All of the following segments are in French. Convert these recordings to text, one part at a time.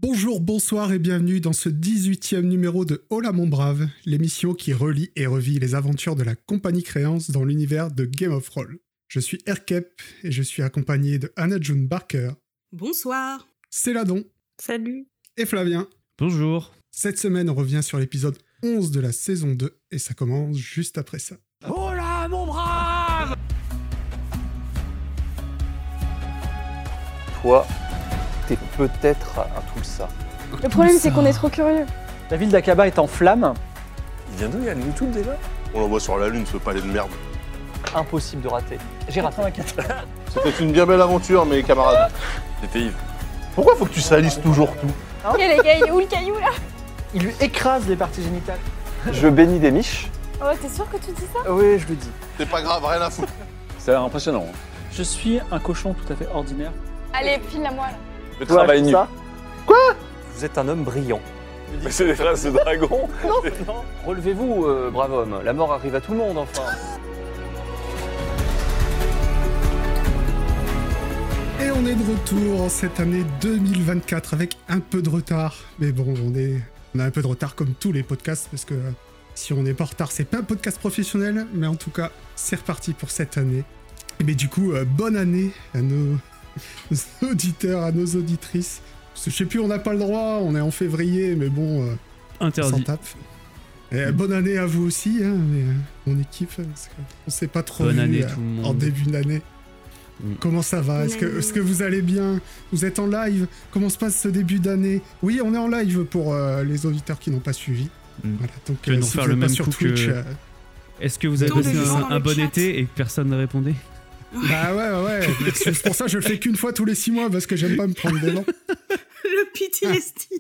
Bonjour, bonsoir et bienvenue dans ce 18e numéro de Hola mon brave, l'émission qui relie et revit les aventures de la compagnie Créance dans l'univers de Game of Thrones. Je suis Erkep et je suis accompagné de Anna June Barker. Bonsoir. Céladon. Salut. Et Flavien. Bonjour. Cette semaine, on revient sur l'épisode 11 de la saison 2 et ça commence juste après ça. Hola mon brave! Toi, t'es peut-être un Tulsa. Le problème, c'est qu'on est trop curieux. La ville d'Aqaba est en flammes. Il vient d'où? Il y a le YouTube déjà? On l'envoie sur la lune, ce palais de merde. Impossible de rater. J'ai raté. C'était une bien belle aventure, mes camarades. C'était Yves. Pourquoi faut que tu salisses toujours tout? Ok les gars, il est où le caillou là? Il lui écrase les parties génitales. Je bénis des miches. Oh, t'es sûr que tu dis ça? Oui, je le dis. C'est pas grave, rien à foutre. C'est impressionnant. Je suis un cochon tout à fait ordinaire. Allez, file-la moi là. Le Toi, travail tout nu. ça. Vous êtes un homme brillant. Mais c'est des phrases de dragon. Non. Relevez-vous, brave homme. La mort arrive à tout le monde, enfin. Et on est de retour en cette année 2024 avec un peu de retard. Mais bon, on a un peu de retard comme tous les podcasts parce que si on n'est pas en retard, c'est pas un podcast professionnel. Mais en tout cas, c'est reparti pour cette année. Et mais du coup, bonne année à nos auditeurs, à nos auditrices. Parce que je sais plus, on n'a pas le droit, on est en février, mais bon, on s'en Interdit. tape. Et bonne année à vous aussi, hein, mais, mon équipe, parce qu'on s'est pas trop Bonne vu année tout le monde. en début d'année. Comment ça va? Est-ce que vous allez bien? Vous êtes en live? Comment se passe ce début d'année? Oui, on est en live pour les auditeurs qui n'ont pas suivi. Voilà, donc Je vais nous si faire vous le êtes pas même sur coup Twitch, que- Est-ce que vous avez Tant de passé gens dans un le bon chat. été et que personne ne répondait? bah ouais. C'est pour ça que je le fais qu'une fois tous les 6 mois parce que j'aime pas me prendre dedans. Le PTSD.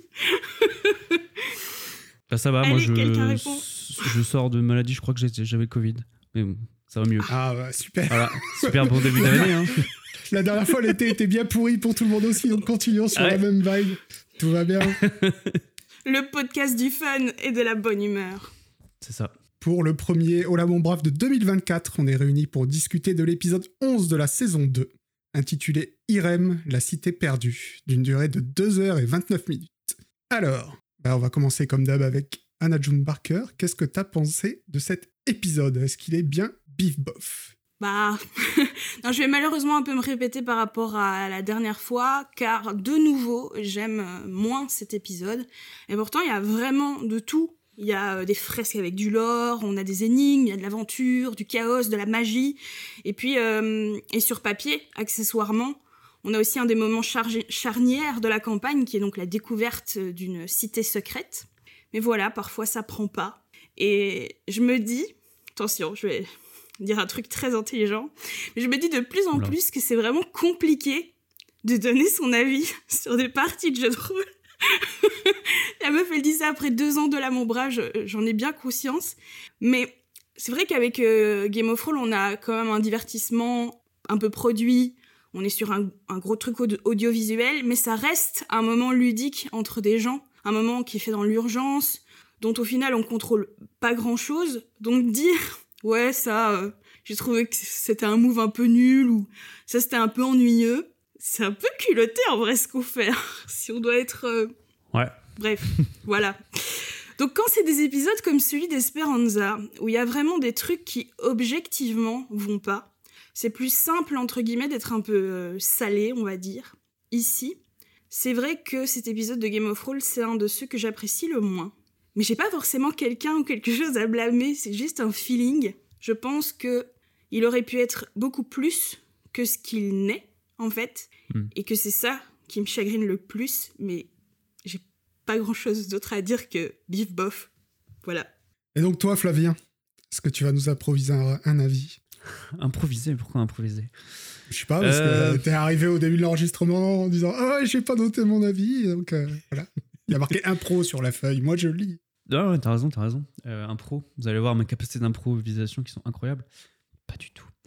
Bah ça va, Allez, moi quelqu'un répond. je sors de maladie, je crois que j'avais le Covid. Mais bon, ça va mieux. Ah bah super. Voilà, super bon début d'année. Hein. La dernière fois, l'été était bien pourri pour tout le monde aussi, donc continuons sur Ouais. la même vibe. Tout va bien. Le podcast du fun et de la bonne humeur. C'est ça. Pour le premier Hola mon brave de 2024, on est réunis pour discuter de l'épisode 11 de la saison 2, intitulé Irem, la cité perdue, d'une durée de 2h29 minutes. Alors, on va commencer comme d'hab avec Anna June Barker. Qu'est-ce que t'as pensé de cet épisode? Est-ce qu'il est bien bif bof? Bah, non, je vais malheureusement un peu me répéter par rapport à la dernière fois, car de nouveau, j'aime moins cet épisode. Et pourtant, il y a vraiment de tout. Il y a des fresques avec du lore, on a des énigmes, il y a de l'aventure, du chaos, de la magie. Et puis, et sur papier, accessoirement, on a aussi un des moments charnières de la campagne, qui est donc la découverte d'une cité secrète. Mais voilà, parfois ça prend pas. Et je me dis, attention, je vais dire un truc très intelligent, mais je me dis de plus en Oula. plus que c'est vraiment compliqué de donner son avis sur des parties de jeux de rôle. La meuf, elle dit ça après 2 ans de la mon brave, j'en ai bien conscience. Mais c'est vrai qu'avec Game of Thrones, on a quand même un divertissement un peu produit. On est sur un gros truc audiovisuel, mais ça reste un moment ludique entre des gens. Un moment qui est fait dans l'urgence, dont au final, on contrôle pas grand-chose. Donc dire, ouais, ça, j'ai trouvé que c'était un move un peu nul, ou ça, c'était un peu ennuyeux. C'est un peu culotté, en vrai, ce qu'on fait. Si on doit être... Ouais. Bref, voilà. Donc quand c'est des épisodes comme celui d'Esperanza, où il y a vraiment des trucs qui, objectivement, vont pas, c'est plus simple, entre guillemets, d'être un peu salé, on va dire. Ici, c'est vrai que cet épisode de Game of Thrones, c'est un de ceux que j'apprécie le moins. Mais j'ai pas forcément quelqu'un ou quelque chose à blâmer, c'est juste un feeling. Je pense que il aurait pu être beaucoup plus que ce qu'il n'est, en fait, et que c'est ça qui me chagrine le plus, mais j'ai pas grand-chose d'autre à dire que bif bof. Voilà. Et donc toi, Flavien, est-ce que tu vas nous improviser un avis? Improviser, pourquoi improviser? Je sais pas, parce que t'es arrivé au début de l'enregistrement en disant « Ah ouais, j'ai pas noté mon avis », donc voilà. Il y a marqué impro sur la feuille, moi je le lis. Ah ouais, t'as raison. Impro, vous allez voir mes capacités d'improvisation qui sont incroyables. Pas du tout.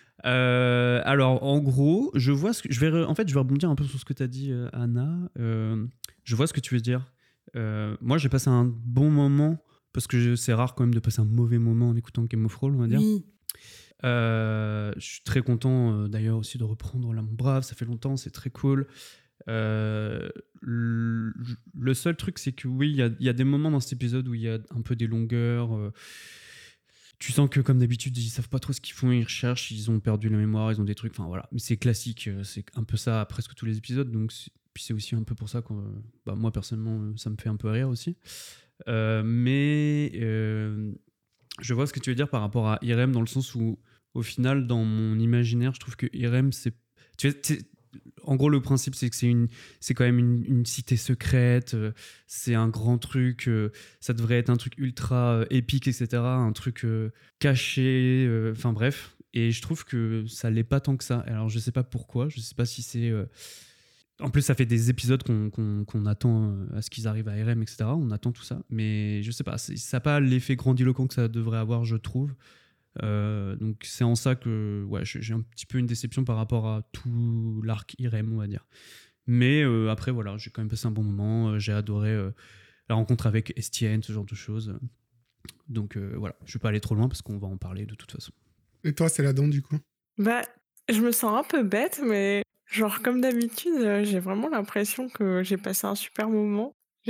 Alors, en gros, je vois ce que je vais rebondir un peu sur ce que t'as dit, Anna. Je vois ce que tu veux dire. Moi, j'ai passé un bon moment parce que c'est rare quand même de passer un mauvais moment en écoutant Game of Thrones, on va dire. Oui. Je suis très content d'ailleurs aussi de reprendre Là Mon Brave, ça fait longtemps, c'est très cool. Le seul truc, c'est que oui, il y a des moments dans cet épisode où il y a un peu des longueurs. Tu sens que, comme d'habitude, ils savent pas trop ce qu'ils font, ils recherchent, ils ont perdu la mémoire, ils ont des trucs. Enfin voilà, mais c'est classique, c'est un peu ça à presque tous les épisodes. Donc, puis c'est aussi un peu pour ça que moi, personnellement, ça me fait un peu rire aussi. Mais je vois ce que tu veux dire par rapport à Irem, dans le sens où, au final, dans mon imaginaire, je trouve que Irem, en gros, le principe, c'est que c'est quand même une cité secrète, c'est un grand truc, ça devrait être un truc ultra épique, etc., un truc caché, enfin bref. Et je trouve que ça l'est pas tant que ça. Alors, je sais pas pourquoi, je sais pas si c'est... En plus, ça fait des épisodes qu'on attend à ce qu'ils arrivent à RM, etc. On attend tout ça, mais je sais pas, ça n'a pas l'effet grandiloquent que ça devrait avoir, je trouve. Donc c'est en ça que j'ai un petit peu une déception par rapport à tout l'arc Irem, on va dire. Mais après voilà, j'ai quand même passé un bon moment, j'ai adoré la rencontre avec Estienne, ce genre de choses. Donc voilà, je vais pas aller trop loin parce qu'on va en parler de toute façon. Et toi, c'est la dent du coup? Bah, je me sens un peu bête, mais genre comme d'habitude, j'ai vraiment l'impression que j'ai passé un super moment.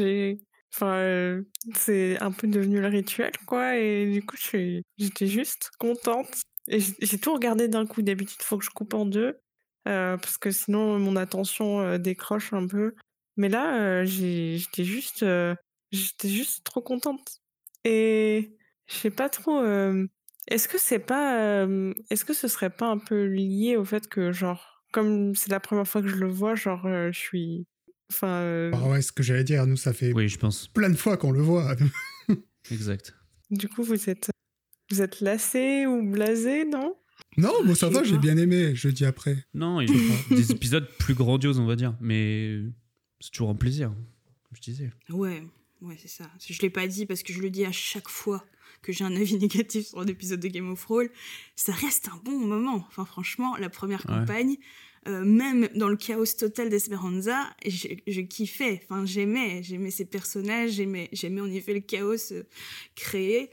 C'est un peu devenu le rituel, quoi, et du coup, j'étais juste contente. Et j'ai tout regardé d'un coup. D'habitude, il faut que je coupe en deux, parce que sinon, mon attention décroche un peu. Mais là, j'étais juste trop contente. Et je sais pas trop. Est-ce que est-ce que ce serait pas un peu lié au fait que, genre, comme c'est la première fois que je le vois, genre, je suis. Enfin. Ah ouais, ce que j'allais dire, nous, ça fait Oui, je pense. plein de fois qu'on le voit. Exact. Du coup, vous êtes lassé ou blasé, non? Non, moi ça va, j'ai bien aimé, je dis après. Non, il y a des épisodes plus grandioses, on va dire, mais c'est toujours un plaisir, comme je disais. Ouais, c'est ça. Je l'ai pas dit parce que je le dis à chaque fois que j'ai un avis négatif sur un épisode de Game of Thrones. Ça reste un bon moment. Enfin, franchement, la première campagne, même dans le chaos total d'Esperanza, je kiffais. Enfin, j'aimais ces personnages, j'aimais en effet le chaos créé.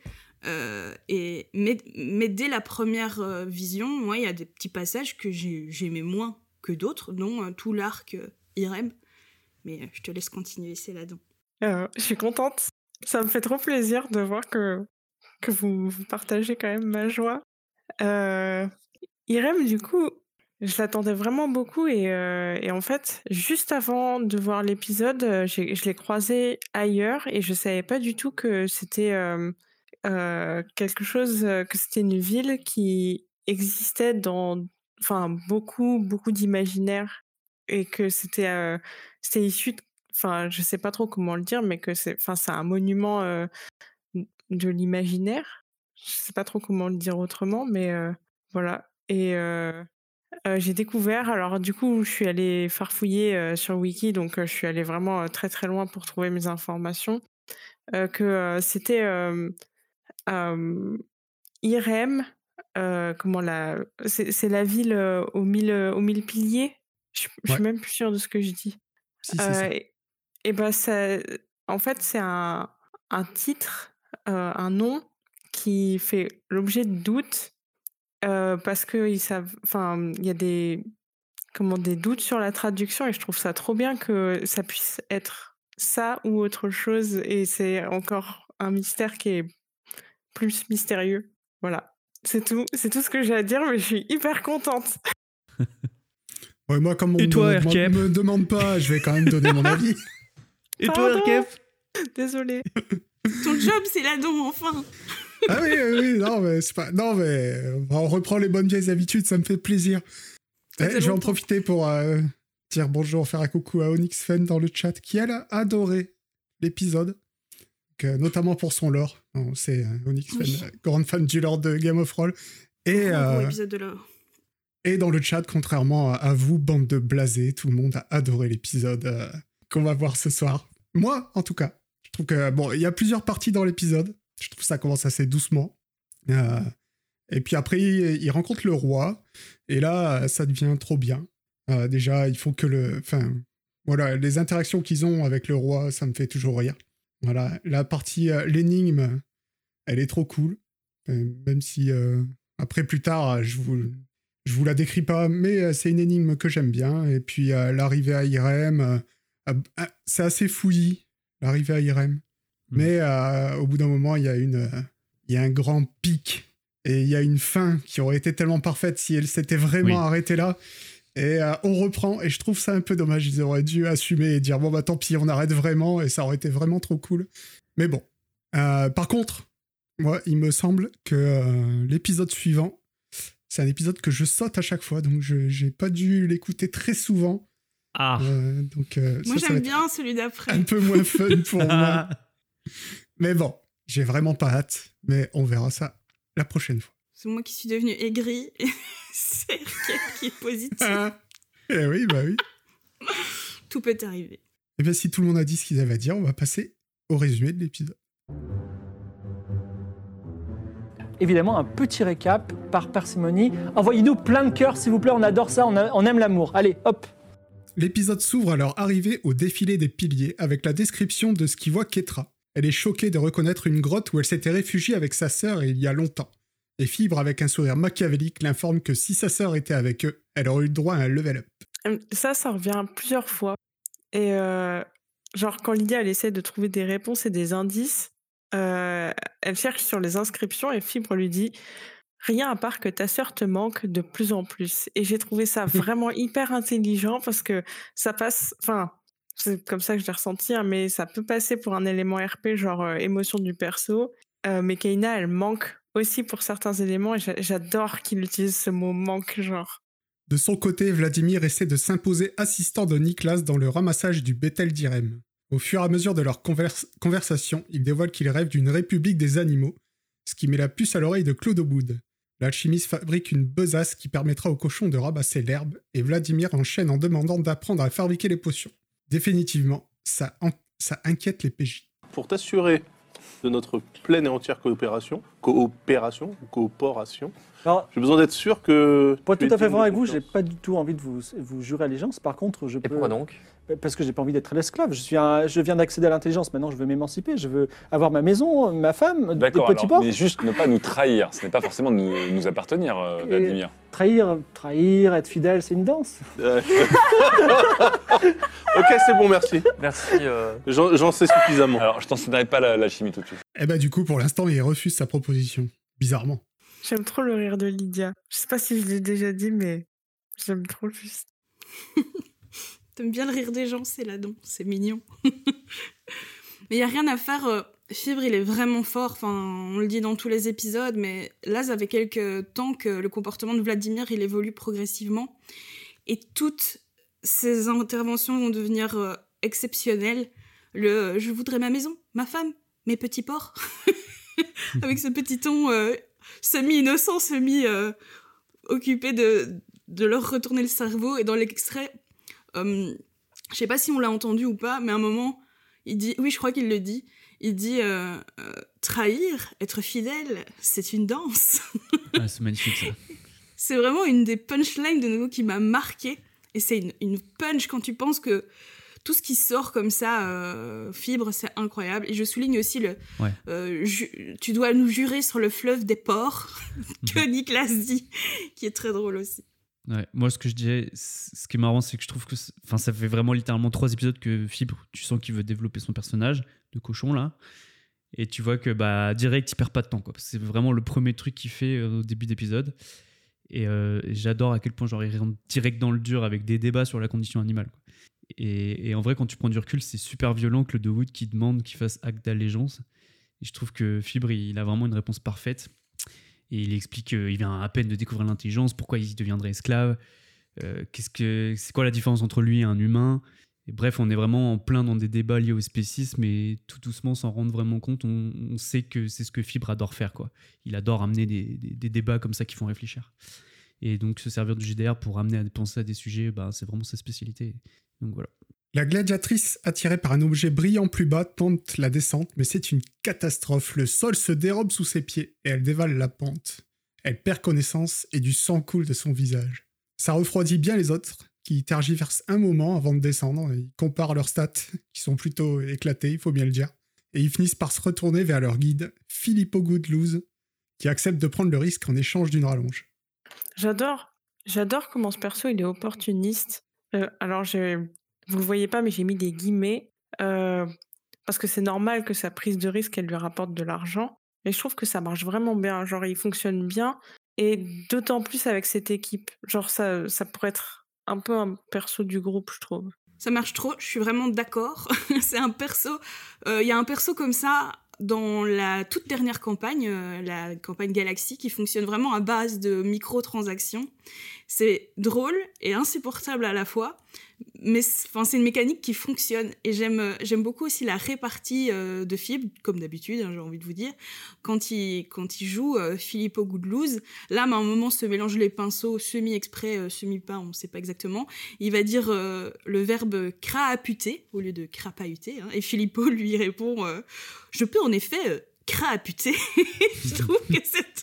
Mais dès la première vision, moi, il y a des petits passages que j'aimais moins que d'autres, dont tout l'arc Irem. Mais je te laisse continuer, c'est là-dedans. Je suis contente. Ça me fait trop plaisir de voir que vous partagez quand même ma joie. Irem, du coup, je l'attendais vraiment beaucoup et en fait, juste avant de voir l'épisode, je l'ai croisé ailleurs et je savais pas du tout que c'était quelque chose, que c'était une ville qui existait dans beaucoup d'imaginaires et que c'était issu de, je sais pas trop comment le dire, mais que c'est un monument de l'imaginaire. Je sais pas trop comment le dire autrement, mais voilà. Et j'ai découvert, alors du coup, je suis allée farfouiller sur Wiki, donc je suis allée vraiment très très loin pour trouver mes informations, que c'était Irem, c'est la ville aux 1000 piliers. Je suis même plus sûre de ce que je dis. Si, c'est ça. Et ben ça, en fait, c'est un titre, un nom qui fait l'objet de doutes, parce qu'ils savent, il y a des doutes sur la traduction et je trouve ça trop bien que ça puisse être ça ou autre chose et c'est encore un mystère qui est plus mystérieux. Voilà, c'est tout ce que j'ai à dire, mais je suis hyper contente. Ouais, moi, comme on Et toi, me demande pas, je vais quand même donner mon avis. Et toi, Erkef? Désolée. Ton job, c'est la dent, enfin. Ah oui, non, mais c'est pas... Non, mais on reprend les bonnes vieilles habitudes, ça me fait plaisir. Je vais en profiter pour dire bonjour, faire un coucou à Onyx Fan dans le chat, qui, elle, a adoré l'épisode, notamment pour son lore. C'est Onyx Fan, grande fan du lore de Game of Thrones. Et, Épisode de lore. Et dans le chat, contrairement à vous, bande de blasés, tout le monde a adoré l'épisode qu'on va voir ce soir. Moi, en tout cas. Je trouve que, bon, il y a plusieurs parties dans l'épisode. Je trouve que ça commence assez doucement. Et puis après, il rencontre le roi. Et là, ça devient trop bien. Déjà, il faut que voilà, les interactions qu'ils ont avec le roi, ça me fait toujours rire. Voilà, la partie, l'énigme, elle est trop cool. Même si, après, plus tard, Je vous la décris pas, mais c'est une énigme que j'aime bien. Et puis l'arrivée à Irem, c'est assez fouillis, l'arrivée à Irem. Mais au bout d'un moment, il y a un grand pic. Et il y a une fin qui aurait été tellement parfaite si elle s'était vraiment arrêtée là. Et on reprend, et je trouve ça un peu dommage. Ils auraient dû assumer et dire bon bah tant pis, on arrête vraiment, et ça aurait été vraiment trop cool. Mais bon. Par contre, moi, il me semble que l'épisode suivant, c'est un épisode que je saute à chaque fois, donc j'ai pas dû l'écouter très souvent. Ah. Donc moi ça j'aime va bien celui d'après. un peu moins fun pour moi. Mais bon, j'ai vraiment pas hâte, mais on verra ça la prochaine fois. C'est moi qui suis devenue aigrie et c'est Erkel qui est positif. Eh oui, bah oui. Tout peut arriver. Et bien si tout le monde a dit ce qu'ils avaient à dire, on va passer au résumé de l'épisode. Évidemment, un petit récap par parcimonie. Envoyez-nous plein de cœurs, s'il vous plaît, on adore ça, on aime l'amour. Allez, hop. L'épisode s'ouvre à leur arrivée au défilé des piliers avec la description de ce qu'y voit Ketra. Elle est choquée de reconnaître une grotte où elle s'était réfugiée avec sa sœur il y a longtemps. Et Fibre, avec un sourire machiavélique, l'informe que si sa sœur était avec eux, elle aurait eu le droit à un level up. Ça revient plusieurs fois. Et genre, quand Lydia, elle essaie de trouver des réponses et des indices, elle cherche sur les inscriptions et Fibre lui dit « Rien à part que ta sœur te manque de plus en plus. » Et j'ai trouvé ça vraiment hyper intelligent parce que ça passe... Enfin, c'est comme ça que je l'ai ressenti, hein, mais ça peut passer pour un élément RP, genre émotion du perso. Mais Kaina, elle manque aussi pour certains éléments et j'adore qu'il utilise ce mot « manque », genre. De son côté, Vladimir essaie de s'imposer assistant de Niklas dans le ramassage du bétel d'Irem. Au fur et à mesure de leur conversation, il dévoile qu'il rêve d'une république des animaux, ce qui met la puce à l'oreille de Claude Wood. L'alchimiste fabrique une besace qui permettra aux cochons de rabasser l'herbe, et Vladimir enchaîne en demandant d'apprendre à fabriquer les potions. Définitivement, ça inquiète les PJ. Pour t'assurer de notre pleine et entière coopération, Alors, j'ai besoin d'être sûr que... pour être tout à fait franc avec vous, j'ai pas du tout envie de vous jurer allégeance. Par contre, je peux... Et pourquoi donc ? Parce que j'ai pas envie d'être l'esclave. Je viens d'accéder à l'intelligence. Maintenant, je veux m'émanciper. Je veux avoir ma maison, ma femme, des petits porcs. Mais juste ne pas nous trahir. Ce n'est pas forcément nous appartenir, Vladimir. Trahir, être fidèle, c'est une danse. Ok, c'est bon, merci. Merci. J'en sais suffisamment. Alors, je t'enseignerai pas la chimie tout de suite. Eh ben du coup, pour l'instant, il refuse sa proposition. Bizarrement. J'aime trop le rire de Lydia. Je sais pas si je l'ai déjà dit, mais j'aime trop le fils. T'aimes bien le rire des gens, c'est là-dedans, c'est mignon. Mais il n'y a rien à faire, Fibre, il est vraiment fort, enfin, on le dit dans tous les épisodes, mais là, ça fait quelques temps que le comportement de Vladimir, il évolue progressivement, et toutes ses interventions vont devenir exceptionnelles. Je voudrais ma maison, ma femme, mes petits porcs, avec ce petit ton semi-innocent, semi-occupé de leur retourner le cerveau, et dans l'extrait... je sais pas si on l'a entendu ou pas, mais à un moment, il dit, oui, je crois qu'il le dit, il dit trahir, être fidèle, c'est une danse. Ah, c'est magnifique ça. C'est vraiment une des punchlines de nouveau qui m'a marqué, et c'est une punch quand tu penses que tout ce qui sort comme ça, Fibre, c'est incroyable. Et je souligne aussi tu dois nous jurer sur le fleuve des porcs que Niklas dit, qui est très drôle aussi. Ouais, moi, ce que je disais, ce qui est marrant, c'est que je trouve que ça fait vraiment littéralement 3 épisodes que Fibre, tu sens qu'il veut développer son personnage de cochon là, et tu vois que direct il perd pas de temps quoi. C'est vraiment le premier truc qu'il fait au début d'épisode, et j'adore à quel point genre il rentre direct dans le dur avec des débats sur la condition animale quoi. Et en vrai, quand tu prends du recul, c'est super violent que le Wood qui demande qu'il fasse acte d'allégeance, et je trouve que Fibre il a vraiment une réponse parfaite. Et il explique qu'il vient à peine de découvrir l'intelligence, pourquoi il deviendrait esclave, c'est quoi la différence entre lui et un humain. Et bref, on est vraiment en plein dans des débats liés au spécisme, et tout doucement, sans rendre vraiment compte, on sait que c'est ce que Fibre adore faire, quoi. Il adore amener des débats comme ça qui font réfléchir. Et donc, se servir du JDR pour amener à penser à des sujets, c'est vraiment sa spécialité. Donc voilà. La gladiatrice, attirée par un objet brillant plus bas, tente la descente, mais c'est une catastrophe. Le sol se dérobe sous ses pieds et elle dévale la pente. Elle perd connaissance et du sang coule de son visage. Ça refroidit bien les autres, qui tergiversent un moment avant de descendre. Ils comparent leurs stats, qui sont plutôt éclatés, il faut bien le dire. Et ils finissent par se retourner vers leur guide, Filippo Goodloose, qui accepte de prendre le risque en échange d'une rallonge. J'adore J'adore comment ce perso, il est opportuniste. Alors, vous le voyez pas, mais j'ai mis des guillemets, parce que c'est normal que sa prise de risque, elle lui rapporte de l'argent. Mais je trouve que ça marche vraiment bien. Genre, il fonctionne bien, et d'autant plus avec cette équipe. Genre, ça pourrait être un peu un perso du groupe, je trouve. Ça marche trop, je suis vraiment d'accord. C'est un perso. Il y a un perso comme ça dans la toute dernière campagne, la campagne Galaxy, qui fonctionne vraiment à base de microtransactions. C'est drôle et insupportable à la fois, mais c'est une mécanique qui fonctionne. Et j'aime beaucoup aussi la répartie de Fibre, comme d'habitude, hein, j'ai envie de vous dire. Quand il joue Filippo Goodloose, là, à un moment, se mélange les pinceaux, semi-exprès, semi-pas, on ne sait pas exactement. Il va dire le verbe crapahuter au lieu de crapahuter, hein, et Filippo lui répond je peux en effet crapahuter. Je trouve que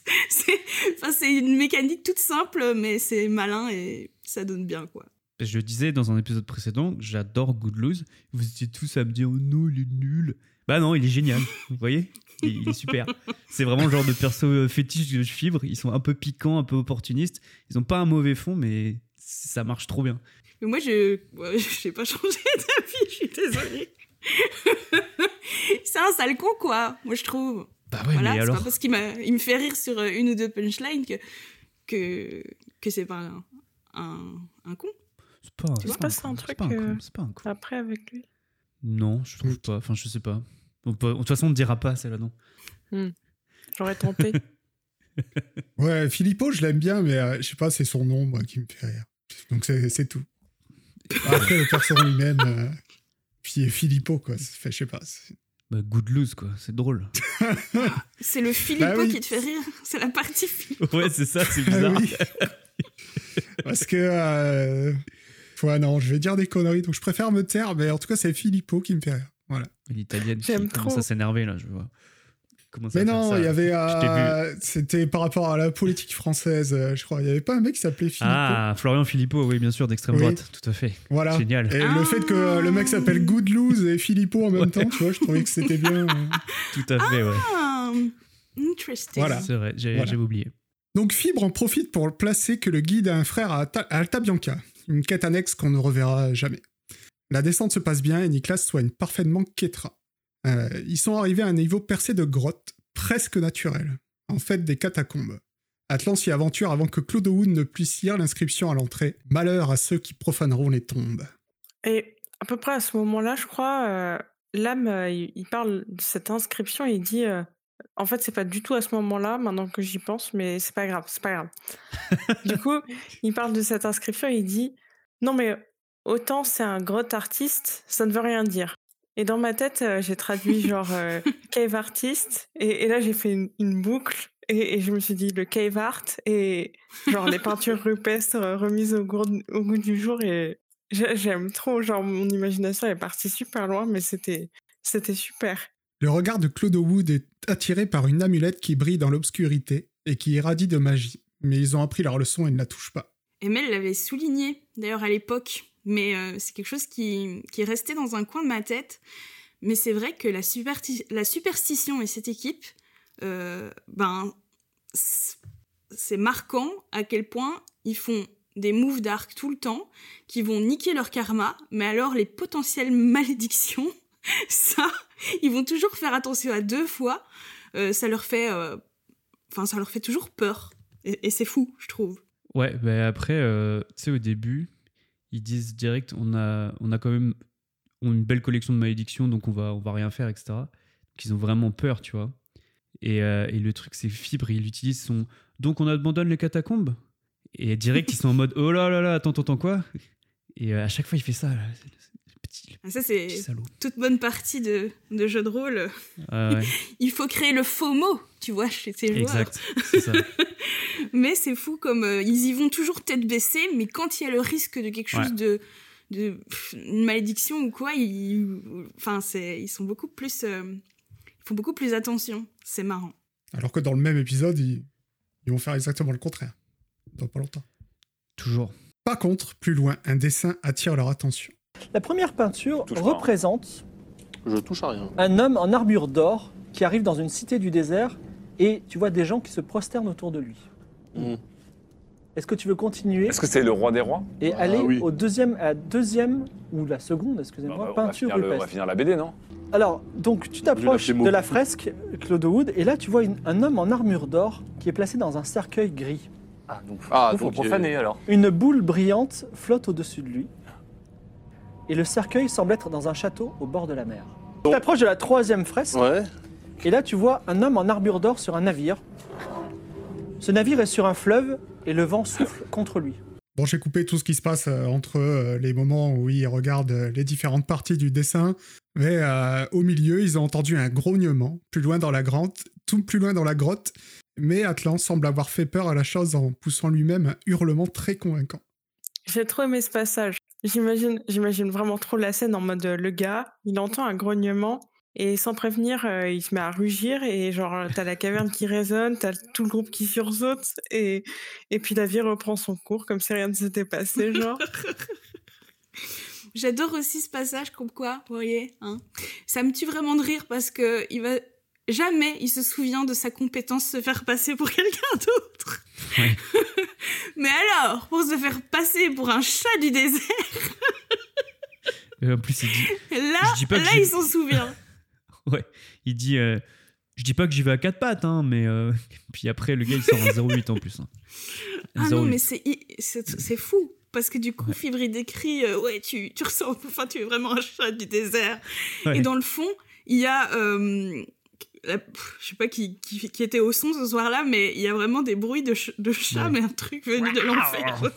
c'est une mécanique toute simple, mais c'est malin et ça donne bien, quoi. Je le disais dans un épisode précédent, j'adore Goodloose. Vous étiez tous à me dire « Oh non, il est nul !» Bah non, il est génial, vous voyez, il est super. C'est vraiment le genre de perso fétiche de Fibre. Ils sont un peu piquants, un peu opportunistes. Ils ont pas un mauvais fond, mais ça marche trop bien. Mais moi, je n'ai pas changé d'avis, je suis désolée. C'est un sale con, quoi, moi je trouve. Bah ouais, voilà, mais c'est alors... pas parce qu'il me fait rire sur une ou deux punchlines que c'est pas un con. C'est pas un truc après avec lui. Non, je trouve pas. Enfin, je sais pas. De toute façon, on ne dira pas celle-là, non. J'aurais tenté. Ouais, Filippo, je l'aime bien, mais je sais pas, c'est son nom moi, qui me fait rire. Donc c'est tout. Après, le perso lui-même, puis Filippo, quoi. Je sais pas. Bah, Goodloose, quoi. C'est drôle. C'est le Filippo qui te fait rire. C'est la partie Filippo. Ouais, c'est ça, c'est bizarre. Oui. Parce que... Ouais, non, je vais dire des conneries, donc je préfère me taire, mais en tout cas, c'est Filippo qui me fait rire. Voilà. L'italienne qui commence à s'énerver, là, je vois. Mais non, il y avait... C'était par rapport à la politique française, je crois. Il n'y avait pas un mec qui s'appelait Filippo. Ah, Florian Philippot, oui, bien sûr, d'extrême droite, tout à fait. Voilà. Génial. Et le fait que le mec s'appelle Goodloose et Filippo en même temps, tu vois, je trouvais que c'était bien. Tout à fait, ouais. Interesting. Voilà. C'est vrai, j'avais oublié. Donc Fibre en profite pour placer que le guide a un frère à Alta Bianca, une quête annexe qu'on ne reverra jamais. La descente se passe bien et Niklas soigne parfaitement Ketra. Ils sont arrivés à un niveau percé de grottes, presque naturel, en fait des catacombes. Atlan s'y aventure avant que Claude Wood ne puisse lire l'inscription à l'entrée. Malheur à ceux qui profaneront les tombes. Et à peu près à ce moment-là, je crois, Lame, il parle de cette inscription et il dit... En fait, c'est pas du tout à ce moment-là, maintenant que j'y pense, mais c'est pas grave. Du coup, il parle de cette inscription et il dit « Non, mais autant c'est un grotte artiste, ça ne veut rien dire. » Et dans ma tête, j'ai traduit genre cave artist, et là j'ai fait une boucle, et je me suis dit le cave art, et genre les peintures rupestres remises au goût du jour, et j'aime trop, genre mon imagination est partie super loin, mais c'était super. Le regard de Claude Wood est attiré par une amulette qui brille dans l'obscurité et qui irradie de magie, mais ils ont appris leur leçon et ne la touchent pas. Emelle l'avait souligné, d'ailleurs, à l'époque, mais c'est quelque chose qui est resté dans un coin de ma tête. Mais c'est vrai que la superstition et cette équipe, c'est marquant à quel point ils font des moves d'arc tout le temps, qui vont niquer leur karma, mais alors les potentielles malédictions, ça, ils vont toujours faire attention à 2 fois. Ça leur fait toujours peur. Et c'est fou, je trouve. Ouais, bah après, tu sais, au début, ils disent direct, on a quand même une belle collection de malédictions, donc on va rien faire, etc. Donc ils ont vraiment peur, tu vois. Et le truc, c'est Fibre, il utilise son... Donc on abandonne les catacombes. Et direct, ils sont en mode, oh là là là, attends, quoi. Et à chaque fois, il fait ça, là. Ça, c'est toute bonne partie de jeu de rôle. Ouais. Il faut créer le faux mot, tu vois, chez ces joueurs. Exact, c'est ça. Mais c'est fou comme ils y vont toujours tête baissée, mais quand il y a le risque de quelque chose une malédiction ou quoi, ils sont beaucoup plus... ils font beaucoup plus attention. C'est marrant. Alors que dans le même épisode, ils vont faire exactement le contraire. Dans pas longtemps. Toujours. Par contre, plus loin, un dessin attire leur attention. La première peinture représente Je touche à rien. un homme en armure d'or qui arrive dans une cité du désert et tu vois des gens qui se prosternent autour de lui. Est-ce que tu veux continuer Est-ce que c'est le roi des rois? et aller oui. à la deuxième ou la seconde, excusez-moi, On va peinture finir on va rupestre. finir la BD, non? Alors, donc tu t'approches l'appeler de la Moby. fresque Claude Wood et là tu vois un homme en armure d'or qui est placé dans un cercueil gris. Ah, donc Ah, faut donc, profaner alors. Une boule brillante flotte au-dessus de lui et le cercueil semble être dans un château au bord de la mer. Tu t'approches de la troisième fresque Ouais. et là tu vois un homme en armure d'or sur un navire. Ce navire est sur un fleuve et le vent souffle contre lui. Bon, j'ai coupé tout ce qui se passe entre les moments où ils regardent les différentes parties du dessin, mais au milieu, ils ont entendu un grognement, plus loin dans la grotte, mais Atlan semble avoir fait peur à la chose en poussant lui-même un hurlement très convaincant. J'ai trop aimé ce passage. J'imagine vraiment trop la scène en mode le gars, il entend un grognement et sans prévenir, il se met à rugir et genre t'as la caverne qui résonne, t'as tout le groupe qui sursaute et puis la vie reprend son cours comme si rien ne s'était passé, genre. J'adore aussi ce passage, comme quoi, vous voyez, hein, ça me tue vraiment de rire parce que jamais il se souvient de sa compétence se faire passer pour quelqu'un d'autre. Ouais. Mais alors, pour se faire passer pour un chat du désert, En plus, il dit. là Je dis pas que j'ai- il s'en souvient. Ouais, il dit. Je dis pas que j'y vais à 4 pattes, hein, mais. Puis après, le gars, il sort un 0,8 en plus. Hein. Un Ah non, 0,8. mais c'est fou. Parce que du coup, Fibre, il décrit, ouais, tu ressens, enfin, tu es vraiment un chat du désert. Ouais. Et dans le fond, il y a, je sais pas qui était au son ce soir-là, mais il y a vraiment des bruits de chat, Ouais. mais un truc venu de l'enfer.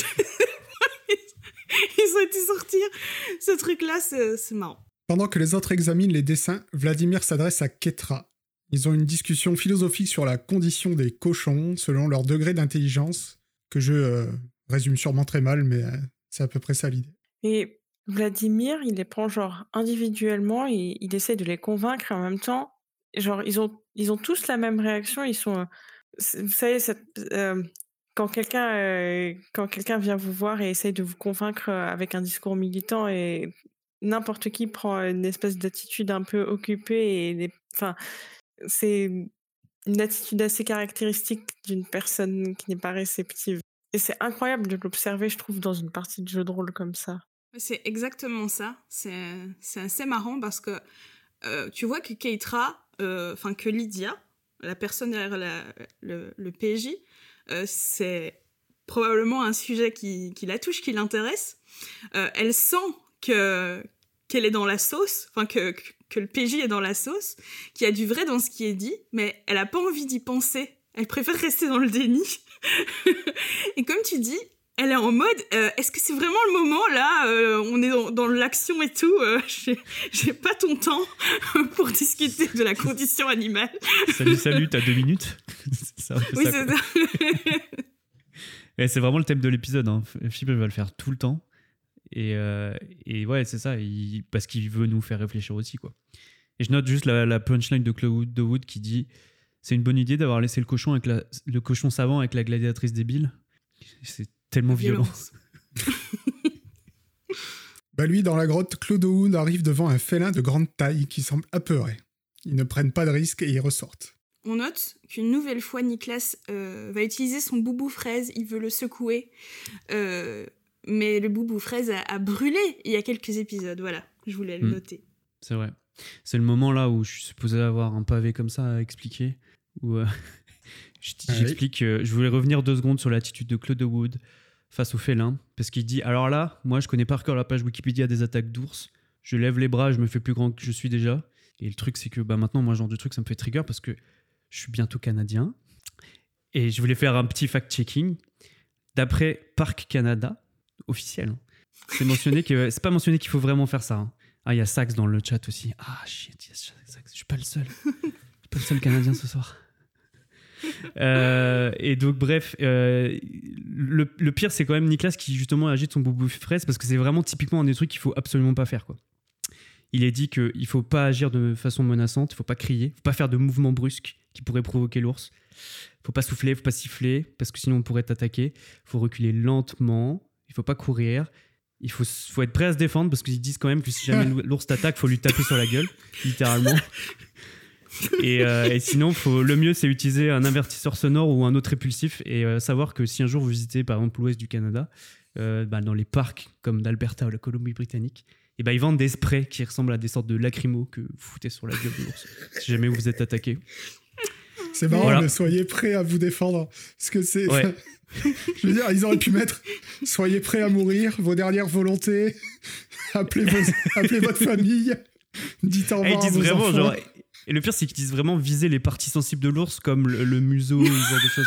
Ils ont été sortir ce truc-là, c'est marrant. Pendant que les autres examinent les dessins, Vladimir s'adresse à Ketra. Ils ont une discussion philosophique sur la condition des cochons selon leur degré d'intelligence, que je résume sûrement très mal, mais c'est à peu près ça l'idée. Et Vladimir, il les prend genre individuellement et il essaie de les convaincre et en même temps, genre ils ont tous la même réaction, ils sont vous savez quand quelqu'un vient vous voir et essaye de vous convaincre avec un discours militant et n'importe qui prend une espèce d'attitude un peu occupée et enfin c'est une attitude assez caractéristique d'une personne qui n'est pas réceptive. Et c'est incroyable de l'observer, je trouve, dans une partie de jeu de rôle comme ça. C'est exactement ça. C'est assez marrant parce que tu vois que Keitra, enfin que Lydia, la personne derrière le PJ, c'est probablement un sujet qui la touche, qui l'intéresse. Elle sent qu'elle est dans la sauce, enfin que le PJ est dans la sauce, qu'il y a du vrai dans ce qui est dit, mais elle n'a pas envie d'y penser. Elle préfère rester dans le déni. Et comme tu dis, elle est en mode, est-ce que c'est vraiment le moment là on est dans l'action et tout. J'ai pas ton temps pour discuter de la condition animale. Salut, t'as 2 minutes. C'est un peu Oui, ça, c'est quoi. ça. Et c'est vraiment le thème de l'épisode. Hein. Fibre va le faire tout le temps. Et ouais, c'est ça. Parce qu'il veut nous faire réfléchir aussi, quoi. Et je note juste la punchline de Claude Wood qui dit: c'est une bonne idée d'avoir laissé le cochon savant avec la gladiatrice débile. C'est tellement violent. Bah lui, dans la grotte, Claude Wood arrive devant un félin de grande taille qui semble apeuré. Ils ne prennent pas de risques et ils ressortent. On note qu'une nouvelle fois, Nicolas va utiliser son boubou fraise. Il veut le secouer. Mais le boubou fraise a brûlé il y a quelques épisodes. Voilà, je voulais le noter. C'est vrai. C'est le moment là où je suis supposé avoir un pavé comme ça à expliquer. Où j'explique. Je voulais revenir 2 secondes sur l'attitude de Claude Wood face au félin. Parce qu'il dit: alors là, moi je connais par cœur la page Wikipédia des attaques d'ours. Je lève les bras, je me fais plus grand que je suis déjà. Et le truc, c'est que maintenant, moi, ce genre de truc, ça me fait trigger parce que je suis bientôt canadien. Et je voulais faire un petit fact-checking. D'après Parc Canada, officiel, hein, c'est pas mentionné qu'il faut vraiment faire ça. Hein. Ah, il y a Sax dans le chat aussi. Ah, shit, Sax, je suis pas le seul. Je suis pas le seul canadien ce soir. Et donc, bref, le pire, c'est quand même Nicolas qui, justement, agite son boubou fraise parce que c'est vraiment typiquement un des trucs qu'il faut absolument pas faire, quoi. Il est dit qu'il ne faut pas agir de façon menaçante, il ne faut pas crier, il ne faut pas faire de mouvements brusques qui pourraient provoquer l'ours. Il ne faut pas souffler, il ne faut pas siffler, parce que sinon on pourrait t'attaquer. Il faut reculer lentement, il ne faut pas courir. Il faut être prêt à se défendre, parce qu'ils disent quand même que si jamais l'ours t'attaque, il faut lui taper sur la gueule, littéralement. Et sinon, le mieux, c'est utiliser un avertisseur sonore ou un autre répulsif et savoir que si un jour vous visitez, par exemple, l'ouest du Canada, dans les parcs comme d'Alberta ou la Colombie-Britannique, et ils vendent des sprays qui ressemblent à des sortes de lacrymos que vous foutez sur la gueule de l'ours si jamais vous êtes attaqué. C'est marrant, Voilà. mais soyez prêts à vous défendre. Parce que c'est... Ouais. Je veux dire, ils auraient pu mettre « Soyez prêts à mourir, vos dernières volontés, appelez votre famille, dites au Et ils revoir à disent vos vraiment, enfants. genre, et le pire, c'est qu'ils disent vraiment viser les parties sensibles de l'ours comme le museau, ce genre de choses.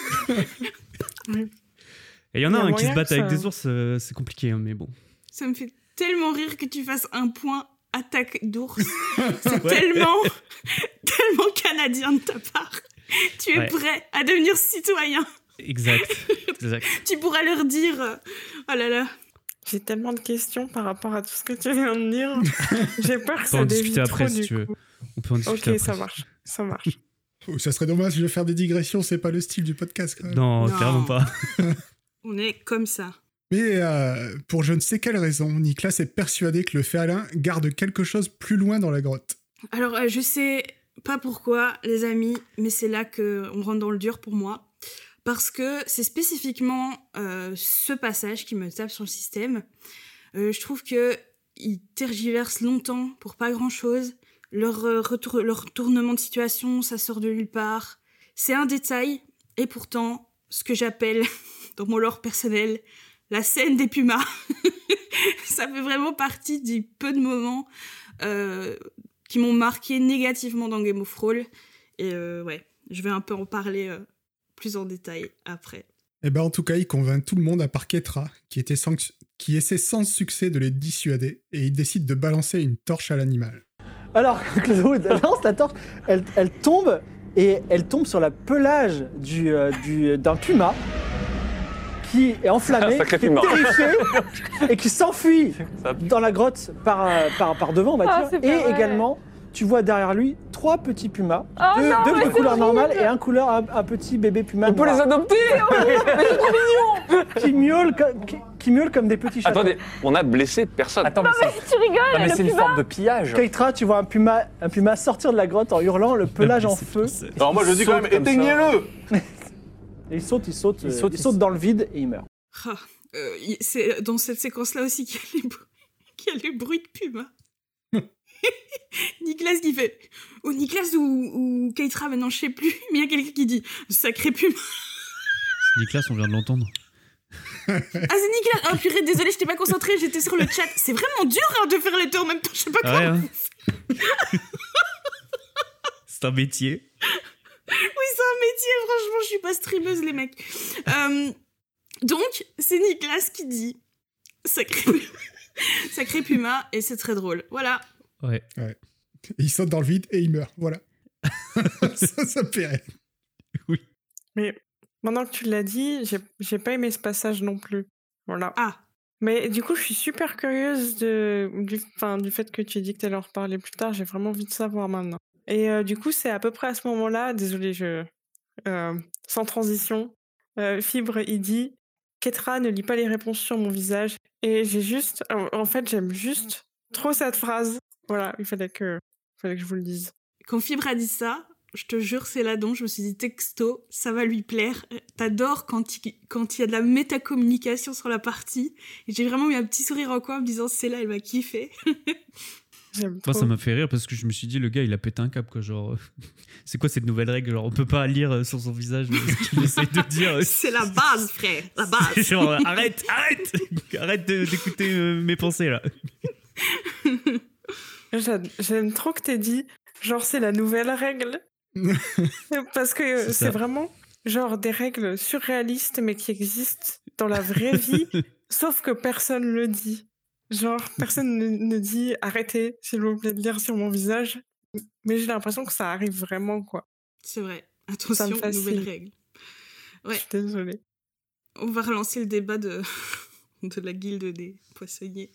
Et il y en a Il y a un qui moyen se battent que avec ça- des ours, c'est compliqué, hein, mais bon. Ça me fait tellement rire que tu fasses un point attaque d'ours. C'est tellement canadien de ta part. Tu es Ouais. prêt à devenir citoyen. Exact. Tu pourras leur dire oh là là. J'ai tellement de questions par rapport à tout ce que tu viens de dire. J'ai peur que On peut en ça discuter dévie après trop, si du tu veux. coup. On peut en discuter Ok, après. ça marche. Oh, ça serait dommage de faire des digressions, c'est pas le style du podcast quand même. Non, Non. clairement pas. On est comme ça. Mais pour je ne sais quelle raison, Nicolas est persuadé que le félin garde quelque chose plus loin dans la grotte. Alors, je sais pas pourquoi, les amis, mais c'est là qu'on rentre dans le dur pour moi. Parce que c'est spécifiquement ce passage qui me tape sur le système. Je trouve qu'ils tergiversent longtemps pour pas grand-chose. Leur retournement de situation, ça sort de nulle part. C'est un détail, et pourtant, ce que j'appelle, dans mon lore personnel, la scène des pumas. Ça fait vraiment partie du peu de moments qui m'ont marqué négativement dans Game of Thrones. Et ouais, je vais un peu en parler plus en détail après. Et ben en tout cas, il convainc tout le monde à part Ketra, qui essaie sans succès de les dissuader, et il décide de balancer une torche à l'animal. Alors, Claude lance la torche, elle tombe, et elle tombe sur la pelage d'un puma qui est enflammé, Sacré qui est puma. terrifié et qui s'enfuit Ça- dans la grotte par devant, on va Ah, dire. c'est pas Et vrai. également, tu vois derrière lui 3 petits pumas, Oh non, deux mais de c'est couleur normale horrible. et un petit bébé puma On peut les noir adopter qui miaulent comme des petits chats. Attendez, on a blessé personne. Attends, mais Tu rigoles, non, mais le c'est une puma. forme de pillage. Keitra, tu vois un puma sortir de la grotte en hurlant, le pelage en feu. Alors moi je dis quand même, Saute comme éteignez-le. Et il saute Il saute dans le vide et il meurt. Ah, c'est dans cette séquence-là aussi qu'il y a les bruits de puma. Nicolas qui fait... Ou Nicolas ou Keitra, maintenant je sais plus, mais il y a quelqu'un qui dit « Sacré puma ». Nicolas, on vient de l'entendre. Ah, c'est Nicolas. Oh purée, désolé, je t'ai pas concentrée, j'étais sur le chat. C'est vraiment dur hein, de faire les deux en même temps, je sais pas Ah comment. ouais, hein. C'est un métier. Oui, c'est un métier, franchement, je suis pas streameuse, les mecs. Donc, c'est Nicolas qui dit Sacré puma, et c'est très drôle. Voilà. Ouais. Et il saute dans le vide et il meurt, voilà. ça me fait rire. Mais maintenant que tu l'as dit, j'ai pas aimé ce passage non plus. Voilà. Ah, Mais du coup, je suis super curieuse du fait que tu dis que tu allais en reparler plus tard. J'ai vraiment envie de savoir maintenant. Et du coup, c'est à peu près à ce moment-là, désolé, sans transition, Fibre, il dit « Ketra ne lit pas les réponses sur mon visage ». Et en fait, j'aime juste trop cette phrase. Voilà, il fallait que je vous le dise. quand Fibre a dit ça, je te jure, c'est là dont je me suis dit texto, ça va lui plaire. T'adores quand il y a de la métacommunication sur la partie. Et j'ai vraiment eu un petit sourire en coin en me disant, c'est là, elle va kiffer. J'aime Moi, trop. ça m'a fait rire parce que je me suis dit, le gars, il a pété un câble, quoi. Genre, c'est quoi cette nouvelle règle? Genre, on peut pas lire sur son visage ce qu'il essaie de dire. C'est la base, frère, la base. C'est genre, arrête d'écouter mes pensées, là. J'aime trop que t'aies dit, genre, c'est la nouvelle règle. Parce que C'est ça. c'est vraiment, genre, des règles surréalistes, mais qui existent dans la vraie vie, sauf que personne le dit. Genre, personne ne dit « Arrêtez, s'il vous plaît, de lire sur mon visage ». Mais j'ai l'impression que ça arrive vraiment, quoi. C'est vrai. Ça me Attention, fascine. nouvelle règle. Ouais. Je suis désolée. On va relancer le débat de la guilde des poissonniers.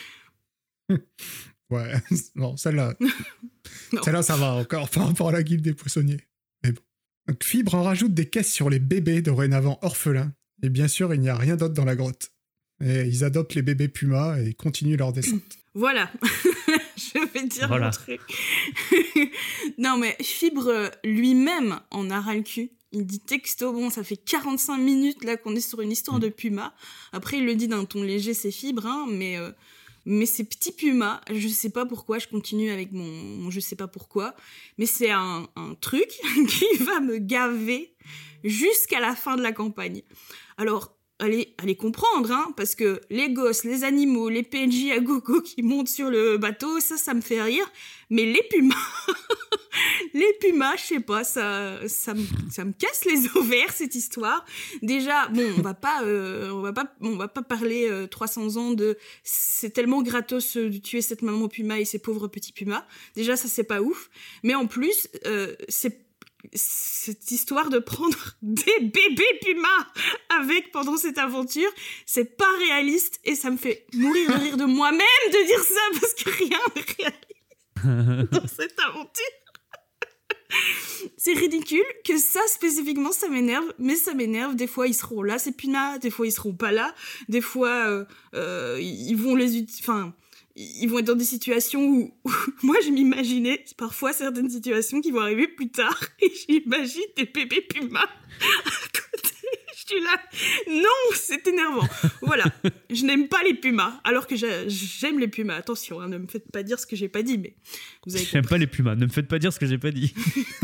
Ouais, non, celle-là, Non. celle-là, ça va encore par rapport à la guilde des poissonniers. Mais bon. Donc, Fibre en rajoute des caisses sur les bébés dorénavant orphelins. Et bien sûr, il n'y a rien d'autre dans la grotte. Et ils adoptent les bébés pumas et continuent leur descente. Voilà. Je vais dire Voilà. mon truc. Non, mais Fibre lui-même en a ras le cul. Il dit texto, bon, ça fait 45 minutes là qu'on est sur une histoire de puma. Après, il le dit d'un ton léger, c'est Fibre, hein, mais ces petits pumas, je sais pas pourquoi, je continue avec mon je sais pas pourquoi, mais c'est un truc qui va me gaver jusqu'à la fin de la campagne. Alors, allez comprendre, hein, parce que les gosses, les animaux, les PNJ à gogo qui montent sur le bateau, ça me fait rire, mais les pumas, je sais pas, ça me casse les ovaires, cette histoire. Déjà, bon, on va pas parler 300 ans de c'est tellement gratos de tuer cette maman puma et ces pauvres petits pumas. Déjà, ça c'est pas ouf, mais en plus, c'est cette histoire de prendre des bébés pumas avec pendant cette aventure, c'est pas réaliste et ça me fait mourir de rire de moi-même de dire ça parce que rien n'est réaliste dans cette aventure. C'est ridicule que ça spécifiquement ça m'énerve, mais ça m'énerve. Des fois ils seront là ces pumas, des fois ils seront pas là, des fois ils vont ils vont être dans des situations où moi je m'imaginais parfois certaines situations qui vont arriver plus tard et j'imagine des bébés pumas à côté. Je suis là, non, c'est énervant. Voilà, je n'aime pas les pumas alors que j'aime les pumas. Attention, hein, ne me faites pas dire ce que j'ai pas dit, mais vous avez J'aime pas les pumas, ne me faites pas dire ce que j'ai pas dit.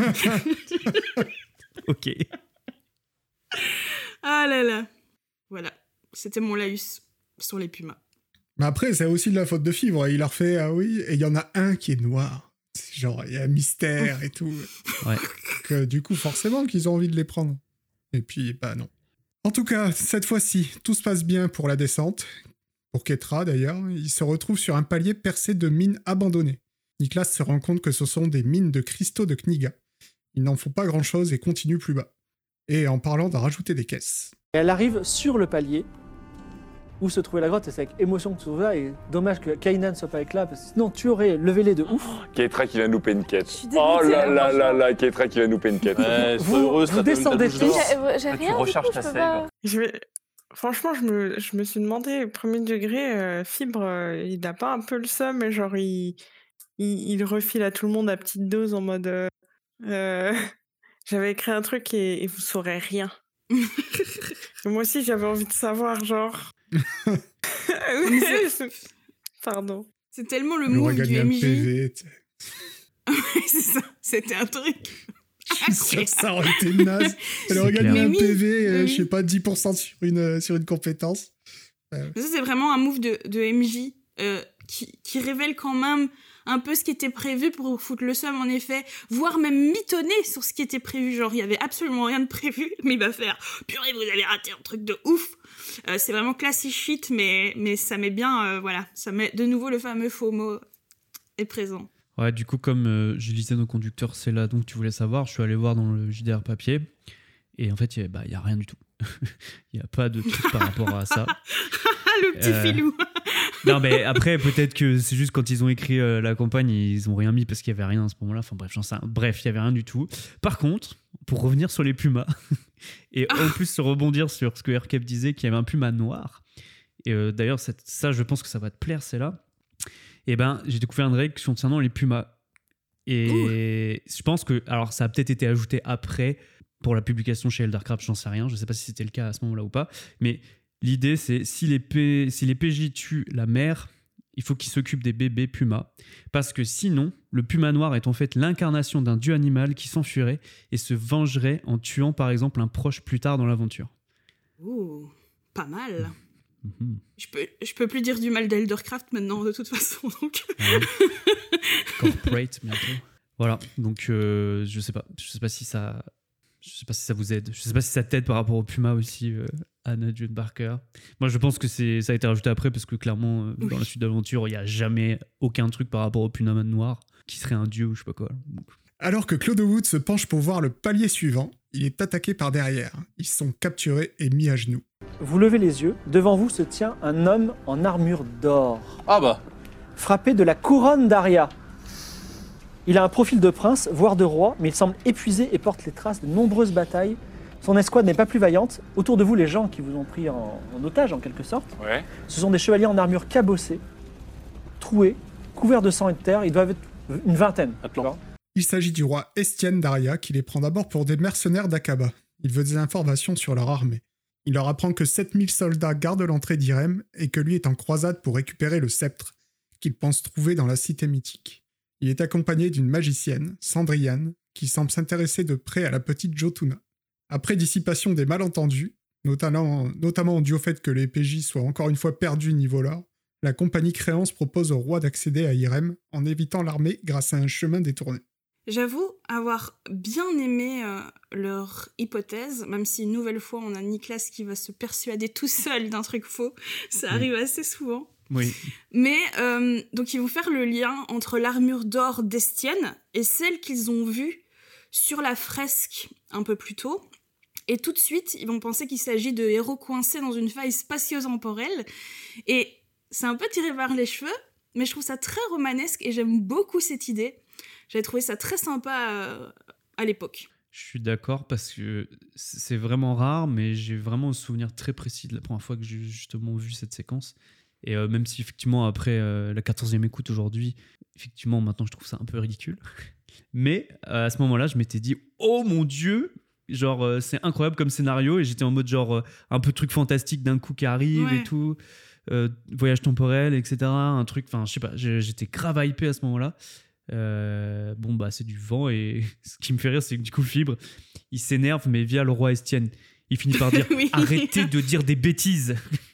Ok. Ah là là. Voilà, c'était mon laïus sur les pumas. Mais après, c'est aussi de la faute de Fibre. Il leur fait, ah oui, et il y en a un qui est noir. C'est genre, il y a un mystère et tout. Ouais. Que du coup, forcément qu'ils ont envie de les prendre. Et puis, bah non. En tout cas, cette fois-ci, tout se passe bien pour la descente. Pour Ketra, d'ailleurs. Il se retrouve sur un palier percé de mines abandonnées. Niklas se rend compte que ce sont des mines de cristaux de Kniga. Ils n'en font pas grand-chose et continuent plus bas. Et en parlant d'en rajouter des caisses. Et elle arrive sur le palier où se trouvait la grotte, et c'est avec émotion que tu trouves là, et dommage que Kainan soit pas avec là, parce que sinon tu aurais levé les de ouf. Ketra qui vient de louper une quête. Je suis dégoûtée, Oh là là franchement. là là, Ketra qui vient de louper une quête. Ouais, Vous- sois heureuse, vous t'as descendez douche tous. d'or. J'ai tu rien recharges du tout, ta je peux save. pas. Franchement, je me suis demandé, premier degré, Fibre, il n'a pas un peu le seum, mais genre, il refile à tout le monde à petite dose en mode j'avais écrit un truc et vous saurez rien. Et moi aussi, j'avais envie de savoir, genre. Pardon. C'est tellement le Elle aurait move du gagné un MJ. PV. tu sais. Ouais, c'est ça, c'était un truc. Je suis sûr que ça aurait été naze. Elle aurait C'est gagné clair. un Mais oui, PV, mais je sais oui. pas, 10% sur une compétence. Ça, c'est vraiment un move de MJ qui révèle quand même un peu ce qui était prévu pour foutre le seum, en effet, voire même mitonner sur ce qui était prévu. Genre, il y avait absolument rien de prévu, mais il va faire « Purée, vous avez raté un truc de ouf !» C'est vraiment classic shit, mais ça met bien, voilà, ça met de nouveau le fameux FOMO est présent. Ouais, du coup, comme je lisais nos conducteurs, c'est là donc tu voulais savoir, je suis allé voir dans le JDR papier, et en fait, il y a rien du tout. Il n'y a pas de truc par rapport à ça. Ah, le petit filou. Non, mais après, peut-être que c'est juste quand ils ont écrit la campagne, ils ont rien mis parce qu'il y avait rien à ce moment-là. Enfin bref, j'en sais rien. Bref, il y avait rien du tout. Par contre, pour revenir sur les pumas, et en plus se rebondir sur ce que Aircap disait, qu'il y avait un puma noir. Et d'ailleurs, ça, je pense que ça va te plaire, c'est là. Et ben, j'ai découvert une règle concernant les pumas. Et je pense que, alors, ça a peut-être été ajouté après pour la publication chez Eldercraft, j'en sais rien. Je sais pas si c'était le cas à ce moment-là ou pas. Mais l'idée, c'est si les PJ tuent la mère, il faut qu'ils s'occupent des bébés pumas. Parce que sinon, le puma noir est en fait l'incarnation d'un dieu animal qui s'enfuirait et se vengerait en tuant par exemple un proche plus tard dans l'aventure. Ouh, pas mal. Mhm. Je peux plus dire du mal d'Eldercraft maintenant, de toute façon. Donc. Ouais. Corporate bientôt. Voilà, donc je sais pas si ça vous aide. Je sais pas si ça t'aide par rapport au puma aussi, Anna June Barker. Moi, je pense que ça a été rajouté après parce que clairement, dans la suite d'aventure, il n'y a jamais aucun truc par rapport au puma noir qui serait un dieu ou je sais pas quoi. Donc, Alors que Claude Wood se penche pour voir le palier suivant, il est attaqué par derrière. Ils sont capturés et mis à genoux. Vous levez les yeux, devant vous se tient un homme en armure d'or, Ah bah, frappé de la couronne d'Aria. Il a un profil de prince, voire de roi, mais il semble épuisé et porte les traces de nombreuses batailles. Son escouade n'est pas plus vaillante. Autour de vous, les gens qui vous ont pris en otage, en quelque sorte, Ouais. ce sont des chevaliers en armure cabossée, troués, couverts de sang et de terre. Ils doivent être une vingtaine. Atlante. Il s'agit du roi Estienne d'Aria qui les prend d'abord pour des mercenaires d'Aqaba. Il veut des informations sur leur armée. Il leur apprend que 7000 soldats gardent l'entrée d'Irem et que lui est en croisade pour récupérer le sceptre qu'il pense trouver dans la cité mythique. Il est accompagné d'une magicienne, Sandriane, qui semble s'intéresser de près à la petite Jotuna. Après dissipation des malentendus, notamment dû au fait que les PJ soient encore une fois perdus niveau lore, la compagnie Créance propose au roi d'accéder à Irem en évitant l'armée grâce à un chemin détourné. J'avoue avoir bien aimé leur hypothèse, même si une nouvelle fois on a Nicolas qui va se persuader tout seul d'un truc faux, ça arrive assez souvent. Oui. Mais donc ils vont faire le lien entre l'armure d'or d'Estienne et celle qu'ils ont vue sur la fresque un peu plus tôt. Et tout de suite, ils vont penser qu'il s'agit de héros coincés dans une faille spatio-temporelle. Et c'est un peu tiré par les cheveux, mais je trouve ça très romanesque et j'aime beaucoup cette idée. J'avais trouvé ça très sympa à l'époque. Je suis d'accord parce que c'est vraiment rare, mais j'ai vraiment un souvenir très précis de la première fois que j'ai justement vu cette séquence. Et même si effectivement après la 14e écoute aujourd'hui, effectivement maintenant je trouve ça un peu ridicule. Mais à ce moment-là, je m'étais dit « Oh mon Dieu !» Genre c'est incroyable comme scénario et j'étais en mode genre un peu truc fantastique d'un coup qui arrive et tout. Voyage temporel, etc. Un truc, enfin je sais pas, j'étais grave hypé à ce moment-là. Bon bah c'est du vent et ce qui me fait rire c'est que du coup Fibre il s'énerve mais via le roi Estienne il finit par dire arrêtez de dire des bêtises.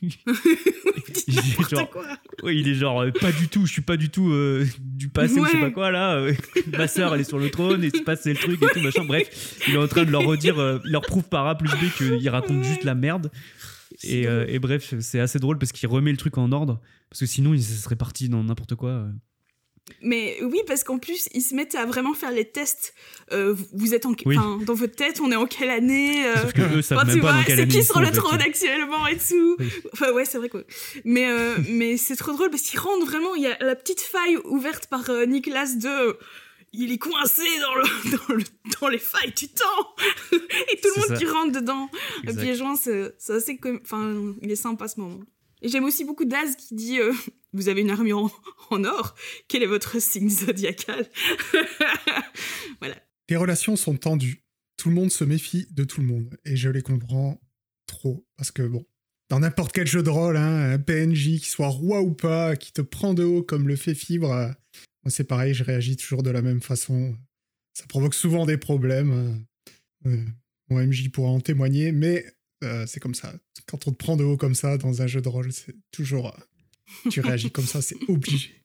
Il est genre pas du tout, je suis pas du tout du passé ou je sais pas quoi là, ma sœur elle est sur le trône et se passe le truc et tout machin, bref il est en train de leur redire, il leur prouve par A plus B qu'il raconte juste la merde et bref c'est assez drôle parce qu'il remet le truc en ordre parce que sinon il serait parti dans n'importe quoi. Mais oui, parce qu'en plus, ils se mettent à vraiment faire les tests. Vous êtes dans votre tête, on est en quelle année Sauf que eux savent même pas dans quelle année. C'est qui sur le trône actuellement et tout. Oui. Enfin, ouais, c'est vrai quoi. Mais c'est trop drôle parce qu'ils rentrent vraiment. Il y a la petite faille ouverte par Nicolas il est coincé dans les failles du temps. Et tout le monde qui rentre dedans. Piégeant, c'est assez. Enfin, il est sympa ce moment. Et j'aime aussi beaucoup Daz qui dit vous avez une armure en or, quel est votre signe zodiacal? Voilà. Les relations sont tendues. Tout le monde se méfie de tout le monde. Et je les comprends trop. Parce que bon, dans n'importe quel jeu de rôle, un PNJ, qui soit roi ou pas, qui te prend de haut comme le fait Fibre, moi c'est pareil, je réagis toujours de la même façon. Ça provoque souvent des problèmes. Mon MJ pourra en témoigner, mais c'est comme ça. Quand on te prend de haut comme ça dans un jeu de rôle, c'est toujours... tu réagis comme ça, c'est obligé.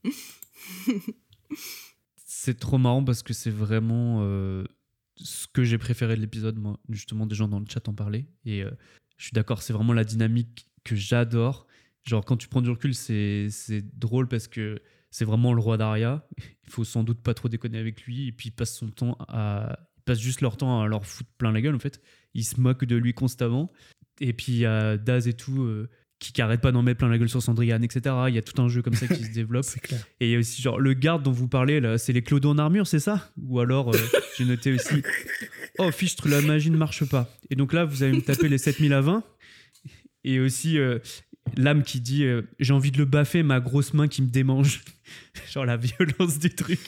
C'est trop marrant parce que c'est vraiment ce que j'ai préféré de l'épisode. Moi, justement, des gens dans le chat en parlaient. Et je suis d'accord, c'est vraiment la dynamique que j'adore. Genre, quand tu prends du recul, c'est drôle parce que c'est vraiment le roi d'Aria. Il faut sans doute pas trop déconner avec lui. Et puis, ils passent juste leur temps à leur foutre plein la gueule, en fait. Ils se moquent de lui constamment. Et puis, il y a Daz et tout... qui arrête pas d'en mettre plein la gueule sur Sandriane, etc. Il y a tout un jeu comme ça qui se développe. C'est clair. Et il y a aussi genre le garde dont vous parlez là, c'est les clodos en armure, c'est ça? Ou alors j'ai noté aussi oh fichtre, la magie ne marche pas. Et donc là vous allez me taper les 7000 à 20. Et aussi l'âme qui dit j'ai envie de le baffer, ma grosse main qui me démange. Genre la violence du truc.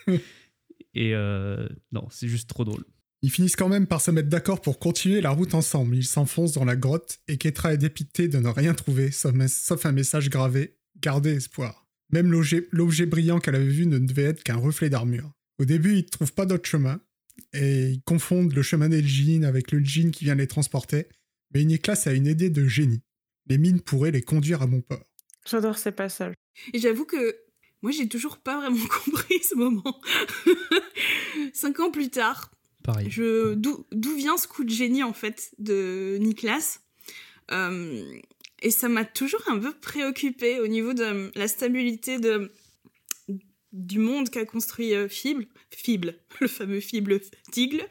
Et non, c'est juste trop drôle. Ils finissent quand même par se mettre d'accord pour continuer la route ensemble. Ils s'enfoncent dans la grotte et Ketra est dépité de ne rien trouver, sauf un message gravé « Gardez espoir ». Même l'objet brillant qu'elle avait vu ne devait être qu'un reflet d'armure. Au début, ils ne trouvent pas d'autre chemin et ils confondent le chemin des djinns avec le djinn qui vient les transporter. Mais Nicolas a une idée de génie. Les mines pourraient les conduire à bon port. J'adore ces passages. Et j'avoue que moi, j'ai toujours pas vraiment compris ce moment. 5 ans plus tard... Pareil. D'où vient ce coup de génie, en fait, de Nicolas et ça m'a toujours un peu préoccupée au niveau de la stabilité du monde qu'a construit Fible, le fameux Fible-Tigle.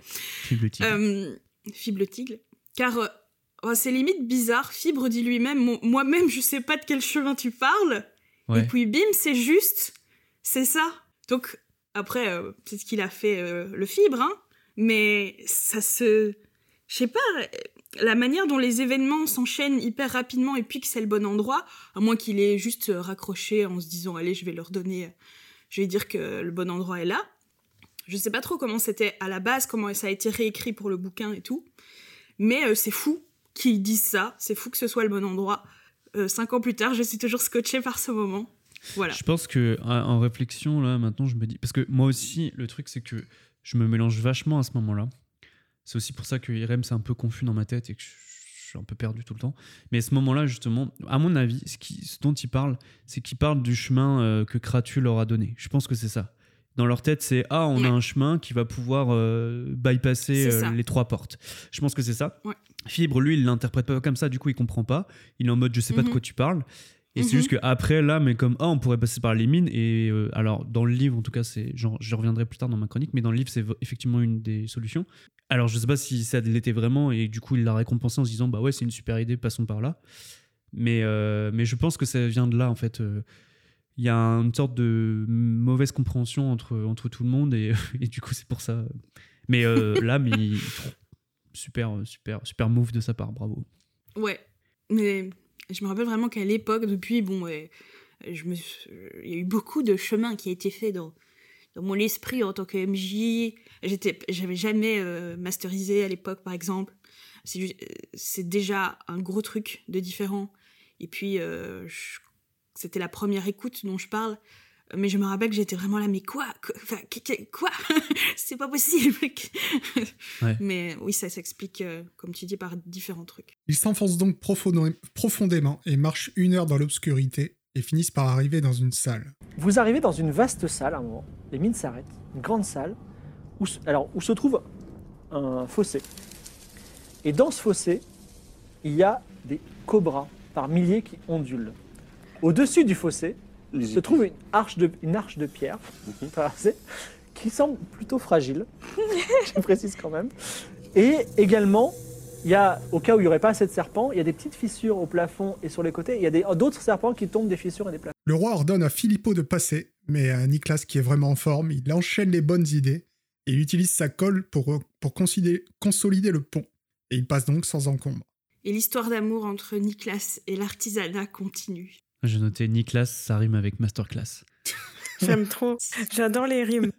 Fible-Tigle. Car c'est limite bizarre. Fibre dit lui-même, moi-même, je sais pas de quel chemin tu parles. Ouais. Et puis, bim, c'est juste. C'est ça. Donc, après, c'est ce qu'il a fait le Fibre, hein. Mais ça se... Je sais pas, la manière dont les événements s'enchaînent hyper rapidement et puis que c'est le bon endroit, à moins qu'il ait juste raccroché en se disant « Allez, je vais leur donner je vais dire que le bon endroit est là. Je sais pas trop comment c'était à la base, comment ça a été réécrit pour le bouquin et tout. Mais c'est fou qu'ils disent ça, c'est fou que ce soit le bon endroit. 5 ans plus tard, je suis toujours scotchée par ce moment. Voilà. Je pense que en réflexion, là, maintenant, je me dis... Parce que moi aussi, le truc, c'est que je me mélange vachement à ce moment-là. C'est aussi pour ça que Irem, c'est un peu confus dans ma tête et que je suis un peu perdu tout le temps. Mais à ce moment-là, justement, à mon avis, ce dont il parle, c'est qu'il parle du chemin que Kratu leur a donné. Je pense que c'est ça. Dans leur tête, c'est on a un chemin qui va pouvoir bypasser les 3 portes. Je pense que c'est ça. Ouais. Fibre, lui, il l'interprète pas comme ça, du coup, il comprend pas. Il est en mode, je sais pas de quoi tu parles. Et c'est juste qu'après, là, mais comme on pourrait passer par les mines. Et alors, dans le livre, en tout cas, je reviendrai plus tard dans ma chronique, mais dans le livre, c'est effectivement une des solutions. Alors, je sais pas si ça l'était vraiment, et du coup, il l'a récompensé en se disant, bah ouais, c'est une super idée, passons par là. Mais je pense que ça vient de là, en fait. Il y a une sorte de mauvaise compréhension entre tout le monde, et du coup, c'est pour ça. Mais là, super move de sa part, bravo. Ouais, mais je me rappelle vraiment qu'à l'époque, depuis, il y a eu beaucoup de chemin qui a été fait dans mon esprit en tant que MJ. J'avais jamais masterisé à l'époque, par exemple. C'est déjà un gros truc de différent. Et puis, c'était la première écoute dont je parle. Mais je me rappelle que j'étais vraiment là, mais quoi c'est pas possible. Ouais. Mais oui, ça s'explique, comme tu dis, par différents trucs. Ils s'enfoncent donc profondément et marchent 1 heure dans l'obscurité et finissent par arriver dans une salle. Vous arrivez dans une vaste salle à un moment. Les mines s'arrêtent. Une grande salle où se trouve un fossé. Et dans ce fossé, il y a des cobras par milliers qui ondulent. Au-dessus du fossé se trouve une arche de pierre qui semble plutôt fragile, je précise quand même. Et également, il y a, au cas où il n'y aurait pas assez de serpents, il y a des petites fissures au plafond et sur les côtés. Il y a d'autres serpents qui tombent des fissures et des plafonds. Le roi ordonne à Filippo de passer, mais à Nicolas qui est vraiment en forme, il enchaîne les bonnes idées et il utilise sa colle pour consolider le pont. Et il passe donc sans encombre. Et l'histoire d'amour entre Nicolas et l'artisanat continue. J'ai noté Nicolas, ça rime avec masterclass. J'aime trop. J'adore les rimes.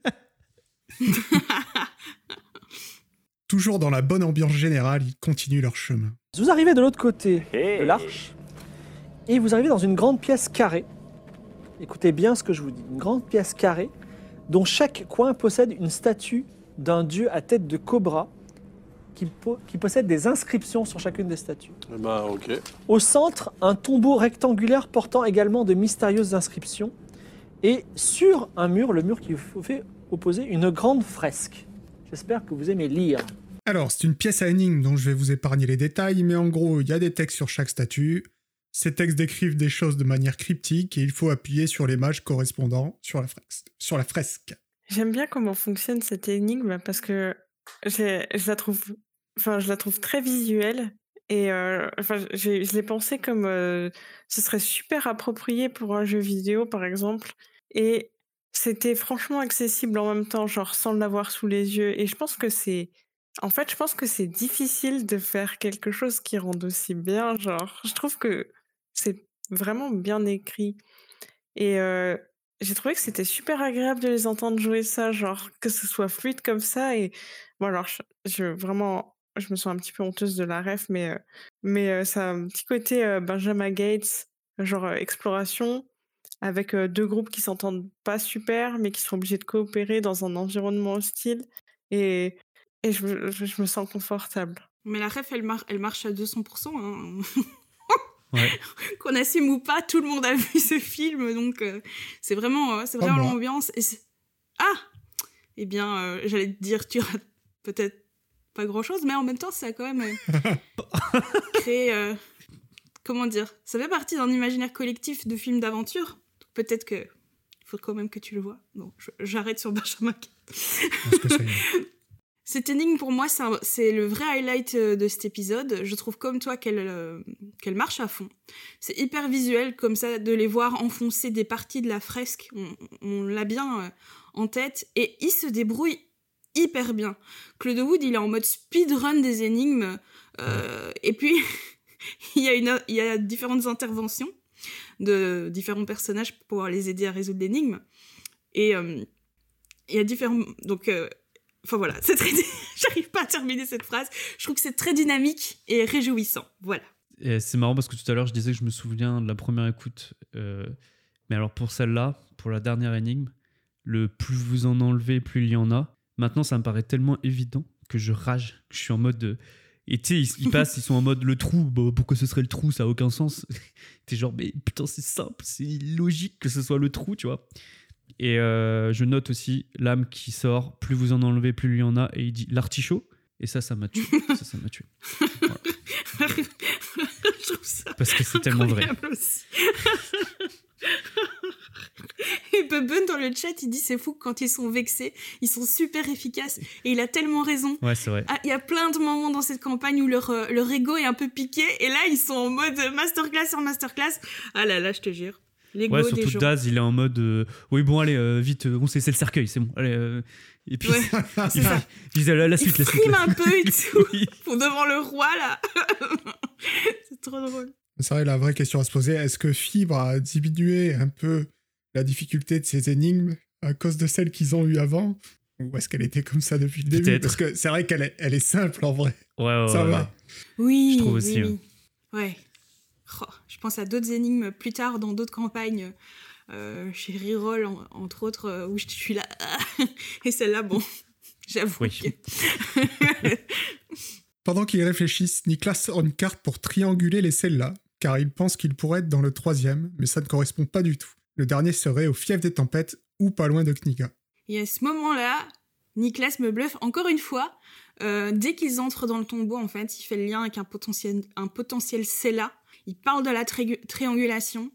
Toujours dans la bonne ambiance générale, ils continuent leur chemin. Vous arrivez de l'autre côté de l'arche et vous arrivez dans une grande pièce carrée. Écoutez bien ce que je vous dis. Une grande pièce carrée dont chaque coin possède une statue d'un dieu à tête de cobra qui possède des inscriptions sur chacune des statues. Bah, ok. Au centre, un tombeau rectangulaire portant également de mystérieuses inscriptions. Et sur un mur, le mur qui vous fait opposer une grande fresque. J'espère que vous aimez lire. Alors, c'est une pièce à énigme dont je vais vous épargner les détails, mais en gros, il y a des textes sur chaque statue. Ces textes décrivent des choses de manière cryptique et il faut appuyer sur l'image correspondant sur la fresque. J'aime bien comment fonctionne cette énigme parce que je la trouve très visuelle et je l'ai pensé comme ce serait super approprié pour un jeu vidéo par exemple et c'était franchement accessible en même temps, genre sans l'avoir sous les yeux et je pense que c'est difficile de faire quelque chose qui rende aussi bien, genre je trouve que c'est vraiment bien écrit et j'ai trouvé que c'était super agréable de les entendre jouer ça, genre que ce soit fluide comme ça. Et bon, alors, je me sens un petit peu honteuse de la ref, mais ça a un petit côté Benjamin Gates, genre exploration, avec 2 groupes qui s'entendent pas super, mais qui sont obligés de coopérer dans un environnement hostile. Et je me sens confortable. Mais la ref, elle marche à 200%. Hein. Ouais. Qu'on assume ou pas, tout le monde a vu ce film, donc c'est vraiment l'ambiance. Et eh bien, j'allais te dire, tu rates peut-être pas grand-chose, mais en même temps, ça a quand même créé... comment dire ? Ça fait partie d'un imaginaire collectif de films d'aventure. Donc peut-être qu'il faut quand même que tu le vois. Bon, j'arrête sur Benjamin. Parce que ça y est. Cette énigme, pour moi, c'est le vrai highlight de cet épisode. Je trouve comme toi qu'elle marche à fond. C'est hyper visuel, comme ça, de les voir enfoncer des parties de la fresque. On l'a bien en tête. Et il se débrouille hyper bien. Claude Wood, il est en mode speedrun des énigmes. Et puis, il y a différentes interventions de différents personnages pour pouvoir les aider à résoudre l'énigme. Et il y a différents... Donc, enfin voilà, c'est très... J'arrive pas à terminer cette phrase. Je trouve que c'est très dynamique et réjouissant. Voilà. Et c'est marrant parce que tout à l'heure, je disais que je me souviens de la première écoute. Mais alors pour celle-là, pour la dernière énigme, le plus vous en enlevez, plus il y en a. Maintenant, ça me paraît tellement évident que je rage, que je suis en mode... Et tu sais, ils passent, ils sont en mode le trou. Bah, pourquoi ce serait le trou? Ça a aucun sens. T'es genre, mais putain, c'est simple, c'est logique que ce soit le trou, tu vois. Et je note aussi l'âme qui sort, plus vous en enlevez, plus il y en a. Et il dit l'artichaut. Et ça m'a tué. ça m'a tué. Voilà. Je trouve ça parce que c'est tellement vrai. Aussi. Et Bubun dans le chat, il dit c'est fou que quand ils sont vexés, ils sont super efficaces. Et il a tellement raison. Ouais, c'est vrai. Il y a plein de moments dans cette campagne où leur ego est un peu piqué. Et là, ils sont en mode masterclass sur masterclass. Ah là là, je te jure. L'ego ouais, des surtout gens. Daz, il est en mode oui, bon, allez, vite, on sait, c'est le cercueil, c'est bon. Allez, et puis, Ouais, c'est ça. il disait la suite, Il la suite. frime un peu et tout. Oui. Pour devant le roi, là. C'est trop drôle. C'est vrai, la vraie question à se poser, est-ce que Fibre a diminué un peu la difficulté de ces énigmes à cause de celles qu'ils ont eues avant? Ou est-ce qu'elle était comme ça depuis le début? Peut-être. Parce que c'est vrai qu'elle est simple en vrai. Ouais, Ça va. Oui, Je trouve oui, aussi, oui. Ouais. Oh, je pense à d'autres énigmes plus tard dans d'autres campagnes. Chez Reroll, entre autres, où je suis là. Et celle-là, bon, j'avoue. Oui. que- Pendant qu'ils réfléchissent, Nicolas sort une carte pour trianguler les celles-là, car il pense qu'il pourrait être dans le 3e, mais ça ne correspond pas du tout. Le dernier serait au fief des tempêtes, ou pas loin de Kniga. Et à ce moment-là, Nicolas me bluffe encore une fois. Dès qu'ils entrent dans le tombeau, en fait, il fait le lien avec un potentiel Cella. Il parle de la triangulation.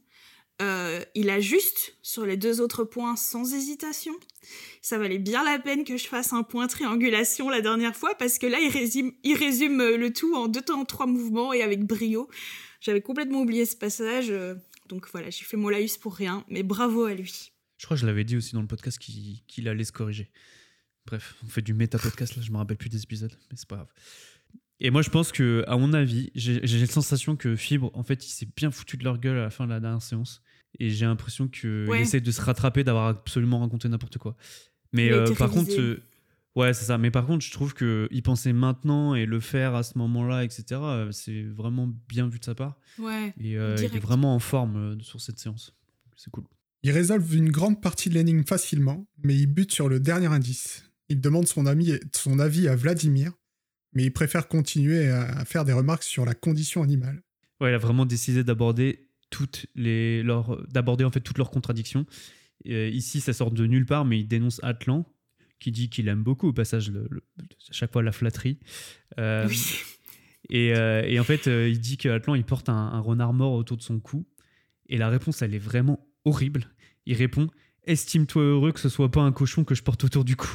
Il ajuste sur les 2 autres points sans hésitation. Ça valait bien la peine que je fasse un point triangulation la dernière fois, parce que là, il résume le tout en 2 temps, 3 mouvements et avec brio. J'avais complètement oublié ce passage. Donc voilà, j'ai fait mon laïus pour rien, mais bravo à lui. Je crois que je l'avais dit aussi dans le podcast qu'il allait se corriger. Bref, on fait du méta-podcast là, je me rappelle plus des épisodes, mais c'est pas grave. Et moi, je pense que, à mon avis, j'ai la sensation que Fibre, en fait, il s'est bien foutu de leur gueule à la fin de la dernière séance. Et j'ai l'impression qu'il Ouais. essaie de se rattraper, d'avoir absolument raconté n'importe quoi. Mais Il a été par révisé. contre, ouais, c'est ça. Mais par contre, je trouve qu'il pensait maintenant et le faire à ce moment-là, etc., c'est vraiment bien vu de sa part. Ouais, Et il est direct. vraiment en forme sur cette séance. C'est cool. Il résolve une grande partie de l'énigme facilement, mais il bute sur le dernier indice. Il demande son avis à Vladimir, mais il préfère continuer à faire des remarques sur la condition animale. Ouais, il a vraiment décidé d'aborder toutes leurs contradictions. Ici, ça sort de nulle part, mais il dénonce Atlan, qui dit qu'il aime beaucoup au passage à chaque fois la flatterie. Oui. Et en fait, il dit qu'Atlan il porte un renard mort autour de son cou. Et la réponse, elle est vraiment horrible. Il répond « Estime-toi heureux que ce soit pas un cochon que je porte autour du cou. »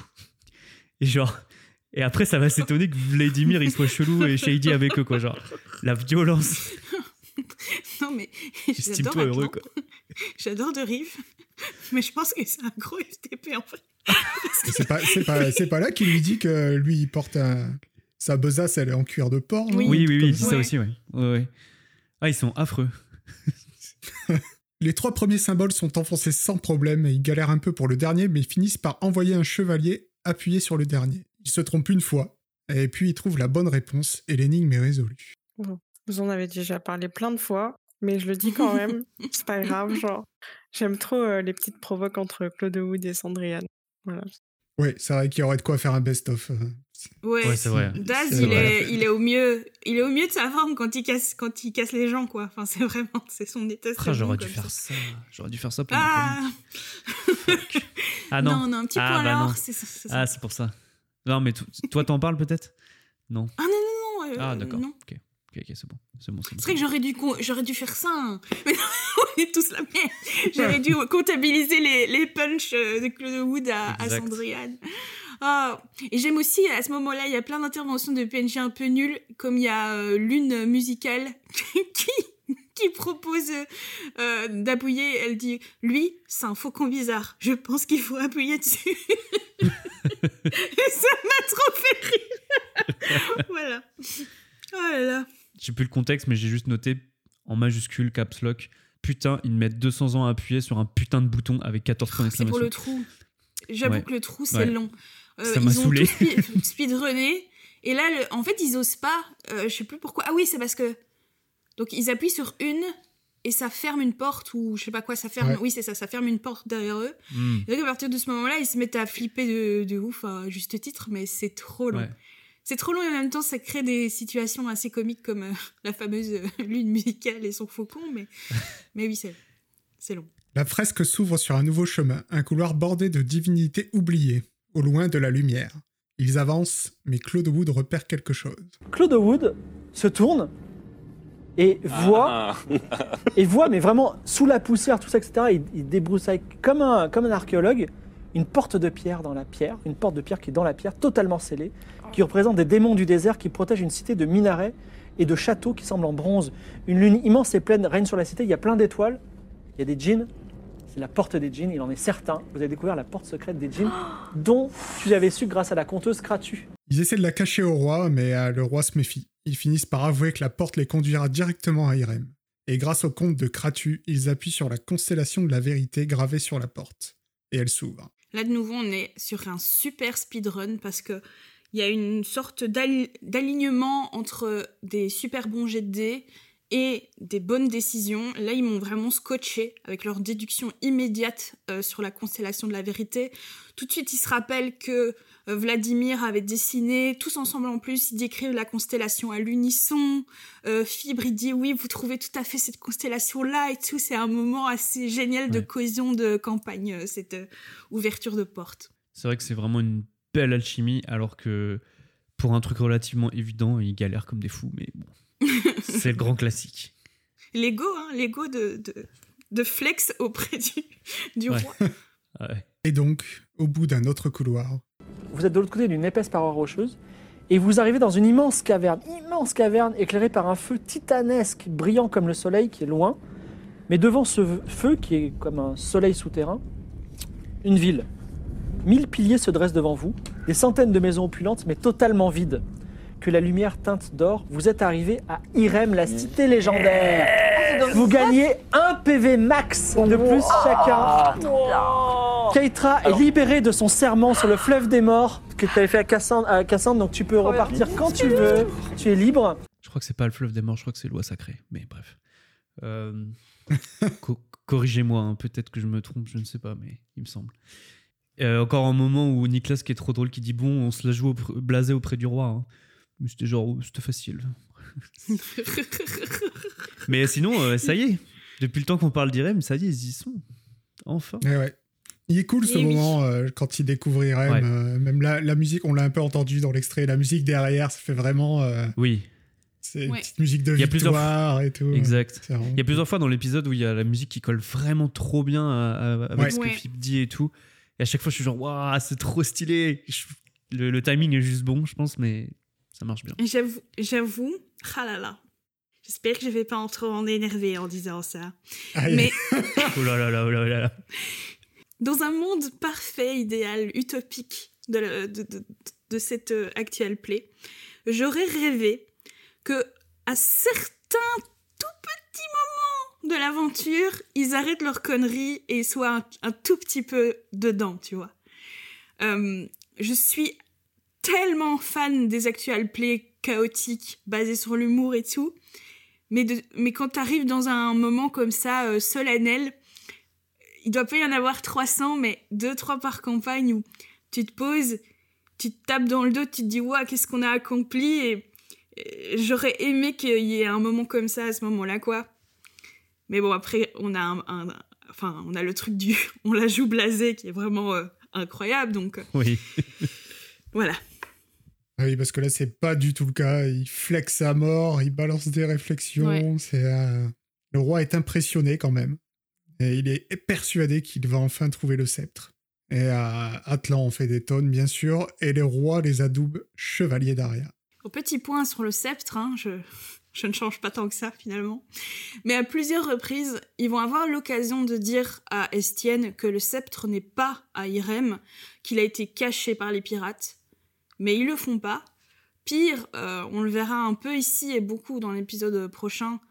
Et après, ça va s'étonner que Vladimir il soit chelou et shady avec eux, quoi. Genre, la violence. Non, mais Estime-toi j'adore heureux, Atlan. quoi. J'adore De Rive, mais je pense que c'est un gros FTP en fait. Et c'est pas là qu'il lui dit que lui, il porte sa besace, elle est en cuir de porc, non? Oui. Oui, il dit Ouais. ça aussi, ouais. Ouais. Ah, ils sont affreux. Les 3 premiers symboles sont enfoncés sans problème et ils galèrent un peu pour le dernier, mais ils finissent par envoyer un chevalier appuyé sur le dernier. Ils se trompent une fois, et puis ils trouvent la bonne réponse et l'énigme est résolue. Vous en avez déjà parlé plein de fois, mais je le dis quand même, c'est pas grave, genre, j'aime trop les petites provoques entre Claude Wood et Sandriane. Voilà. Ouais, c'est vrai qu'il y aurait de quoi faire un best-of. Ouais, c'est vrai. Daz, C'est vrai. il est au mieux de sa forme quand il casse les gens, quoi. Enfin, c'est son état. Ah, j'aurais dû faire ça. J'aurais dû faire ça pour Ah Ah non. non, un petit Ah, point bah alors, non. c'est ça. Ah, c'est pour ça. Non, mais toi, t'en parles peut-être? Non. Ah non, Ah, d'accord. non. Ok, c'est bon. C'est bon. C'est vrai que j'aurais dû faire ça. Hein. Mais non, on est tous la même. J'aurais dû comptabiliser les punchs de Claude Wood à Exact. Sandriane. Ah, et j'aime aussi, à ce moment-là, il y a plein d'interventions de PNJ un peu nulles, comme il y a Lune musicale qui propose d'appuyer. Elle dit « Lui, c'est un faucon bizarre. Je pense qu'il faut appuyer dessus. » Et ça m'a trop fait rire. Voilà. Oh là là. J'ai plus le contexte, mais j'ai juste noté en majuscule, caps lock, putain, ils mettent 200 ans à appuyer sur un putain de bouton avec 14 points C'est pour d'exclamation. le trou. J'avoue Ouais. que le trou, c'est Ouais. long. Ça m'a ils ont saoulé. tout speedrunné. Et là, en fait, ils osent pas. Je sais plus pourquoi. Ah oui, c'est parce que... Donc, ils appuient sur une et ça ferme une porte ou je sais pas quoi, ça ferme... Ouais. Oui, c'est ça, ça ferme une porte derrière eux. Hmm. Et donc, à partir de ce moment-là, ils se mettent à flipper de ouf, à juste titre, mais c'est trop long. Ouais. C'est trop long et en même temps, ça crée des situations assez comiques comme la fameuse lune musicale et son faucon, mais oui, c'est long. La fresque s'ouvre sur un nouveau chemin, un couloir bordé de divinités oubliées, au loin de la lumière. Ils avancent, mais Claude Wood repère quelque chose. Claude Wood se tourne et voit, mais vraiment sous la poussière, tout ça, etc. Il débroussaille comme un archéologue une porte de pierre dans la pierre, une porte de pierre qui est dans la pierre, totalement scellée, qui représente des démons du désert qui protègent une cité de minarets et de châteaux qui semblent en bronze. Une lune immense et pleine règne sur la cité, il y a plein d'étoiles, il y a des djinns, c'est la porte des djinns, il en est certain. Vous avez découvert la porte secrète des djinns, dont tu avais su grâce à la conteuse Kratu. Ils essaient de la cacher au roi, mais le roi se méfie. Ils finissent par avouer que la porte les conduira directement à Irem. Et grâce au conte de Kratu, ils appuient sur la constellation de la vérité gravée sur la porte. Et elle s'ouvre. Là, de nouveau, on est sur un super speedrun parce que il y a une sorte d'alignement entre des super bons jets de dés et des bonnes décisions. Là, ils m'ont vraiment scotché avec leur déduction immédiate sur la constellation de la vérité. Tout de suite, ils se rappellent que Vladimir avait dessiné, tous ensemble en plus, ils décrivent la constellation à l'unisson. Fibre, il dit oui, vous trouvez tout à fait cette constellation-là et tout. C'est un moment assez génial de cohésion de campagne, cette ouverture de porte. C'est vrai que c'est vraiment une belle alchimie, alors que pour un truc relativement évident, ils galèrent comme des fous, mais bon, c'est le grand classique. L'ego de flex auprès du roi. Ouais. Et donc, au bout d'un autre couloir, Vous êtes de l'autre côté d'une épaisse paroi rocheuse et vous arrivez dans une immense caverne éclairée par un feu titanesque, brillant comme le soleil qui est loin. Mais devant ce feu, qui est comme un soleil souterrain, une ville. 1000 piliers se dressent devant vous, des centaines de maisons opulentes mais totalement vides. Que la lumière teinte d'or, vous êtes arrivé à Irem, la cité légendaire. Vous gagnez 1 PV max de plus chacun. Keitra est libérée de son serment sur le fleuve des morts que tu avais fait à Cassandre, donc tu peux repartir quand tu veux. Tu es libre. Je crois que c'est pas le fleuve des morts, je crois que c'est loi sacrée, mais bref. Corrigez-moi, hein, peut-être que je me trompe, je ne sais pas, mais il me semble. Encore un moment où Nicolas, qui est trop drôle, qui dit bon, on se la joue blasé auprès du roi. Hein. Mais c'était genre, c'était facile. Mais sinon, ça y est. Depuis le temps qu'on parle d'Irem, ça y est, ils y sont. Enfin. Et ouais. Il est cool ce moment quand il découvre Irem. Ouais. Même la musique, on l'a un peu entendu dans l'extrait. La musique derrière, ça fait vraiment. Oui. C'est une petite musique de victoire et tout. Exact. Vraiment... Il y a plusieurs fois dans l'épisode où il y a la musique qui colle vraiment trop bien avec ce que Philippe dit et tout. Et à chaque fois, je suis genre, waouh, c'est trop stylé. Le timing est juste bon, je pense, mais ça marche bien. J'avoue, ah là là. J'espère que je vais pas trop en énerver en disant ça. Aïe. Mais oh là là là, oh là là là. Dans un monde parfait, idéal, utopique de cette actuelle play, j'aurais rêvé que à certains tout petits moments de l'aventure, ils arrêtent leur connerie et soient un tout petit peu dedans, tu vois. Je suis tellement fan des actual plays chaotiques, basées sur l'humour et tout, mais quand t'arrives dans un moment comme ça, solennel, il doit pas y en avoir 300, mais 2-3 par campagne où tu te poses, tu te tapes dans le dos, tu te dis « Ouah, qu'est-ce qu'on a accompli ?» et j'aurais aimé qu'il y ait un moment comme ça à ce moment-là, quoi. Mais bon, après, on a on a le truc du « on la joue blasé » qui est vraiment incroyable, donc... Oui. Voilà. Ah oui, parce que là, c'est pas du tout le cas. Il flex à mort, il balance des réflexions. Ouais. Le roi est impressionné quand même. Et il est persuadé qu'il va enfin trouver le sceptre. Et Atlan en fait des tonnes, bien sûr, et le roi les adoube chevaliers d'Aria. Au petit point sur le sceptre, hein, je ne change pas tant que ça, finalement. Mais à plusieurs reprises, ils vont avoir l'occasion de dire à Estienne que le sceptre n'est pas à Irem, qu'il a été caché par les pirates. Mais ils le font pas. Pire, on le verra un peu ici et beaucoup dans l'épisode prochain,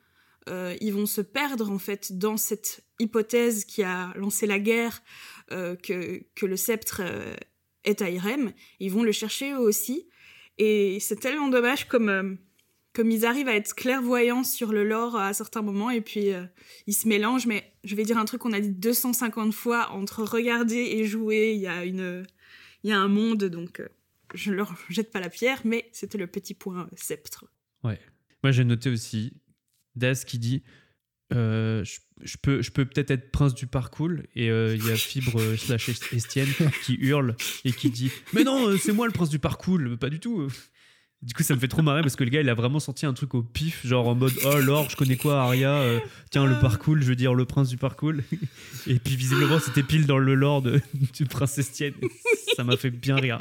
ils vont se perdre en fait dans cette hypothèse qui a lancé la guerre, que le sceptre est à Irem. Ils vont le chercher eux aussi. Et c'est tellement dommage comme ils arrivent à être clairvoyants sur le lore à certains moments et puis ils se mélangent. Mais je vais dire un truc qu'on a dit 250 fois, entre regarder et jouer, il y a un monde, donc je leur jette pas la pierre, mais c'était le petit point sceptre. Ouais. Moi, j'ai noté aussi Daz qui dit je peux peut-être être prince du parcours, et il y a Fibre / Estienne qui hurle et qui dit mais non, c'est moi le prince du parcours, pas du tout. Du coup, ça me fait trop marrer parce que le gars, il a vraiment sorti un truc au pif, genre en mode oh l'or, je connais quoi, Arya, tiens le parcours, je veux dire le prince du parcours. Et puis visiblement, c'était pile dans le lore du prince Estienne. Ça m'a fait bien rire.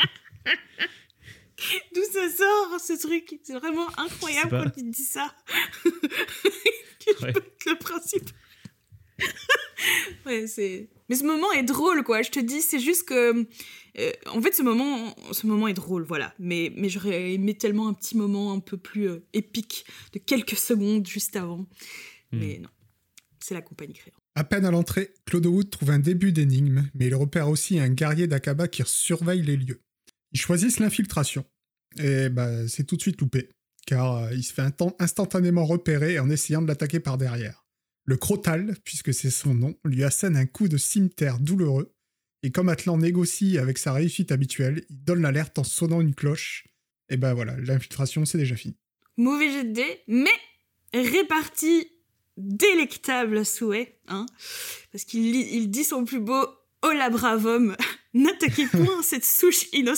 D'où ça sort ce truc? C'est vraiment incroyable quand il dit ça. Ouais. Le principe. Ouais, c'est. Mais ce moment est drôle, quoi. Je te dis, c'est juste que. En fait, ce moment est drôle, voilà. Mais j'aurais aimé tellement un petit moment un peu plus épique de quelques secondes juste avant. Mais non, c'est la compagnie créante. À peine à l'entrée, Claude Wood trouve un début d'énigme, mais il repère aussi un guerrier d'Aqaba qui surveille les lieux. Ils choisissent l'infiltration. Et c'est tout de suite loupé, car il se fait instantanément repérer en essayant de l'attaquer par derrière. Le Crotal, puisque c'est son nom, lui assène un coup de cimeterre douloureux, et comme Atlan négocie avec sa réussite habituelle, il donne l'alerte en sonnant une cloche. Et voilà, l'infiltration, c'est déjà fini. Mauvais jet de dés, mais réparti délectable à souhait, hein, parce qu'il dit son plus beau « Oh la brave homme, n'attaquez point cette souche innocente !»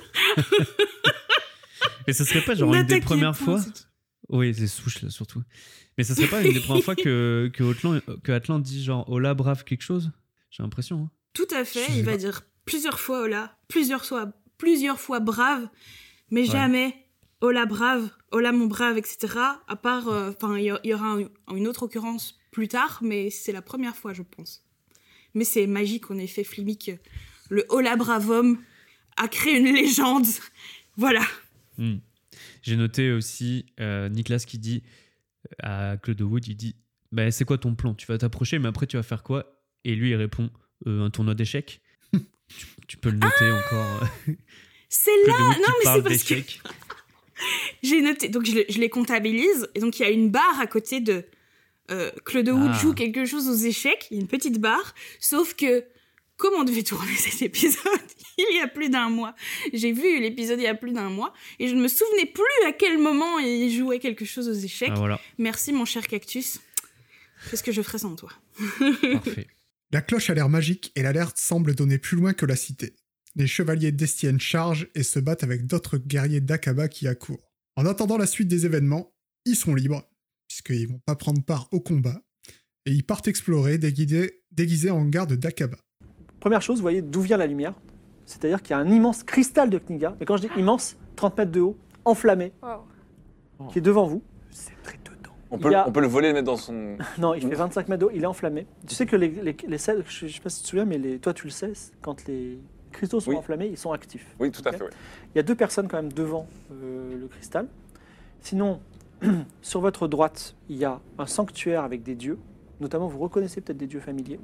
Mais ce serait pas genre une des premières fois Oui, c'est souche là, surtout. Mais ce serait pas une des premières fois que Atlan dit genre « Oh là, brave quelque chose ?» J'ai l'impression. Hein. Tout à fait, il va dire plusieurs fois « Oh là », plusieurs fois « brave », mais jamais « Oh là, brave »,« Oh là, mon brave », etc. À part, il y aura une autre occurrence plus tard, mais c'est la première fois, je pense. Mais c'est magique, en effet, Flimic. Le « Oh là, brave homme » a créé une légende. Voilà. J'ai noté aussi Nicolas qui dit à Claude Wood, il dit c'est quoi ton plan? Tu vas t'approcher, mais après tu vas faire quoi? Et lui il répond un tournoi d'échecs. tu peux le noter encore. C'est là. Non, mais c'est parce d'échecs. que j'ai noté, donc je les comptabilise, et donc il y a une barre à côté de Claude Wood joue quelque chose aux échecs, il y a une petite barre, sauf que comme on devait tourner cet épisode il y a plus d'1 mois, j'ai vu l'épisode il y a plus d'1 mois, et je ne me souvenais plus à quel moment il jouait quelque chose aux échecs. Voilà. Merci mon cher cactus, qu'est-ce que je ferais sans toi? Parfait. La cloche a l'air magique et l'alerte semble donner plus loin que la cité. Les chevaliers d'Estienne chargent et se battent avec d'autres guerriers d'Aqaba qui accourent. En attendant la suite des événements, ils sont libres, puisqu'ils vont pas prendre part au combat, et ils partent explorer déguisés en garde d'Aqaba. Première chose, vous voyez d'où vient la lumière. C'est-à-dire qu'il y a un immense cristal de Kniga, mais quand je dis immense, 30 mètres de haut, enflammé, qui est devant vous. C'est très dedans. On peut le voler et le mettre dans son... Non, il fait 25 mètres de haut, il est enflammé. Tu sais que les sels, je ne sais pas si tu te souviens, mais toi tu le sais, quand les cristaux sont enflammés, ils sont actifs. Oui, tout à fait. Oui. Il y a 2 personnes quand même devant le cristal. Sinon, sur votre droite, il y a un sanctuaire avec des dieux. Notamment, vous reconnaissez peut-être des dieux familiers.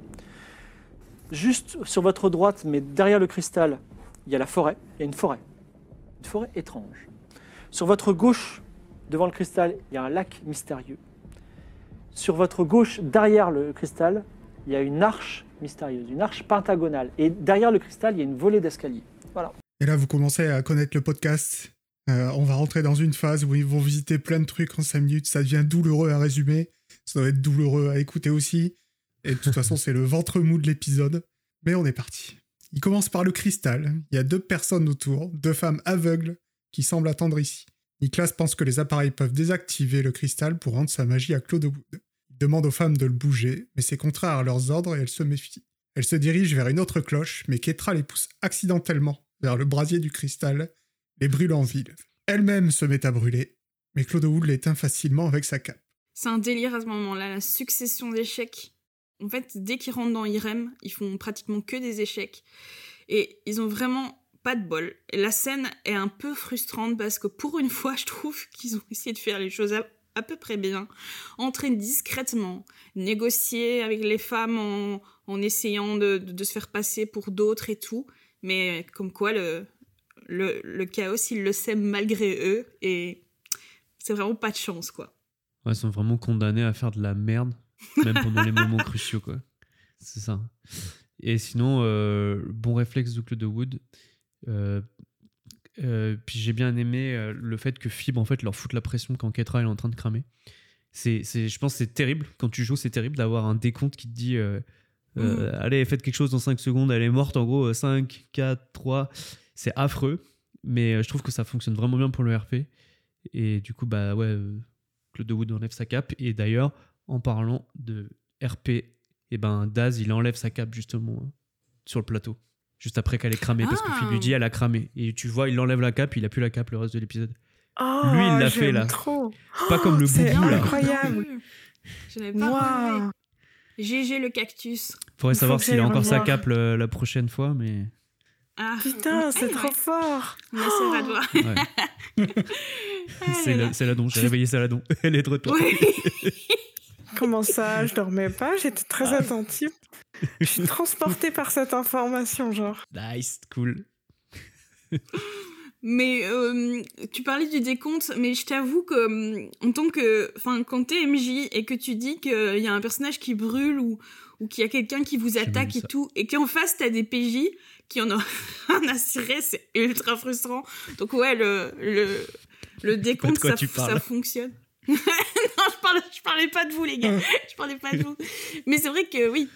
Juste sur votre droite, mais derrière le cristal, il y a la forêt. Il y a une forêt étrange. Sur votre gauche, devant le cristal, il y a un lac mystérieux. Sur votre gauche, derrière le cristal, il y a une arche mystérieuse, une arche pentagonale. Et derrière le cristal, il y a une volée d'escalier. Voilà. Et là, vous commencez à connaître le podcast. On va rentrer dans une phase où ils vont visiter plein de trucs en 5 minutes. Ça devient douloureux à résumer. Ça doit être douloureux à écouter aussi. Et de toute façon, c'est le ventre mou de l'épisode. Mais on est parti. Il commence par le cristal. Il y a 2 personnes autour, 2 femmes aveugles qui semblent attendre ici. Nicolas pense que les appareils peuvent désactiver le cristal pour rendre sa magie à Claude Wood. Il demande aux femmes de le bouger, mais c'est contraire à leurs ordres et elles se méfient. Elle se dirige vers une autre cloche, mais Ketra les pousse accidentellement vers le brasier du cristal, les brûlant en ville. Elle-même se met à brûler, mais Claude Wood l'éteint facilement avec sa cape. C'est un délire à ce moment-là, la succession d'échecs. En fait, dès qu'ils rentrent dans Irem, ils font pratiquement que des échecs. Et ils ont vraiment pas de bol. Et la scène est un peu frustrante parce que pour une fois, je trouve qu'ils ont essayé de faire les choses à peu près bien, entrer discrètement, négocier avec les femmes en essayant de se faire passer pour d'autres et tout. Mais comme quoi, le chaos, il le sait malgré eux. Et c'est vraiment pas de chance, quoi. Ouais, ils sont vraiment condamnés à faire de la merde, même pendant les moments cruciaux, quoi. C'est ça. Et sinon, bon réflexe du Claude de Wood. Puis j'ai bien aimé le fait que Fibre en fait leur foute la pression quand Keitra est en train de cramer. Je pense que c'est terrible quand tu joues, c'est terrible d'avoir un décompte qui te dit allez, faites quelque chose dans 5 secondes, elle est morte en gros. 5, 4, 3, c'est affreux, mais je trouve que ça fonctionne vraiment bien pour le RP. Et du coup bah ouais, Claude de Wood enlève sa cape. Et d'ailleurs en parlant de RP, et ben Daz il enlève sa cape justement sur le plateau juste après qu'elle ait cramé, parce que Phil lui dit elle a cramé. Et tu vois, il enlève la cape, il a plus la cape le reste de l'épisode. Oh, lui, il l'a fait là. Trop. Pas comme le c'est boubou là. incroyable. Je n'avais pas relevé. GG le cactus. Faudrait savoir que s'il a j'aille encore sa revoir. cape la prochaine fois, mais. Ah, Putain, c'est ouais. trop fort. On essaiera de voir. Ouais. C'est la don, j'ai réveillé Saladon. Elle est de retour. Oui. Comment ça, je dormais pas, j'étais très attentive. Je suis transportée par cette information, genre. Nice, cool. Mais tu parlais du décompte, mais je t'avoue que en tant que, enfin, quand t'es MJ et que tu dis qu'il y a un personnage qui brûle ou qu'il y a quelqu'un qui vous attaque et tout, et qu'en face t'as des PJ qui en ont rien à cirer, c'est ultra frustrant. Donc ouais, le décompte, ça fonctionne. Non, je parlais pas de vous, les gars. Je parlais pas de vous. Mais c'est vrai que oui.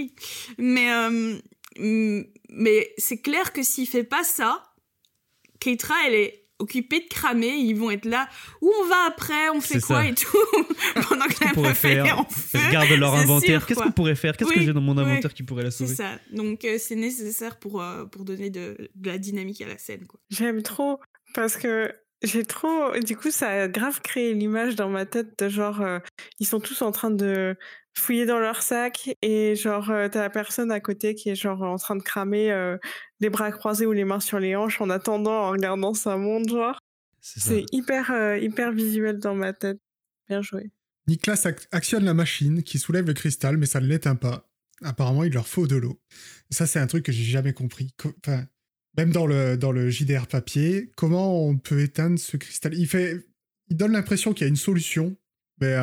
Mais c'est clair que s'il fait pas ça, Keitra, elle est occupée de cramer. Ils vont être là. Où on va après? On fait quoi et tout? Pendant que la meuf est en feu. Ils regardent leur inventaire. Sûr, qu'est-ce qu'on pourrait faire? Qu'est-ce que j'ai dans mon inventaire qui pourrait la sauver? C'est ça. Donc c'est nécessaire pour donner de la dynamique à la scène, quoi. J'aime trop parce que j'ai trop... Du coup, ça a grave créé l'image dans ma tête de genre... ils sont tous en train de fouiller dans leur sac et genre t'as la personne à côté qui est genre en train de cramer les bras croisés ou les mains sur les hanches en attendant, en regardant sa montre, genre. C'est hyper visuel dans ma tête. Bien joué. Nicolas actionne la machine qui soulève le cristal, mais ça ne l'éteint pas. Apparemment, il leur faut de l'eau. Ça, c'est un truc que j'ai jamais compris. Enfin, même dans le JDR papier, comment on peut éteindre ce cristal? Il donne l'impression qu'il y a une solution, mais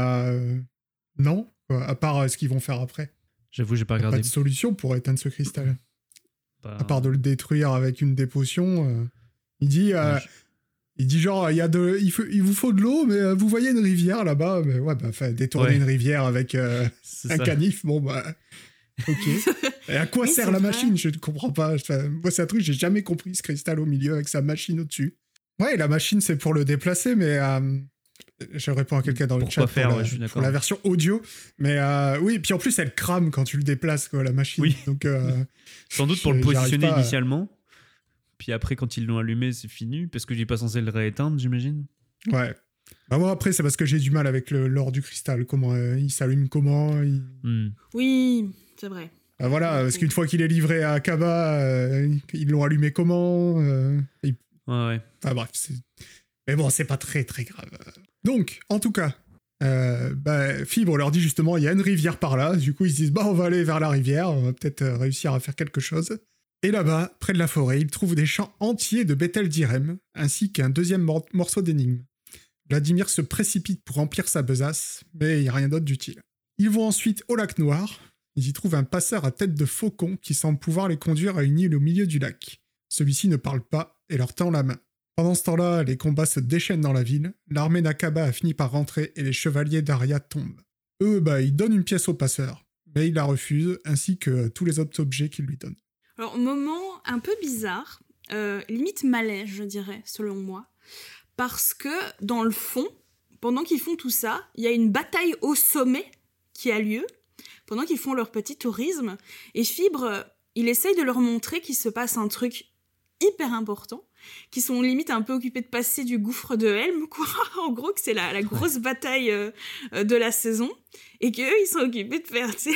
non, quoi, à part ce qu'ils vont faire après. J'avoue, j'ai pas regardé. Pas de solution pour éteindre ce cristal. À part de le détruire avec une des potions. Il dit genre, il vous faut de l'eau, mais vous voyez une rivière là-bas. Mais ouais, détourner une rivière avec un canif, bon bah... Ok. Et à quoi sert la machine? Je ne comprends pas. Moi, c'est un truc, j'ai jamais compris, ce cristal au milieu avec sa machine au-dessus. Ouais, la machine, c'est pour le déplacer, mais... je réponds à quelqu'un dans le chat pour la version audio. Mais oui, puis en plus, elle crame quand tu le déplaces, quoi, la machine. Oui. Donc, sans doute pour le positionner initialement. Puis après, quand ils l'ont allumé, c'est fini, parce que j'ai pas censé le rééteindre, j'imagine. Ouais. Bah moi, après, c'est parce que j'ai du mal avec l'or du cristal. Comment il s'allume, comment Oui, c'est vrai. Bah voilà, parce qu'une fois qu'il est livré à Kaba, ils l'ont allumé comment Ouais. Enfin bref, mais bon, c'est pas très très grave. Donc, en tout cas, Fibre leur dit justement, il y a une rivière par là. Du coup, ils se disent, on va aller vers la rivière, on va peut-être réussir à faire quelque chose. Et là-bas, près de la forêt, ils trouvent des champs entiers de Bethel d'Irem, ainsi qu'un deuxième morceau d'énigme. Vladimir se précipite pour remplir sa besace, mais il n'y a rien d'autre d'utile. Ils vont ensuite au lac Noir. Ils y trouvent un passeur à tête de faucon qui semble pouvoir les conduire à une île au milieu du lac. Celui-ci ne parle pas et leur tend la main. Pendant ce temps-là, les combats se déchaînent dans la ville, l'armée d'Aqaba a fini par rentrer et les chevaliers d'Aria tombent. Eux, ils donnent une pièce au passeur, mais il la refuse, ainsi que tous les autres objets qu'il lui donne. Alors, moment un peu bizarre, limite malaise, je dirais, selon moi, parce que, dans le fond, pendant qu'ils font tout ça, il y a une bataille au sommet qui a lieu, pendant qu'ils font leur petit tourisme, et Fibre, il essaye de leur montrer qu'il se passe un truc hyper important, qui sont limite un peu occupés de passer du gouffre de Helm, quoi. En gros, que c'est la grosse bataille de la saison, et qu'eux, ils sont occupés de faire, tu sais,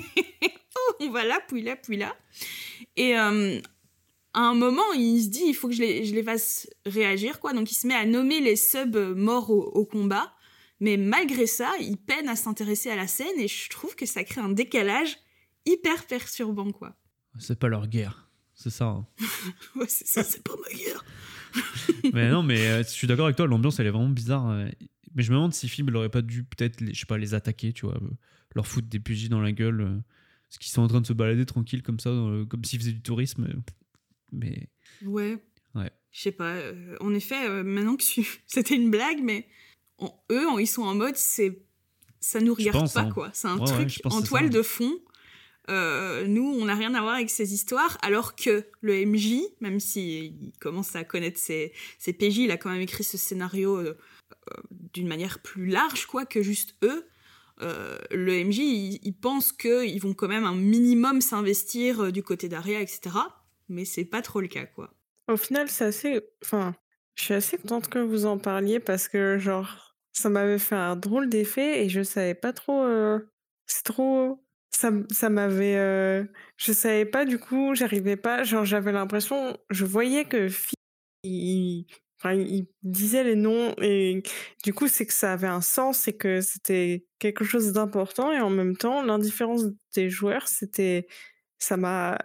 on va là, puis là, puis là. Et à un moment, il se dit, il faut que je les fasse réagir, quoi. Donc, il se met à nommer les subs morts au combat, Mais malgré ça, ils peinent à s'intéresser à la scène et je trouve que ça crée un décalage hyper perturbant, quoi. C'est pas leur guerre, c'est ça. Hein. Ouais, c'est ça, c'est pas ma guerre. Mais non, mais je suis d'accord avec toi, l'ambiance elle est vraiment bizarre. Mais je me demande si Phoebe aurait pas dû peut-être, je sais pas, les attaquer, tu vois, leur foutre des PJ dans la gueule, parce qu'ils sont en train de se balader tranquille comme ça, comme s'ils faisaient du tourisme. Mais Ouais. Ouais. Je sais pas. En effet, maintenant que c'était une blague, mais ils sont en mode ça nous regarde pense, pas, hein. quoi. C'est un Ouais, truc je pense en que c'est toile ça. de fond. Nous, on n'a rien à voir avec ces histoires, alors que le MJ, même s'il commence à connaître ses PJ, il a quand même écrit ce scénario d'une manière plus large, quoi, que juste eux. Le MJ, il pense qu'ils vont quand même un minimum s'investir du côté d'Arya, etc. Mais c'est pas trop le cas, quoi. Au final, c'est assez. Enfin, je suis assez contente que vous en parliez parce que, genre, ça m'avait fait un drôle d'effet et je savais pas trop. C'est trop. Ça m'avait. Je savais pas, du coup, j'arrivais pas. Genre, j'avais l'impression. Je voyais que enfin, il disait les noms et du coup, c'est que ça avait un sens et que c'était quelque chose d'important et en même temps, l'indifférence des joueurs, c'était. Ça m'a.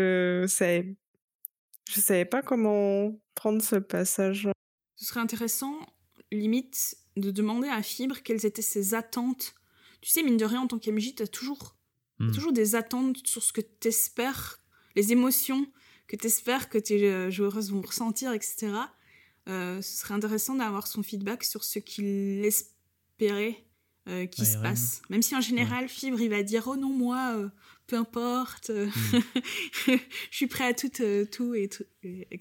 Je savais pas comment prendre ce passage. Ce serait intéressant, limite, de demander à Fibre quelles étaient ses attentes. Tu sais, mine de rien, en tant qu'MJ, t'as toujours des attentes sur ce que t'espères, les émotions que t'espères que tes joueuses vont ressentir, etc. Ce serait intéressant d'avoir son feedback sur ce qu'il espérait qui se passe. Même si en général, Fibre, il va dire « Oh non, moi, peu importe, je suis prêt à tout, etc. »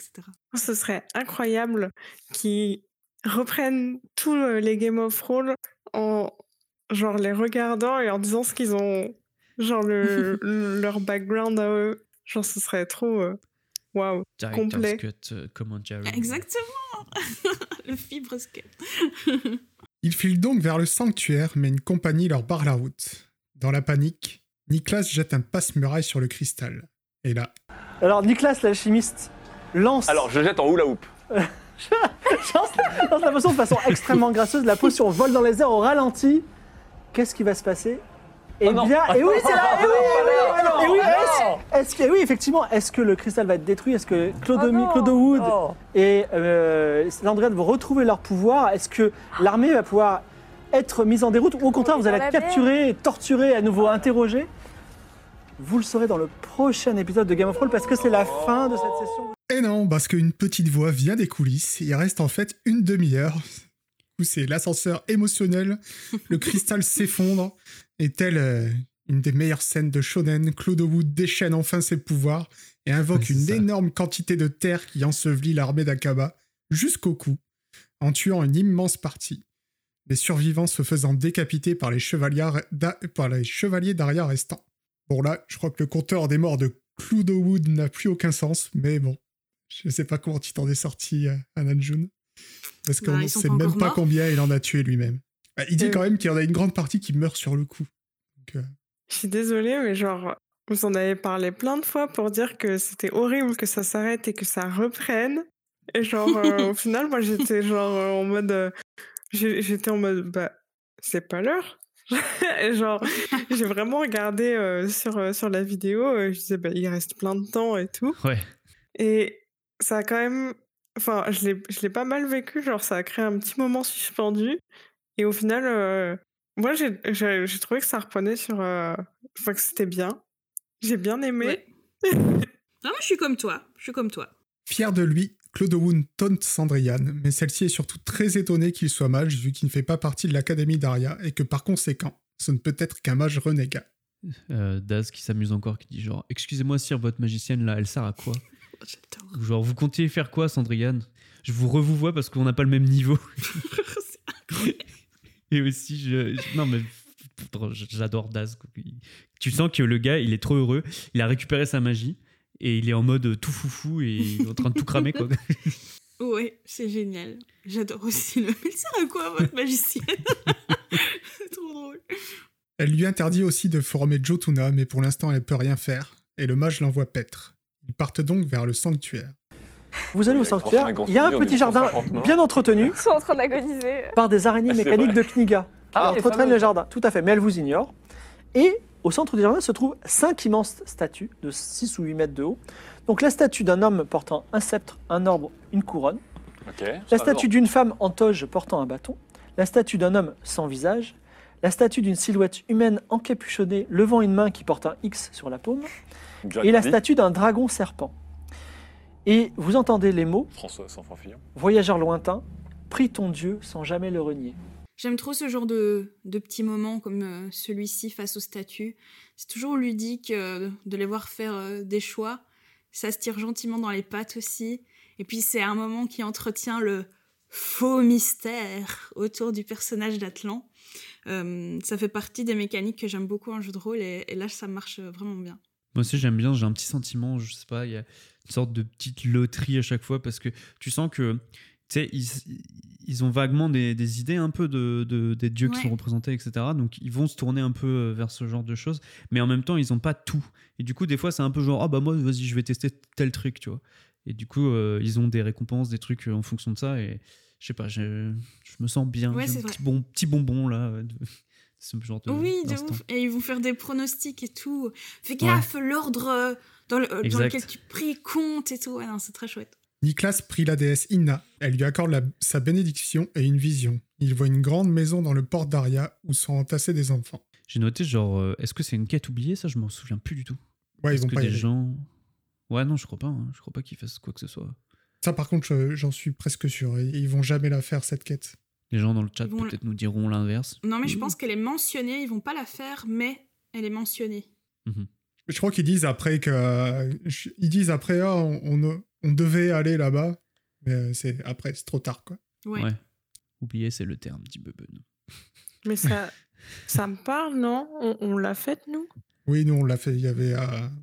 Ce serait incroyable qu'ils reprennent tous les Game of Thrones en genre les regardant et en disant ce qu'ils ont, genre leur background à eux. Genre ce serait trop waouh, complet. Director's Cut, commentary. Exactement. Le Fibre skate. Ils filent donc vers le sanctuaire, mais une compagnie leur barre la route. Dans la panique, Niklas jette un passe-muraille sur le cristal. Et là... Alors, Niklas, l'alchimiste, lance... Alors, je jette en hula hoop. lance la potion de façon extrêmement gracieuse. La potion vole dans les airs au ralenti. Qu'est-ce qui va se passer? Eh non. bien, et oui, c'est là. Et oui, non. oui, effectivement, est-ce que le cristal va être détruit? Est-ce que Claude non. Wood Oh. et Landred vont retrouver leur pouvoir? Est-ce que l'armée va pouvoir être mise en déroute? Ou au contraire, vous allez être capturés, torturés, à nouveau interrogés? Vous le saurez dans le prochain épisode de Game of Thrones parce que c'est la fin de cette session. Et non, parce qu'une petite voix vient des coulisses. Il reste en fait une demi-heure où c'est l'ascenseur émotionnel, le cristal s'effondre, et telle une des meilleures scènes de shonen, Claude Wood déchaîne enfin ses pouvoirs et invoque une énorme quantité de terre qui ensevelit l'armée d'Aqaba jusqu'au cou, en tuant une immense partie. Les survivants se faisant décapiter par les chevaliers d'Arya restants. Bon là, je crois que le compteur des morts de Claude Wood n'a plus aucun sens, mais bon, je sais pas comment tu t'en es sorti, Ananjun. Parce qu'on ne sait même pas combien il en a tué lui-même. Il dit quand même qu'il y en a une grande partie qui meurt sur le coup. Donc, Je suis désolée, mais genre, vous en avez parlé plein de fois pour dire que c'était horrible que ça s'arrête et que ça reprenne. Et genre, au final, moi, j'étais genre en mode... j'étais en mode, bah, c'est pas l'heure. Et genre, j'ai vraiment regardé sur la vidéo, je disais, bah, il reste plein de temps et tout. Ouais. Et ça a quand même... Enfin, je l'ai pas mal vécu, genre, ça a créé un petit moment suspendu. Et au final, moi, j'ai trouvé que ça reprenait sur... Enfin, que c'était bien. J'ai bien aimé. Ouais. Non, moi, je suis comme toi. Fier de lui, Claude Wood taunte Sandriane, mais celle-ci est surtout très étonnée qu'il soit mage vu qu'il ne fait pas partie de l'académie d'Arya et que par conséquent, ce ne peut être qu'un mage renégat. Daz qui s'amuse encore, qui dit genre « Excusez-moi sire, votre magicienne là, elle sert à quoi ?» J'adore. Genre, vous comptiez faire quoi, Sandriane? Je vous revois parce qu'on n'a pas le même niveau. C'est incroyable. Et aussi, non mais j'adore Daz. Tu sens que le gars, il est trop heureux. Il a récupéré sa magie et il est en mode tout foufou et il est en train de tout cramer, quoi. Ouais, c'est génial. J'adore aussi le... Mais elle sert à quoi, votre magicienne? C'est trop drôle. Elle lui interdit aussi de former Jotuna, mais pour l'instant elle peut rien faire, et le mage l'envoie paître. Ils partent donc vers le sanctuaire. Vous allez au sanctuaire, il y a un petit jardin bien entretenu Ils sont en train d'agoniser. par des araignées Ah, c'est mécaniques vrai. de Kniga. Ah, Elles les entretiennent fameuses. le jardin, tout à fait, mais elles vous ignorent. Et au centre du jardin se trouvent 5 immenses statues de 6 ou 8 mètres de haut. Donc la statue d'un homme portant un sceptre, un orbe, une couronne. Ok. La statue d'une femme en toge portant un bâton. La statue d'un homme sans visage. La statue d'une silhouette humaine encapuchonnée levant une main qui porte un X sur la paume. Et la statue d'un dragon serpent. Et vous entendez les mots François sans Fillon. « Voyageur lointain, prie ton Dieu sans jamais le renier J'aime trop ce genre de petits moments comme celui-ci face aux statues. C'est toujours ludique de les voir faire des choix. Ça se tire gentiment dans les pattes aussi. Et puis c'est un moment qui entretient le faux mystère autour du personnage d'Atlan. Ça fait partie des mécaniques que j'aime beaucoup en jeu de rôle et là ça marche vraiment bien. Moi aussi, j'aime bien, j'ai un petit sentiment, je sais pas, il y a une sorte de petite loterie à chaque fois parce que tu sens que, tu sais, ils ont vaguement des idées un peu des dieux qui Ouais. sont représentés, etc. Donc, ils vont se tourner un peu vers ce genre de choses, mais en même temps, ils ont pas tout. Et du coup, des fois, c'est un peu genre, ah bah moi, vas-y, je vais tester tel truc, tu vois. Et du coup, ils ont des récompenses, des trucs en fonction de ça, et je sais pas, je me sens bien. Ouais, J'ai c'est un vrai. petit bonbon, là, de ce genre Oui, de d'instant. ouf. Et ils vont faire des pronostics et tout. Fais gaffe, l'ordre dans Exact. lequel tu pries compte et tout. Ouais, non, c'est très chouette. Nicolas prie la déesse Inna. Elle lui accorde sa bénédiction et une vision. Il voit une grande maison dans le port d'Aria où sont entassés des enfants. J'ai noté, genre, est-ce que c'est une quête oubliée, ça? Je m'en souviens plus du tout. Ouais, ils Est-ce vont que pas y des aller. gens... Ouais, non, je crois pas. Hein. Je crois pas qu'ils fassent quoi que ce soit. Ça, par contre, j'en suis presque sûr. Ils vont jamais la faire, cette quête. Les gens dans le chat Ils vont peut-être nous diront l'inverse. Non, mais je pense qu'elle est mentionnée. Ils vont pas la faire, mais elle est mentionnée. Mhm. Je crois qu'ils disent après ils disent après, ah, on devait aller là-bas. Mais c'est trop tard, quoi. Ouais. Ouais. Oublier, c'est le terme, dit Bubben. Mais ça me parle, non? On l'a fait, nous? Oui, nous, on l'a fait. Il y avait...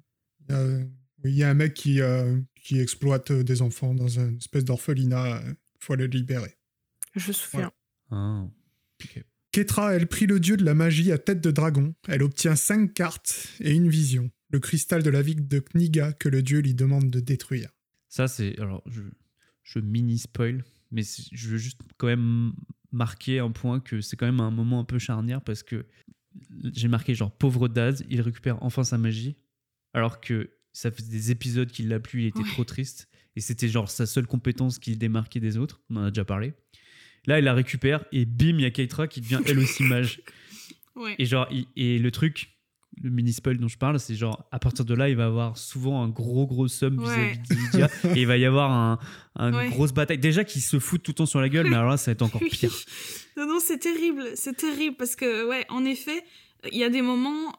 il y a un mec qui exploite des enfants dans une espèce d'orphelinat. Il faut aller le libérer. Je me souviens. Ah, ok. Ketra, elle prie le dieu de la magie à tête de dragon. Elle obtient 5 cartes et une vision. Le cristal de la vie de Kniga que le dieu lui demande de détruire. Ça, c'est... Alors, je mini-spoil, mais je veux juste quand même marquer un point que c'est quand même un moment un peu charnière parce que j'ai marqué genre pauvre Daz, il récupère enfin sa magie alors que ça faisait des épisodes qu'il l'a plus, il était trop triste et c'était genre sa seule compétence qui le démarquait des autres, on en a déjà parlé. Là, il la récupère et bim, il y a Keitra qui devient elle aussi mage. Ouais. Et genre, et le truc, le mini-spoil dont je parle, c'est genre, à partir de là, il va avoir souvent un gros sum Ouais. vis-à-vis d'Idia et il va y avoir une Ouais. grosse bataille. Déjà qu'ils se foutent tout le temps sur la gueule, mais alors là, ça va être encore pire. Non, c'est terrible parce que, ouais, en effet, il y a des moments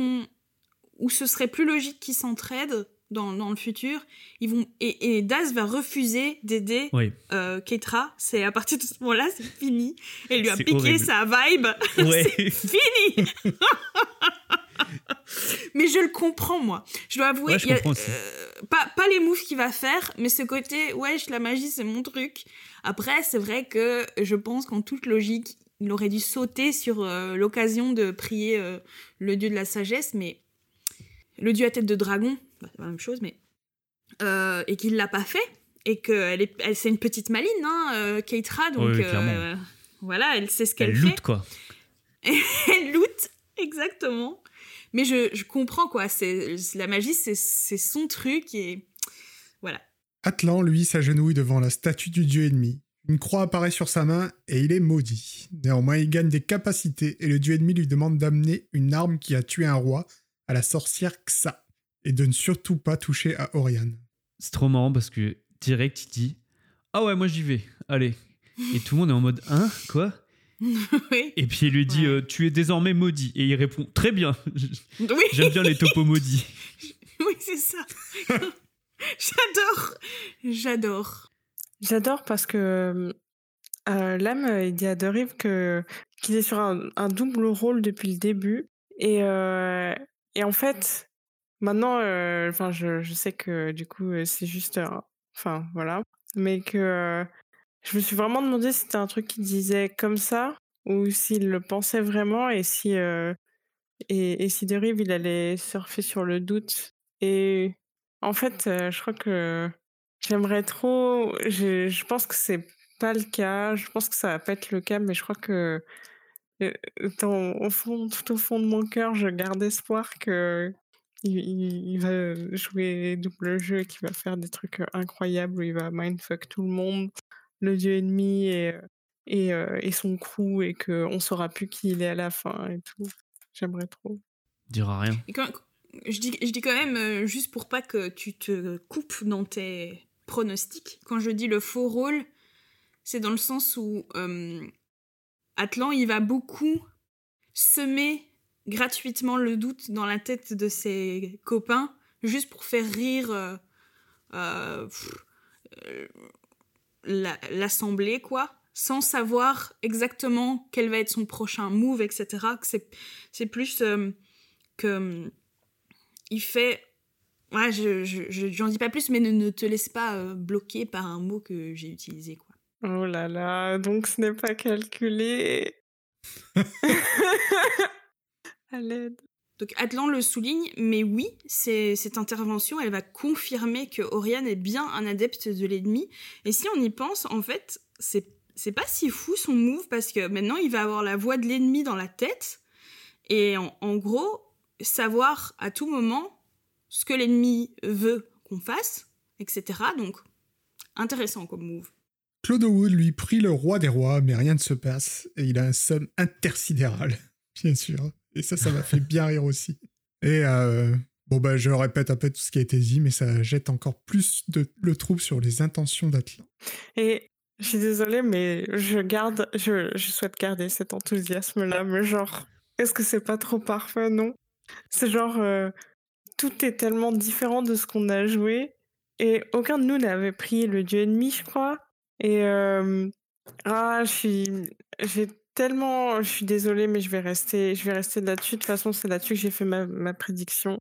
où ce serait plus logique qu'ils s'entraident dans le futur. Et Daz va refuser d'aider Oui. Keitra. C'est à partir de ce moment-là, c'est fini. Elle lui a C'est piqué horrible. sa vibe. Ouais. C'est fini. Mais je le comprends, moi. Je dois avouer, Ouais, je il y a, comprends aussi. pas les moves qu'il va faire, mais ce côté, wesh, la magie, c'est mon truc. Après, c'est vrai que je pense qu'en toute logique, il aurait dû sauter sur l'occasion de prier le dieu de la sagesse, mais le dieu à tête de dragon, bah, c'est la même chose, mais et qu'il l'a pas fait, et que c'est une petite maline, hein, Keitra, donc Oui, clairement. voilà, elle sait ce qu'elle Elle fait. loot, quoi. Elle loot, exactement. Mais je comprends, quoi. La magie, c'est son truc, et voilà. Atlan, lui, s'agenouille devant la statue du dieu ennemi. Une croix apparaît sur sa main et il est maudit. Néanmoins, il gagne des capacités et le dieu ennemi lui demande d'amener une arme qui a tué un roi à la sorcière Xa et de ne surtout pas toucher à Oriane. C'est trop marrant parce que direct, il dit « Ah ouais, moi j'y vais, allez ». Et tout le monde est en mode « Hein, quoi ?» Oui. Et puis il lui dit Tu es désormais maudit ». Et il répond « Très bien, Oui. j'aime bien les topos maudits ». Oui, c'est ça. J'adore. J'adore parce que Lame, il dit à Derive qu'il est sur un double rôle depuis le début. Et en fait, maintenant, je sais que du coup, c'est juste... Enfin, voilà. Mais que je me suis vraiment demandé si c'était un truc qu'il disait comme ça ou s'il le pensait vraiment et si Derive, il allait surfer sur le doute. Et en fait, je crois que J'aimerais trop. Je pense que c'est pas le cas. Je pense que ça va pas être le cas, mais je crois que tout au fond de mon cœur, je garde espoir que il va jouer double jeu et qu'il va faire des trucs incroyables où il va mindfuck tout le monde, le dieu ennemi et son crew, et qu'on saura plus qui il est à la fin et tout. J'aimerais trop. Dira rien. Et je dis quand même, juste pour pas que tu te coupes dans tes pronostics, quand je dis le faux rôle, c'est dans le sens où Atlan, il va beaucoup semer gratuitement le doute dans la tête de ses copains, juste pour faire rire l'assemblée, quoi, sans savoir exactement quel va être son prochain move, etc. C'est plus que il fait... Ouais, j'en dis pas plus, mais ne te laisse pas bloquer par un mot que j'ai utilisé, quoi. Oh là là, donc ce n'est pas calculé. À l'aide. Donc Atlan le souligne, mais oui, cette intervention, elle va confirmer que Oriane est bien un adepte de l'ennemi. Et si on y pense, en fait, c'est pas si fou son move, parce que maintenant, il va avoir la voix de l'ennemi dans la tête, et en gros, savoir à tout moment ce que l'ennemi veut qu'on fasse, etc. Donc, intéressant comme move. Claude Wood lui prie le roi des rois, mais rien ne se passe, et il a un somme intersidéral, bien sûr. Et ça m'a fait bien rire aussi. Et je répète un peu tout ce qui a été dit, mais ça jette encore plus le trouble sur les intentions d'Atlan. Et je suis désolée, mais je souhaite garder cet enthousiasme-là, mais genre, est-ce que c'est pas trop parfait, non? C'est genre, tout est tellement différent de ce qu'on a joué, et aucun de nous n'avait pris le dieu ennemi, je crois. Et je suis désolée, mais je vais rester là-dessus. De toute façon, c'est là-dessus que j'ai fait ma prédiction.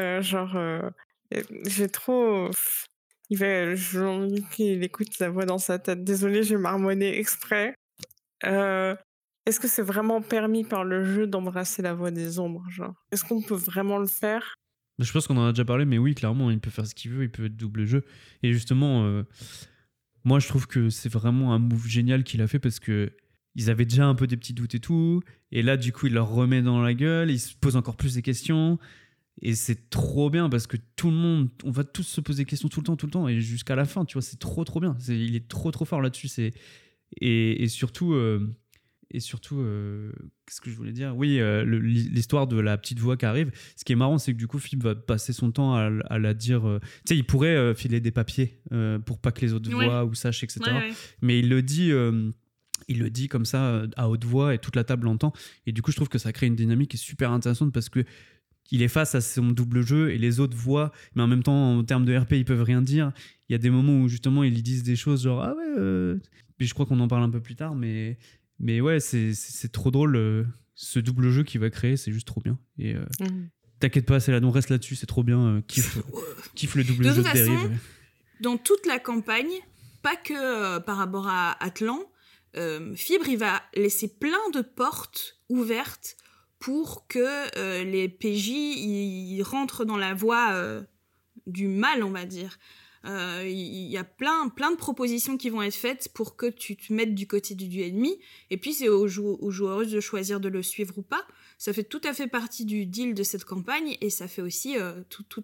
J'ai trop... J'ai envie qu'il écoute la voix dans sa tête. Désolée, j'ai marmonné exprès. Est-ce que c'est vraiment permis par le jeu d'embrasser la voix des ombres, genre? Est-ce qu'on peut vraiment le faire? Je pense qu'on en a déjà parlé, mais oui, clairement, il peut faire ce qu'il veut, il peut être double jeu. Et justement, moi, je trouve que c'est vraiment un move génial qu'il a fait, parce que ils avaient déjà un peu des petits doutes et tout, et là, du coup, il leur remet dans la gueule, il se pose encore plus des questions, et c'est trop bien, parce que tout le monde, on va tous se poser des questions tout le temps, et jusqu'à la fin, tu vois, c'est trop bien. Il est trop fort là-dessus. Et surtout... qu'est-ce que je voulais dire? Oui, l'histoire de la petite voix qui arrive. Ce qui est marrant, c'est que du coup, Philippe va passer son temps à la dire. Tu sais, il pourrait filer des papiers pour pas que les autres voient ou sachent, etc. Ouais. Mais il le dit comme ça à haute voix, et toute la table l'entend. Et du coup, je trouve que ça crée une dynamique qui est super intéressante, parce que il est face à son double jeu et les autres voient, mais en même temps, en termes de RP, ils peuvent rien dire. Il y a des moments où justement, ils lui disent des choses genre ah ouais. Puis je crois qu'on en parle un peu plus tard, mais ouais, c'est trop drôle, ce double jeu qu'il va créer, c'est juste trop bien. Et t'inquiète pas, c'est là, on reste là-dessus, c'est trop bien. Kiffe le double De jeu toute de façon, dérive. dans toute la campagne, pas que par rapport à Atlan, Fibre, il va laisser plein de portes ouvertes pour que les PJ ils rentrent dans la voie du mal, on va dire. Il y a plein de propositions qui vont être faites pour que tu te mettes du côté du dieu ennemi, et puis c'est aux joueuses de choisir de le suivre ou pas. Ça fait tout à fait partie du deal de cette campagne, et ça fait aussi tout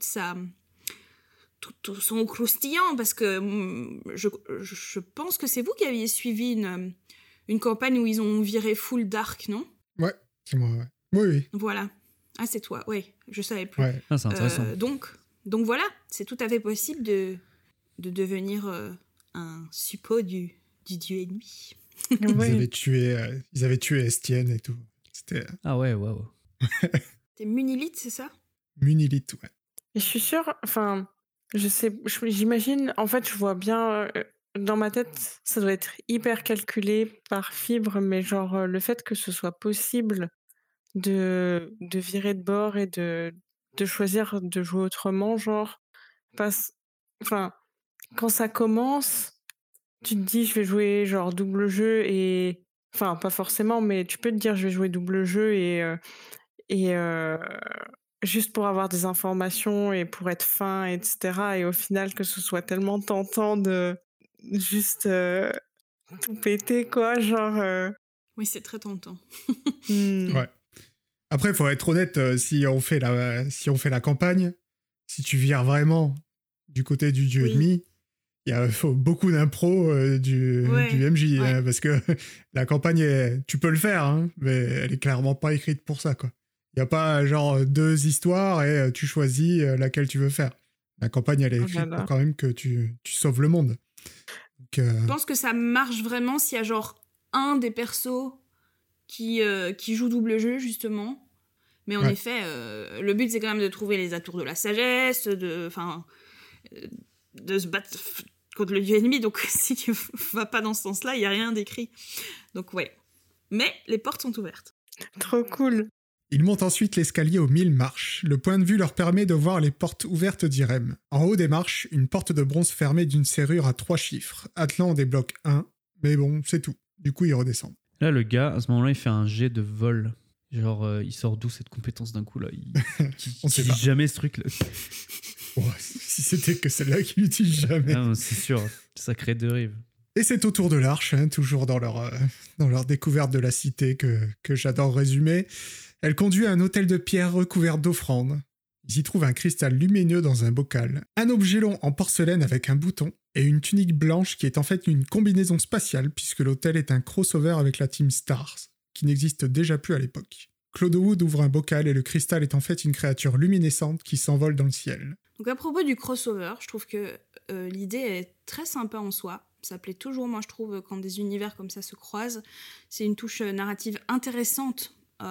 son croustillant, parce que je pense que c'est vous qui aviez suivi une campagne où ils ont viré full dark, non? Ouais, c'est moi, ouais. Oui. Voilà. Ah, c'est toi, ouais, je savais plus. Ouais. Ah, c'est intéressant. Donc voilà, c'est tout à fait possible de devenir un suppôt du dieu ennemi. Ils avaient tué Estienne et tout. C'était Ah ouais, waouh. T'es Munilite, c'est ça? Munilite, ouais. Et je suis sûre, enfin, j'imagine, en fait, je vois bien, dans ma tête, ça doit être hyper calculé par Fibre, mais genre, le fait que ce soit possible de virer de bord et de choisir de jouer autrement, genre, enfin, quand ça commence, tu te dis, je vais jouer genre double jeu, et enfin, pas forcément, mais tu peux te dire, je vais jouer double jeu et juste pour avoir des informations et pour être fin, etc. Et au final, que ce soit tellement tentant de juste tout péter, quoi. Genre. Oui, c'est très tentant. Ouais. Après, faut être honnête, si on fait la campagne, si tu vires vraiment du côté du dieu ennemi, il faut beaucoup d'impro du MJ, ouais. parce que la campagne, tu peux le faire, hein, mais elle est clairement pas écrite pour ça, quoi. Il n'y a pas genre 2 histoires et tu choisis laquelle tu veux faire. La campagne, elle est écrite pour quand même que tu sauves le monde. Donc, Je pense que ça marche vraiment s'il y a genre un des persos qui joue double jeu, justement. Mais en effet, le but, c'est quand même de trouver les atours de la sagesse, de se battre contre le dieu ennemi. Donc, si tu vas pas dans ce sens-là, il n'y a rien d'écrit. Donc, ouais. Mais les portes sont ouvertes. Trop cool. Ils montent ensuite l'escalier aux 1000 marches. Le point de vue leur permet de voir les portes ouvertes d'Irem. En haut des marches, une porte de bronze fermée d'une serrure à 3 chiffres. Atlan débloque 1, mais bon, c'est tout. Du coup, ils redescendent. Là, le gars, à ce moment-là, il fait un jet de vol. Genre, il sort d'où cette compétence d'un coup, là? On sait dit pas. jamais ce truc-là. Oh, si c'était que celle-là qu'il utilise jamais. Non, c'est sûr, sacré dérive. Et c'est au tour de l'Arche, hein, toujours dans leur découverte de la cité que j'adore résumer. Elle conduit à un hôtel de pierre recouvert d'offrandes. Ils y trouvent un cristal lumineux dans un bocal, un objet long en porcelaine avec un bouton, et une tunique blanche qui est en fait une combinaison spatiale, puisque l'hôtel est un crossover avec la Team Stars, qui n'existe déjà plus à l'époque. Claude Wood ouvre un bocal et le cristal est en fait une créature luminescente qui s'envole dans le ciel. Donc à propos du crossover, je trouve que l'idée est très sympa en soi. Ça plaît toujours, moi je trouve, quand des univers comme ça se croisent. C'est une touche narrative intéressante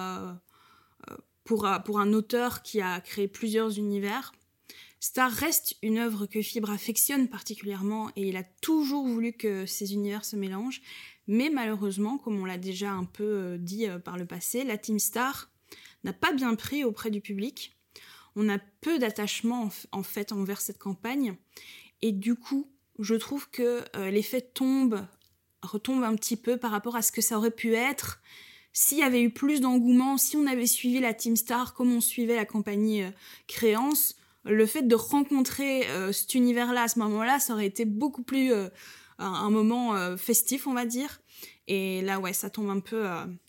pour un auteur qui a créé plusieurs univers. Star reste une œuvre que Fibre affectionne particulièrement et il a toujours voulu que ces univers se mélangent. Mais malheureusement, comme on l'a déjà un peu dit par le passé, la Team Star n'a pas bien pris auprès du public. On a peu d'attachement en fait envers cette campagne. Et du coup, je trouve que l'effet retombe un petit peu par rapport à ce que ça aurait pu être s'il y avait eu plus d'engouement, si on avait suivi la Team Star comme on suivait la compagnie Créance. Le fait de rencontrer cet univers-là à ce moment-là, ça aurait été beaucoup plus un moment festif, on va dire. Et là, ouais, ça tombe un peu...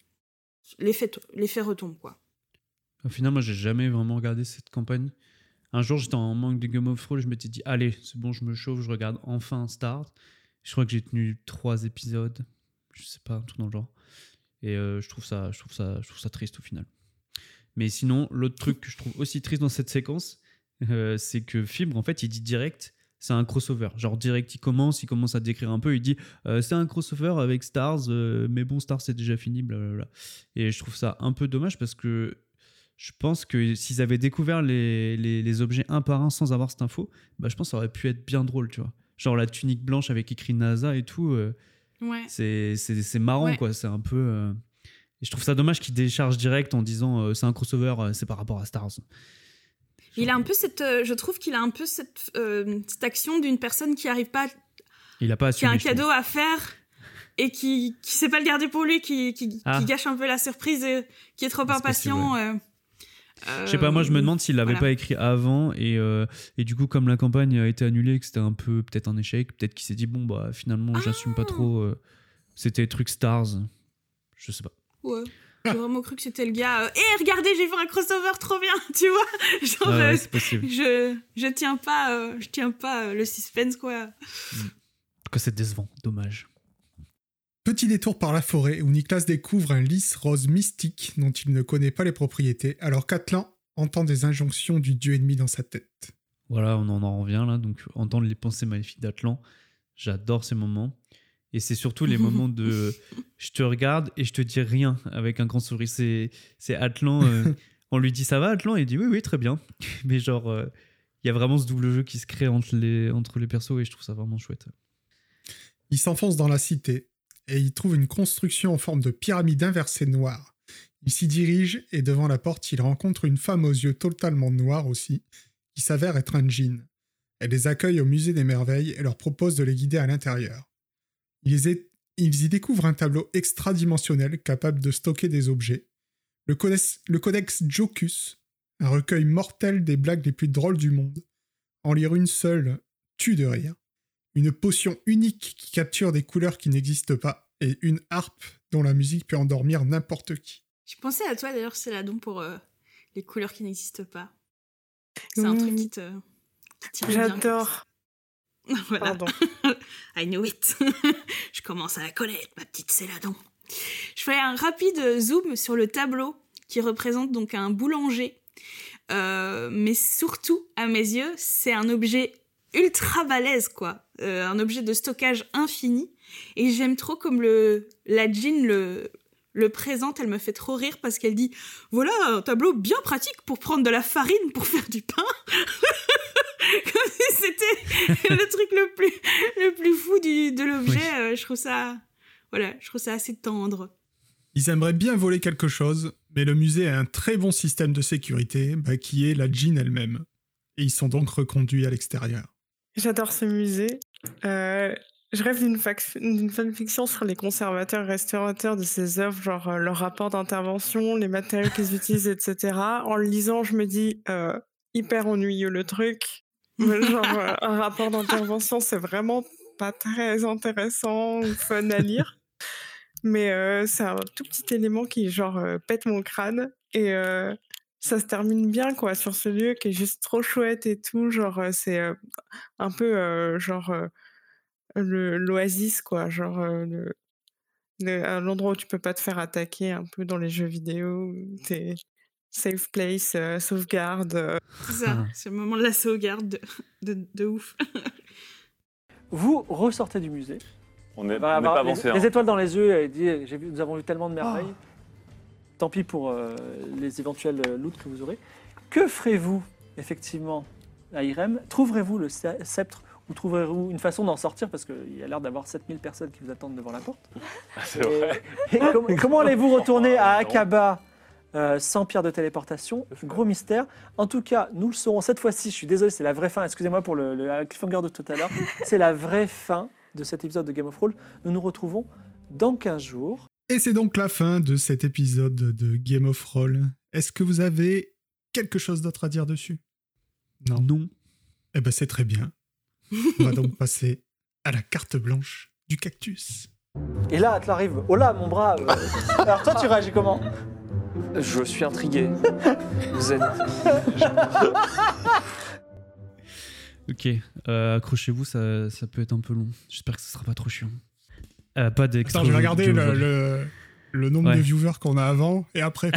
l'effet retombe, quoi. Au final, moi, j'ai jamais vraiment regardé cette campagne. Un jour, j'étais en manque de Game of Thrones, je m'étais dit, allez, c'est bon, je me chauffe, je regarde enfin Start. Je crois que j'ai tenu 3 épisodes, je sais pas, un truc dans le genre. Et je trouve ça triste au final. Mais sinon, l'autre truc que je trouve aussi triste dans cette séquence, c'est que Fibre, en fait, il dit direct, c'est un crossover. Genre direct, il commence à décrire un peu, il dit c'est un crossover avec Stars, mais bon, Stars c'est déjà fini, blablabla. Et je trouve ça un peu dommage parce que je pense que s'ils avaient découvert les objets un par un sans avoir cette info, bah, je pense que ça aurait pu être bien drôle, tu vois. Genre la tunique blanche avec écrit NASA et tout, ouais. c'est marrant, ouais. Quoi. C'est un peu... Et je trouve ça dommage qu'ils déchargent direct en disant c'est un crossover, c'est par rapport à Stars. Il a un peu je trouve qu'il a un peu cette action d'une personne qui arrive pas, il a pas assumé, qui a un cadeau à faire et qui sait pas le garder pour lui, qui gâche un peu la surprise, qui est trop impatient. Je sais pas, moi je me demande s'il l'avait pas écrit avant et du coup comme la campagne a été annulée, que c'était un peu peut-être un échec, peut-être qu'il s'est dit bon bah finalement j'assume pas trop, c'était truc Stars, je sais pas. Ouais. J'ai vraiment cru que c'était le gars. Regardez, j'ai fait un crossover trop bien, tu vois. Genre, ouais, c'est possible. Je tiens pas le suspense, quoi. En tout cas, c'est décevant, dommage. Petit détour par la forêt où Nicolas découvre un lys rose mystique dont il ne connaît pas les propriétés, alors qu'Atlan entend des injonctions du dieu ennemi dans sa tête. Voilà, on en revient là. Donc, entendre les pensées maléfiques d'Atlan, j'adore ces moments. Et c'est surtout les moments de je te regarde et je te dis rien avec un grand sourire. C'est Atlan. On lui dit ça va, Atlan? Et il dit oui, très bien. Mais genre, il y a vraiment ce double jeu qui se crée entre les persos et je trouve ça vraiment chouette. Il s'enfonce dans la cité et il trouve une construction en forme de pyramide inversée noire. Il s'y dirige et devant la porte, il rencontre une femme aux yeux totalement noirs aussi, qui s'avère être un djinn. Elle les accueille au musée des merveilles et leur propose de les guider à l'intérieur. Ils y découvrent un tableau extradimensionnel capable de stocker des objets. Le codex Jocus, Un recueil mortel des blagues les plus drôles du monde. En lire une seule tue de rire. Une potion unique qui capture des couleurs qui n'existent pas. Et une harpe dont la musique peut endormir n'importe qui. Je pensais à toi d'ailleurs, Céladon, pour les couleurs qui n'existent pas. C'est un truc qui tire bien. J'adore. Voilà. Pardon. I knew it. Je commence à la connaître, ma petite Céladon. Je ferai un rapide zoom sur le tableau qui représente donc un boulanger. Mais surtout, à mes yeux, c'est un objet ultra balèze, quoi. Un objet de stockage infini. Et j'aime trop comme la Jean le présente, elle me fait trop rire parce qu'elle dit « Voilà un tableau bien pratique pour prendre de la farine pour faire du pain !» Comme si c'était le truc le plus fou de l'objet. Oui. Je trouve ça assez tendre. Ils aimeraient bien voler quelque chose, mais le musée a un très bon système de sécurité, qui est la Jean elle-même. Et ils sont donc reconduits à l'extérieur. J'adore ce musée. Je rêve d'une fanfiction sur les conservateurs restaurateurs de ces œuvres, genre leur rapport d'intervention, les matériaux qu'ils utilisent, etc. En le lisant, je me dis hyper ennuyeux le truc. Genre un rapport d'intervention, c'est vraiment pas très intéressant ou fun à lire. Mais c'est un tout petit élément qui genre pète mon crâne et ça se termine bien quoi sur ce lieu qui est juste trop chouette et tout. Genre c'est un peu l'oasis quoi, genre l'endroit où tu peux pas te faire attaquer un peu dans les jeux vidéo, t'es safe place, sauvegarde. C'est ça, c'est le moment de la sauvegarde de ouf. Vous ressortez du musée. On n'est pas avancé. Les étoiles dans les yeux, elle dit nous avons vu tellement de merveilles. Tant pis pour les éventuels loots que vous aurez. Que ferez-vous effectivement à Irem? Trouverez-vous le sceptre ou trouverez-vous une façon d'en sortir? Parce qu'il y a l'air d'avoir 7000 personnes qui vous attendent devant la porte. C'est vrai. Et comment allez-vous retourner à Akaba sans pierre de téléportation? Gros mystère. En tout cas, nous le saurons cette fois-ci. Je suis désolé, c'est la vraie fin. Excusez-moi pour le cliffhanger de tout à l'heure. C'est la vraie fin de cet épisode de Game of Thrones. Nous nous retrouvons dans 15 jours. Et c'est donc la fin de cet épisode de Game of Thrones. Est-ce que vous avez quelque chose d'autre à dire dessus? Non. Eh ben c'est très bien. On va donc passer à la carte blanche du cactus. Et là, Atla arrive. Oh là, mon bras. Alors toi, tu réagis comment? Je suis intrigué. Zen. Ok, accrochez-vous, ça peut être un peu long. J'espère que ce sera pas trop chiant. Pas d'extra. Attends, je vais regarder le nombre de viewers qu'on a avant et après.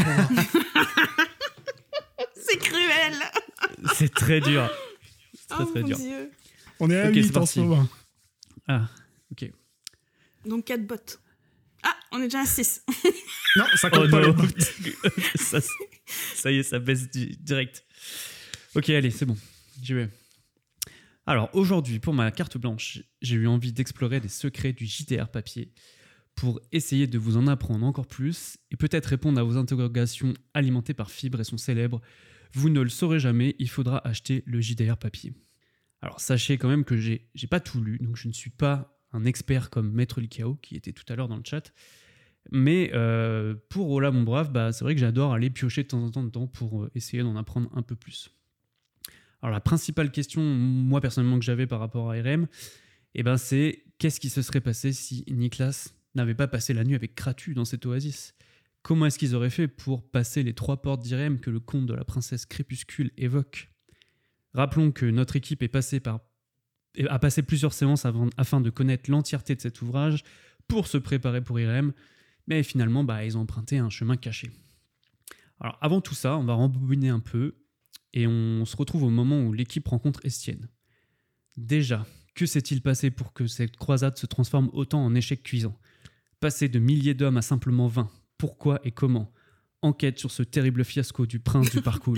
C'est cruel. C'est très dur. C'est très dur. Dieu. On est à 8 en ce moment. Ah, ok. Donc 4 bots. Ah, on est déjà à 6. Non, ça compte pas les bots. Ça y est, ça baisse direct. Ok, allez, c'est bon. J'y vais. Alors, aujourd'hui, pour ma carte blanche, j'ai eu envie d'explorer les secrets du JDR papier pour essayer de vous en apprendre encore plus et peut-être répondre à vos interrogations alimentées par Fibre et son célèbre « Vous ne le saurez jamais, il faudra acheter le JDR papier ». Alors, sachez quand même que j'ai pas tout lu, donc je ne suis pas un expert comme Maître Likao, qui était tout à l'heure dans le chat. Mais pour Ola mon brave, c'est vrai que j'adore aller piocher de temps en temps dedans pour essayer d'en apprendre un peu plus. Alors la principale question, moi personnellement, que j'avais par rapport à RM, c'est qu'est-ce qui se serait passé si Niklas n'avait pas passé la nuit avec Kratu dans cette oasis? Comment est-ce qu'ils auraient fait pour passer les 3 portes d'Irem que le conte de la princesse Crépuscule évoque? Rappelons que notre équipe a passé plusieurs séances afin de connaître l'entièreté de cet ouvrage pour se préparer pour Irem, mais finalement, ils ont emprunté un chemin caché. Alors avant tout ça, on va rembobiner un peu, et on se retrouve au moment où l'équipe rencontre Estienne. Déjà, que s'est-il passé pour que cette croisade se transforme autant en échec cuisant? Passer de milliers d'hommes à simplement 20. Pourquoi et comment? Enquête sur ce terrible fiasco du prince du parcours.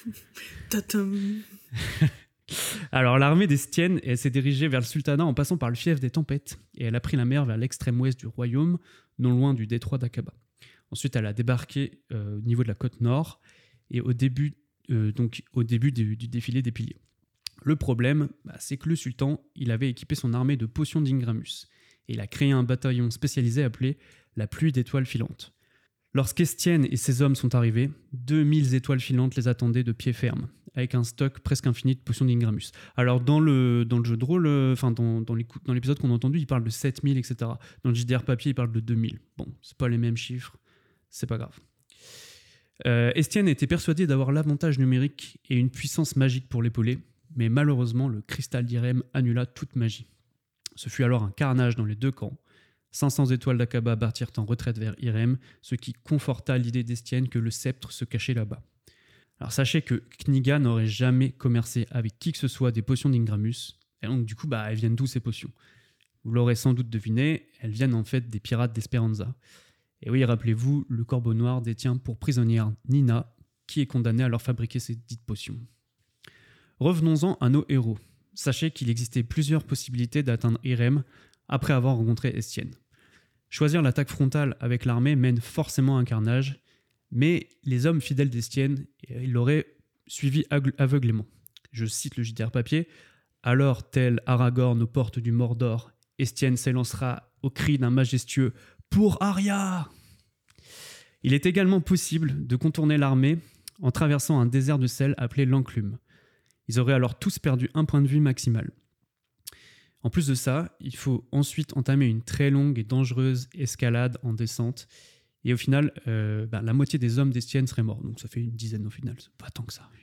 Alors, l'armée d'Estienne s'est dirigée vers le sultanat en passant par le fief des tempêtes, et elle a pris la mer vers l'extrême ouest du royaume, non loin du détroit d'Aqaba. Ensuite, elle a débarqué au niveau de la côte nord, et au début du défilé des piliers. Le problème, c'est que le sultan, il avait équipé son armée de potions d'Ingramus, et il a créé un bataillon spécialisé appelé la pluie d'étoiles filantes. Lorsqu'Estienne et ses hommes sont arrivés, 2000 étoiles filantes les attendaient de pied ferme, avec un stock presque infini de potions d'Ingramus. Alors dans le jeu de rôle, dans l'épisode qu'on a entendu, il parle de 7000, etc. Dans le JDR papier, il parle de 2000. Bon, c'est pas les mêmes chiffres, c'est pas grave. Estienne était persuadé d'avoir l'avantage numérique et une puissance magique pour l'épauler, mais malheureusement, le cristal d'Irem annula toute magie. Ce fut alors un carnage dans les deux camps. 500 étoiles d'Aqaba partirent en retraite vers Irem, ce qui conforta l'idée d'Estienne que le sceptre se cachait là-bas. Alors sachez que Kniga n'aurait jamais commercé avec qui que ce soit des potions d'Ingramus, et donc du coup, elles viennent d'où ces potions ? Vous l'aurez sans doute deviné, elles viennent en fait des pirates d'Esperanza. Et oui, rappelez-vous, le Corbeau Noir détient pour prisonnière Nina, qui est condamnée à leur fabriquer ces dites potions. Revenons-en à nos héros. Sachez qu'il existait plusieurs possibilités d'atteindre Irem après avoir rencontré Estienne. Choisir l'attaque frontale avec l'armée mène forcément à un carnage, mais les hommes fidèles d'Estienne l'auraient suivi aveuglément. Je cite le JDR papier. « Alors, tel Aragorn aux portes du Mordor, Estienne s'élancera au cri d'un majestueux « Pour Arya !» Il est également possible de contourner l'armée en traversant un désert de sel appelé l'Enclume. Ils auraient alors tous perdu un point de vue maximal. En plus de ça, il faut ensuite entamer une très longue et dangereuse escalade en descente. Et au final, la moitié des hommes d'Estienne seraient morts. Donc ça fait une dizaine au final, c'est pas tant que ça.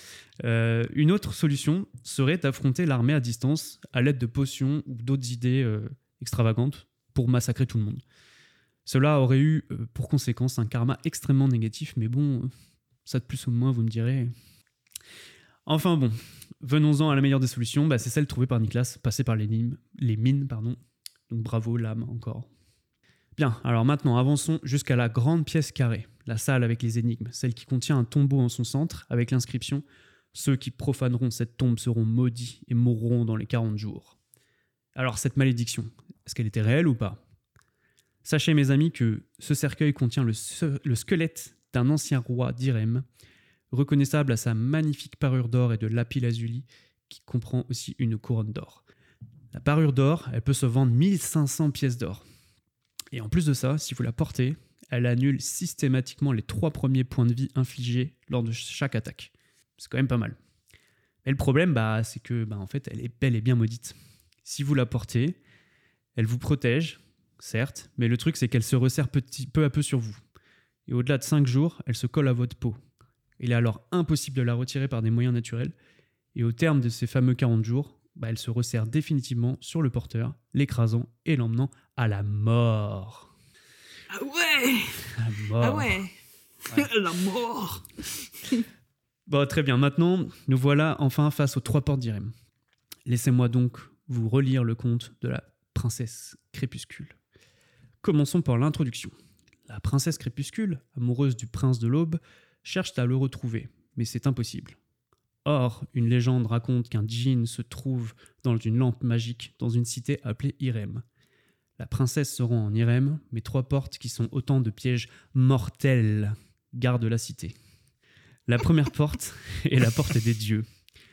Une autre solution serait d'affronter l'armée à distance à l'aide de potions ou d'autres idées extravagantes pour massacrer tout le monde. Cela aurait eu pour conséquence un karma extrêmement négatif, mais bon, ça de plus ou de moins, vous me direz. Enfin bon, venons-en à la meilleure des solutions, c'est celle trouvée par Nicolas, passée par les mines. Donc bravo, l'âme, encore. Bien, alors maintenant, avançons jusqu'à la grande pièce carrée, la salle avec les énigmes, celle qui contient un tombeau en son centre, avec l'inscription « Ceux qui profaneront cette tombe seront maudits et mourront dans les 40 jours ». Alors cette malédiction, est-ce qu'elle était réelle ou pas ? Sachez mes amis que ce cercueil contient le squelette d'un ancien roi d'Irem, reconnaissable à sa magnifique parure d'or et de lapis-lazuli, qui comprend aussi une couronne d'or. La parure d'or, elle peut se vendre 1500 pièces d'or. Et en plus de ça, si vous la portez, elle annule systématiquement les 3 premiers points de vie infligés lors de chaque attaque. C'est quand même pas mal. Mais le problème, c'est que en fait, elle est bel et bien maudite. Si vous la portez, elle vous protège, certes, mais le truc, c'est qu'elle se resserre peu à peu sur vous. Et au-delà de 5 jours, elle se colle à votre peau. Il est alors impossible de la retirer par des moyens naturels. Et au terme de ces fameux 40 jours, elle se resserre définitivement sur le porteur, l'écrasant et l'emmenant à la mort. Ah ouais. La mort. Ah ouais. La mort. Bon, très bien. Maintenant, nous voilà enfin face aux 3 portes d'Irem. Laissez-moi donc vous relire le conte de la princesse Crépuscule. Commençons par l'introduction. La princesse Crépuscule, amoureuse du prince de l'Aube, cherche à le retrouver, mais c'est impossible. Or, une légende raconte qu'un djinn se trouve dans une lampe magique dans une cité appelée Irem. La princesse se rend en Irem, mais 3 portes qui sont autant de pièges mortels gardent la cité. La première porte est la porte des dieux.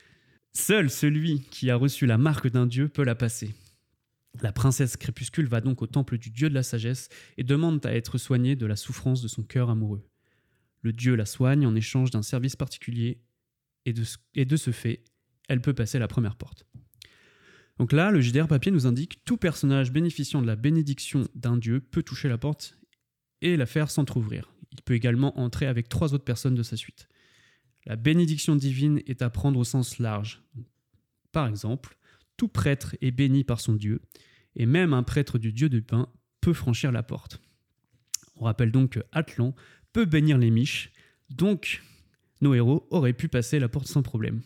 Seul celui qui a reçu la marque d'un dieu peut la passer. La princesse Crépuscule va donc au temple du dieu de la sagesse et demande à être soignée de la souffrance de son cœur amoureux. Le dieu la soigne en échange d'un service particulier et de ce fait, elle peut passer la première porte. Donc là, le JDR papier nous indique tout personnage bénéficiant de la bénédiction d'un dieu peut toucher la porte et la faire s'entrouvrir. Il peut également entrer avec 3 autres personnes de sa suite. La bénédiction divine est à prendre au sens large. Par exemple, tout prêtre est béni par son dieu, et même un prêtre du dieu du pain peut franchir la porte. On rappelle donc que Atlan peut bénir les miches, donc nos héros auraient pu passer la porte sans problème.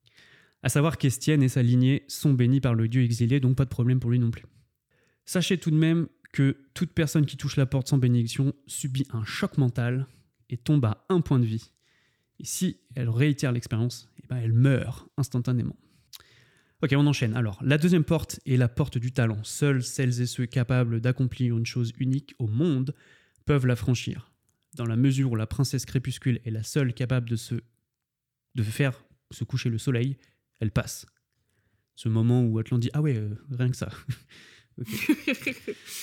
À savoir qu'Estienne et sa lignée sont bénis par le dieu exilé, donc pas de problème pour lui non plus. Sachez tout de même que toute personne qui touche la porte sans bénédiction subit un choc mental et tombe à 1 point de vie. Et si elle réitère l'expérience, elle meurt instantanément. Ok, on enchaîne. Alors, la deuxième porte est la porte du talent. Seuls celles et ceux capables d'accomplir une chose unique au monde peuvent la franchir. Dans la mesure où la princesse Crépuscule est la seule capable de faire se coucher le soleil, elle passe. Ce moment où Atlan dit « Ah ouais, rien que ça. » Okay.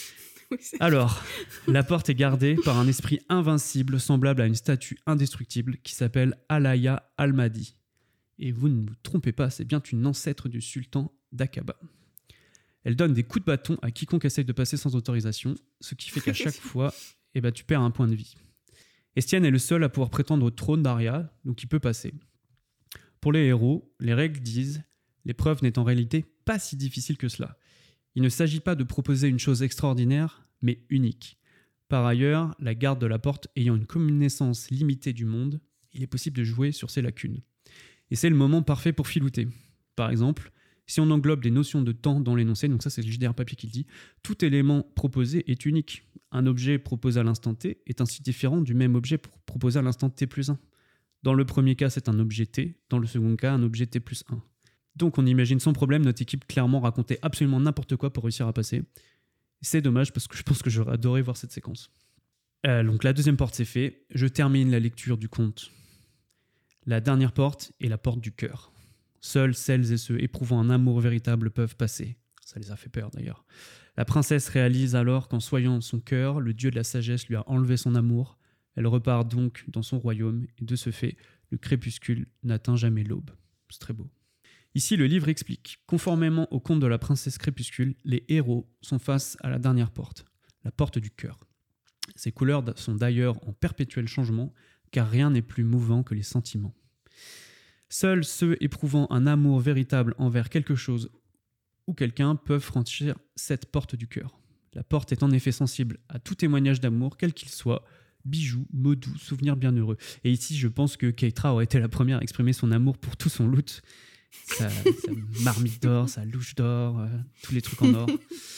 Alors, la porte est gardée par un esprit invincible semblable à une statue indestructible qui s'appelle Alaya Al-Mahdi. Et vous ne vous trompez pas, c'est bien une ancêtre du sultan d'Aqaba. Elle donne des coups de bâton à quiconque essaye de passer sans autorisation, ce qui fait qu'à chaque fois, tu perds un point de vie. Estienne est le seul à pouvoir prétendre au trône d'Aria, donc il peut passer. Pour les héros, les règles disent « l'épreuve n'est en réalité pas si difficile que cela ». Il ne s'agit pas de proposer une chose extraordinaire, mais unique. Par ailleurs, la garde de la porte ayant une connaissance limitée du monde, il est possible de jouer sur ses lacunes. Et c'est le moment parfait pour filouter. Par exemple, si on englobe les notions de temps dans l'énoncé, donc ça c'est le JDR papier qui le dit, tout élément proposé est unique. Un objet proposé à l'instant T est ainsi différent du même objet proposé à l'instant T plus 1. Dans le premier cas, c'est un objet T, dans le second cas, un objet T plus 1. Donc on imagine sans problème notre équipe clairement raconter absolument n'importe quoi pour réussir à passer. C'est dommage parce que je pense que j'aurais adoré voir cette séquence. Donc la deuxième porte c'est fait, je termine la lecture du conte. La dernière porte est la porte du cœur. Seuls celles et ceux éprouvant un amour véritable peuvent passer. Ça les a fait peur d'ailleurs. La princesse réalise alors qu'en soignant son cœur, le dieu de la sagesse lui a enlevé son amour. Elle repart donc dans son royaume et de ce fait, le crépuscule n'atteint jamais l'aube. C'est très beau. Ici, le livre explique. Conformément au conte de la princesse crépuscule, les héros sont face à la dernière porte, la porte du cœur. Ces couleurs sont d'ailleurs en perpétuel changement, car rien n'est plus mouvant que les sentiments. Seuls ceux éprouvant un amour véritable envers quelque chose ou quelqu'un peuvent franchir cette porte du cœur. La porte est en effet sensible à tout témoignage d'amour, quel qu'il soit, bijoux, mots doux, souvenirs bienheureux. Et ici, je pense que Keitra aurait été la première à exprimer son amour pour tout son loot. Sa marmite d'or, sa louche d'or, tous les trucs en or.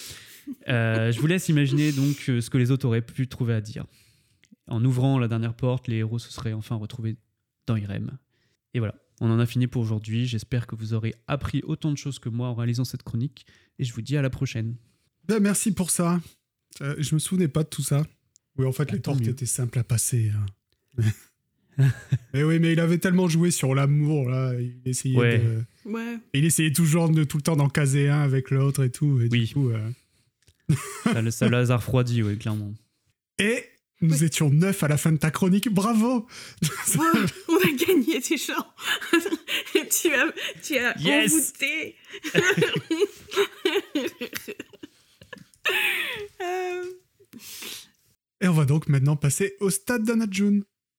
Je vous laisse imaginer donc ce que les autres auraient pu trouver à dire. En ouvrant la dernière porte, les héros se seraient enfin retrouvés dans Irem. Et voilà, on en a fini pour aujourd'hui. J'espère que vous aurez appris autant de choses que moi en réalisant cette chronique. Et je vous dis à la prochaine. Ben, merci pour ça. Je me souvenais pas de tout ça. Oui, en fait, les portes étaient simples à passer. Mais oui, mais il avait tellement joué sur l'amour, là. Il essayait il essayait toujours de tout le temps d'en caser un avec l'autre et tout. Et du coup, ça l'a refroidi, oui, clairement. Et nous étions 9 à la fin de ta chronique. Bravo! On a gagné déjà. tu as envoûté. Et on va donc maintenant passer au stade d'Anajun.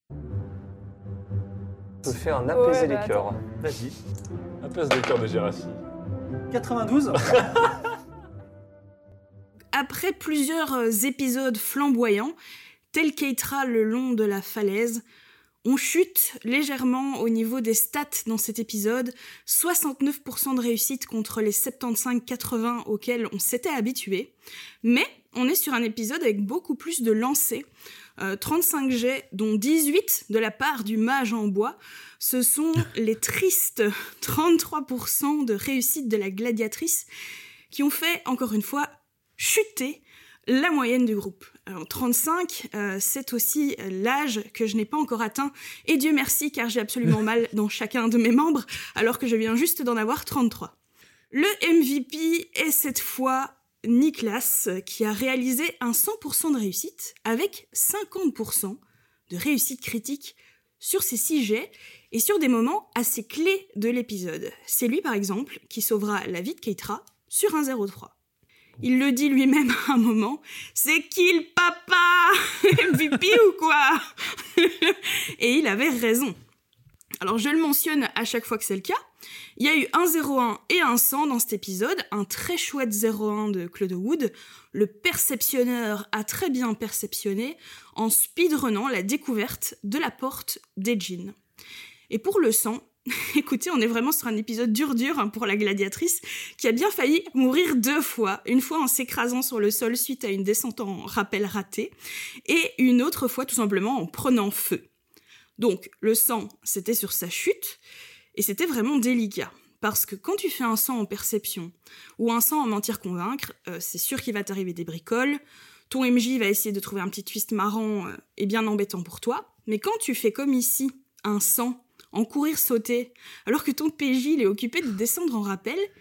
Je fais un apaiser les cœurs. Vas-y. Apaise les cœurs de Gérassi. 92. Après plusieurs épisodes flamboyants, tel Keitra le long de la falaise, on chute légèrement au niveau des stats dans cet épisode, 69% de réussite contre les 75-80 auxquels on s'était habitué, mais on est sur un épisode avec beaucoup plus de lancers, 35 jets, dont 18 de la part du mage en bois. Ce sont les tristes 33% de réussite de la gladiatrice qui ont fait, encore une fois, chuter la moyenne du groupe. Alors, 35, c'est aussi l'âge que je n'ai pas encore atteint, et Dieu merci, car j'ai absolument mal dans chacun de mes membres, alors que je viens juste d'en avoir 33. Le MVP est cette fois Niklas, qui a réalisé un 100% de réussite, avec 50% de réussite critique sur ses 6 jets, et sur des moments assez clés de l'épisode. C'est lui, par exemple, qui sauvera la vie de Keitra sur un 0-3. Il le dit lui-même à un moment, c'est kill papa, MVP ou quoi? Et il avait raison. Alors je le mentionne à chaque fois que c'est le cas. Il y a eu un 0-1 et un 100 dans cet épisode, un très chouette 0-1 de Claude Wood. Le perceptionneur a très bien perceptionné en speedrunnant la découverte de la porte des djinns. Et pour le 100, écoutez, on est vraiment sur un épisode dur pour la gladiatrice qui a bien failli mourir 2 fois. Une fois en s'écrasant sur le sol suite à une descente en rappel ratée et une autre fois tout simplement en prenant feu. Donc le 100, c'était sur sa chute et c'était vraiment délicat. Parce que quand tu fais un 100 en perception ou un 100 en mentir-convaincre, c'est sûr qu'il va t'arriver des bricoles. Ton MJ va essayer de trouver un petit twist marrant et bien embêtant pour toi. Mais quand tu fais comme ici, un 100 en courir-sauter, alors que ton PJ il est occupé de descendre en rappel,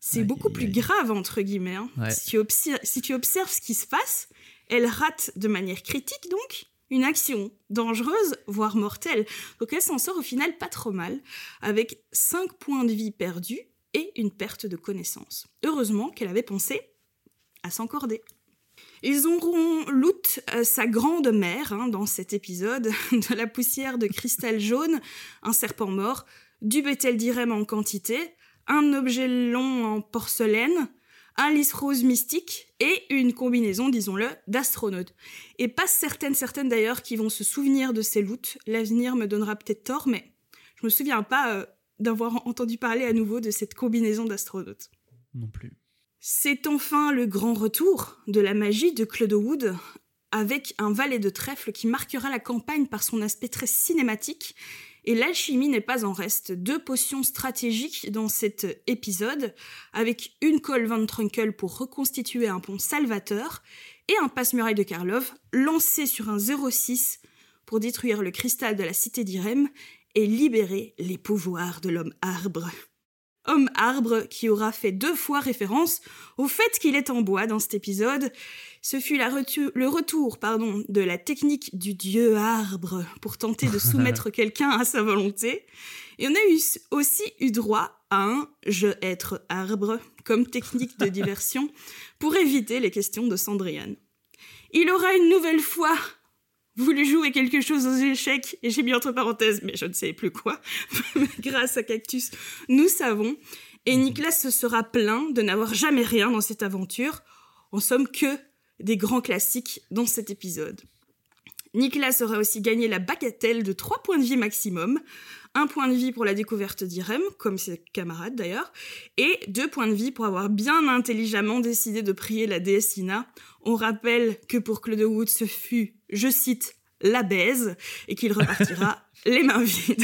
C'est beaucoup plus grave, entre guillemets. Hein. Ouais. Si tu observes ce qui se passe, elle rate de manière critique, donc, une action dangereuse, voire mortelle. Donc elle s'en sort au final pas trop mal, avec 5 points de vie perdus et une perte de connaissance. Heureusement qu'elle avait pensé à s'encorder. Ils auront loot sa grande mère dans cet épisode, de la poussière de cristal jaune, un serpent mort, du bétel d'Irem en quantité, un objet long en porcelaine, un lys rose mystique et une combinaison, disons-le, d'astronautes. Et pas certaines d'ailleurs qui vont se souvenir de ces loots. L'avenir me donnera peut-être tort, mais je me souviens pas d'avoir entendu parler à nouveau de cette combinaison d'astronautes. Non plus. C'est enfin le grand retour de la magie de Claude Wood, avec un valet de trèfle qui marquera la campagne par son aspect très cinématique. Et l'alchimie n'est pas en reste. 2 potions stratégiques dans cet épisode, avec une colle Van Trunkel pour reconstituer un pont salvateur, et un passe-muraille de Karlov lancé sur un 0,6 pour détruire le cristal de la cité d'Irem et libérer les pouvoirs de l'homme arbre. Homme arbre qui aura fait 2 fois référence au fait qu'il est en bois dans cet épisode. Ce fut le retour de la technique du dieu arbre pour tenter de soumettre quelqu'un à sa volonté. Et on a aussi eu droit à un « je être arbre » comme technique de diversion pour éviter les questions de Sandrian. Il aura une nouvelle fois voulu jouer quelque chose aux échecs, et j'ai mis entre parenthèses, mais je ne sais plus quoi, grâce à Cactus, nous savons, et Nicolas se sera plaint de n'avoir jamais rien dans cette aventure, en somme que des grands classiques dans cet épisode. Nicolas aura aussi gagné la bagatelle de 3 points de vie maximum, 1 point de vie pour la découverte d'Irem, comme ses camarades d'ailleurs, et 2 points de vie pour avoir bien intelligemment décidé de prier la déesse Ina. On rappelle que pour Claude Wood, ce fut, je cite, la baise, et qu'il repartira les mains vides.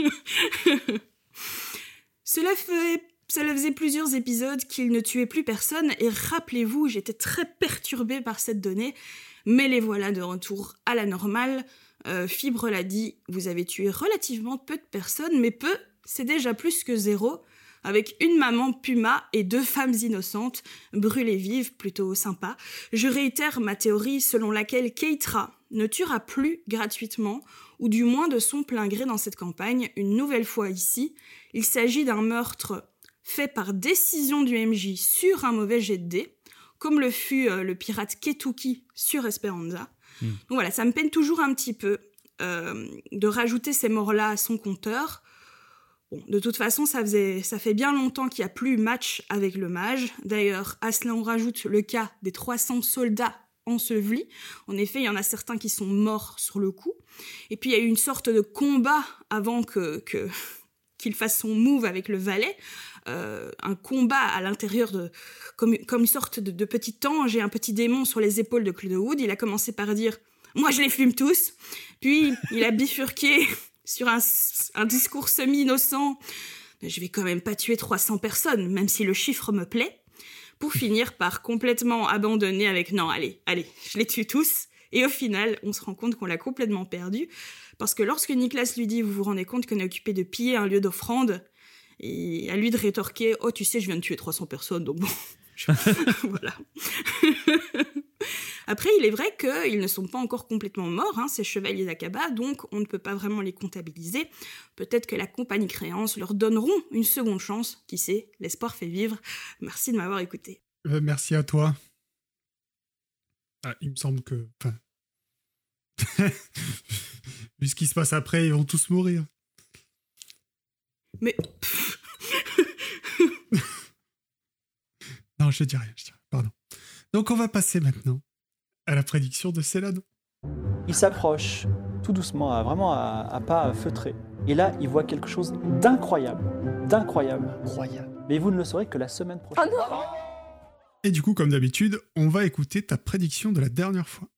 Cela faisait plusieurs épisodes qu'il ne tuait plus personne, et rappelez-vous, j'étais très perturbée par cette donnée, mais les voilà de retour à la normale. Fibre l'a dit, vous avez tué relativement peu de personnes, mais peu, c'est déjà plus que 0, avec une maman puma et 2 femmes innocentes, brûlées vives, plutôt sympa. Je réitère ma théorie selon laquelle Keitra ne tuera plus gratuitement, ou du moins de son plein gré dans cette campagne, une nouvelle fois ici. Il s'agit d'un meurtre fait par décision du MJ sur un mauvais jet de dés, comme le fut le pirate Ketuki sur Esperanza. Donc voilà, ça me peine toujours un petit peu de rajouter ces morts-là à son compteur. Bon, de toute façon, ça fait bien longtemps qu'il n'y a plus match avec le mage. D'ailleurs, à cela, on rajoute le cas des 300 soldats ensevelis. En effet, il y en a certains qui sont morts sur le coup. Et puis, il y a eu une sorte de combat avant qu'il fasse son move avec le valet. Un combat à l'intérieur comme une sorte de petit ange et un petit démon sur les épaules de Claude Wood. Il a commencé par dire « Moi, je les fume tous !» Puis, il a bifurqué sur un discours semi-innocent. Je vais quand même pas tuer 300 personnes, même si le chiffre me plaît. Pour finir par complètement abandonner avec non, allez, je les tue tous. Et au final, on se rend compte qu'on l'a complètement perdu. Parce que lorsque Nicolas lui dit, vous vous rendez compte qu'on est occupé de piller un lieu d'offrande, et à lui de rétorquer, oh, tu sais, je viens de tuer 300 personnes, donc bon. Voilà. Après, il est vrai qu'ils ne sont pas encore complètement morts, ces chevaliers d'Aqaba, donc on ne peut pas vraiment les comptabiliser. Peut-être que la compagnie créance leur donneront une seconde chance. Qui sait, l'espoir fait vivre. Merci de m'avoir écouté. Merci à toi. Il me semble que... vu ce qui se passe après, ils vont tous mourir. Mais... Non, je dis rien, pardon. Donc on va passer maintenant à la prédiction de Célano. Il s'approche tout doucement, vraiment à pas feutrés. Et là, il voit quelque chose d'incroyable. Mais vous ne le saurez que la semaine prochaine. Oh non! Et du coup, comme d'habitude, on va écouter ta prédiction de la dernière fois.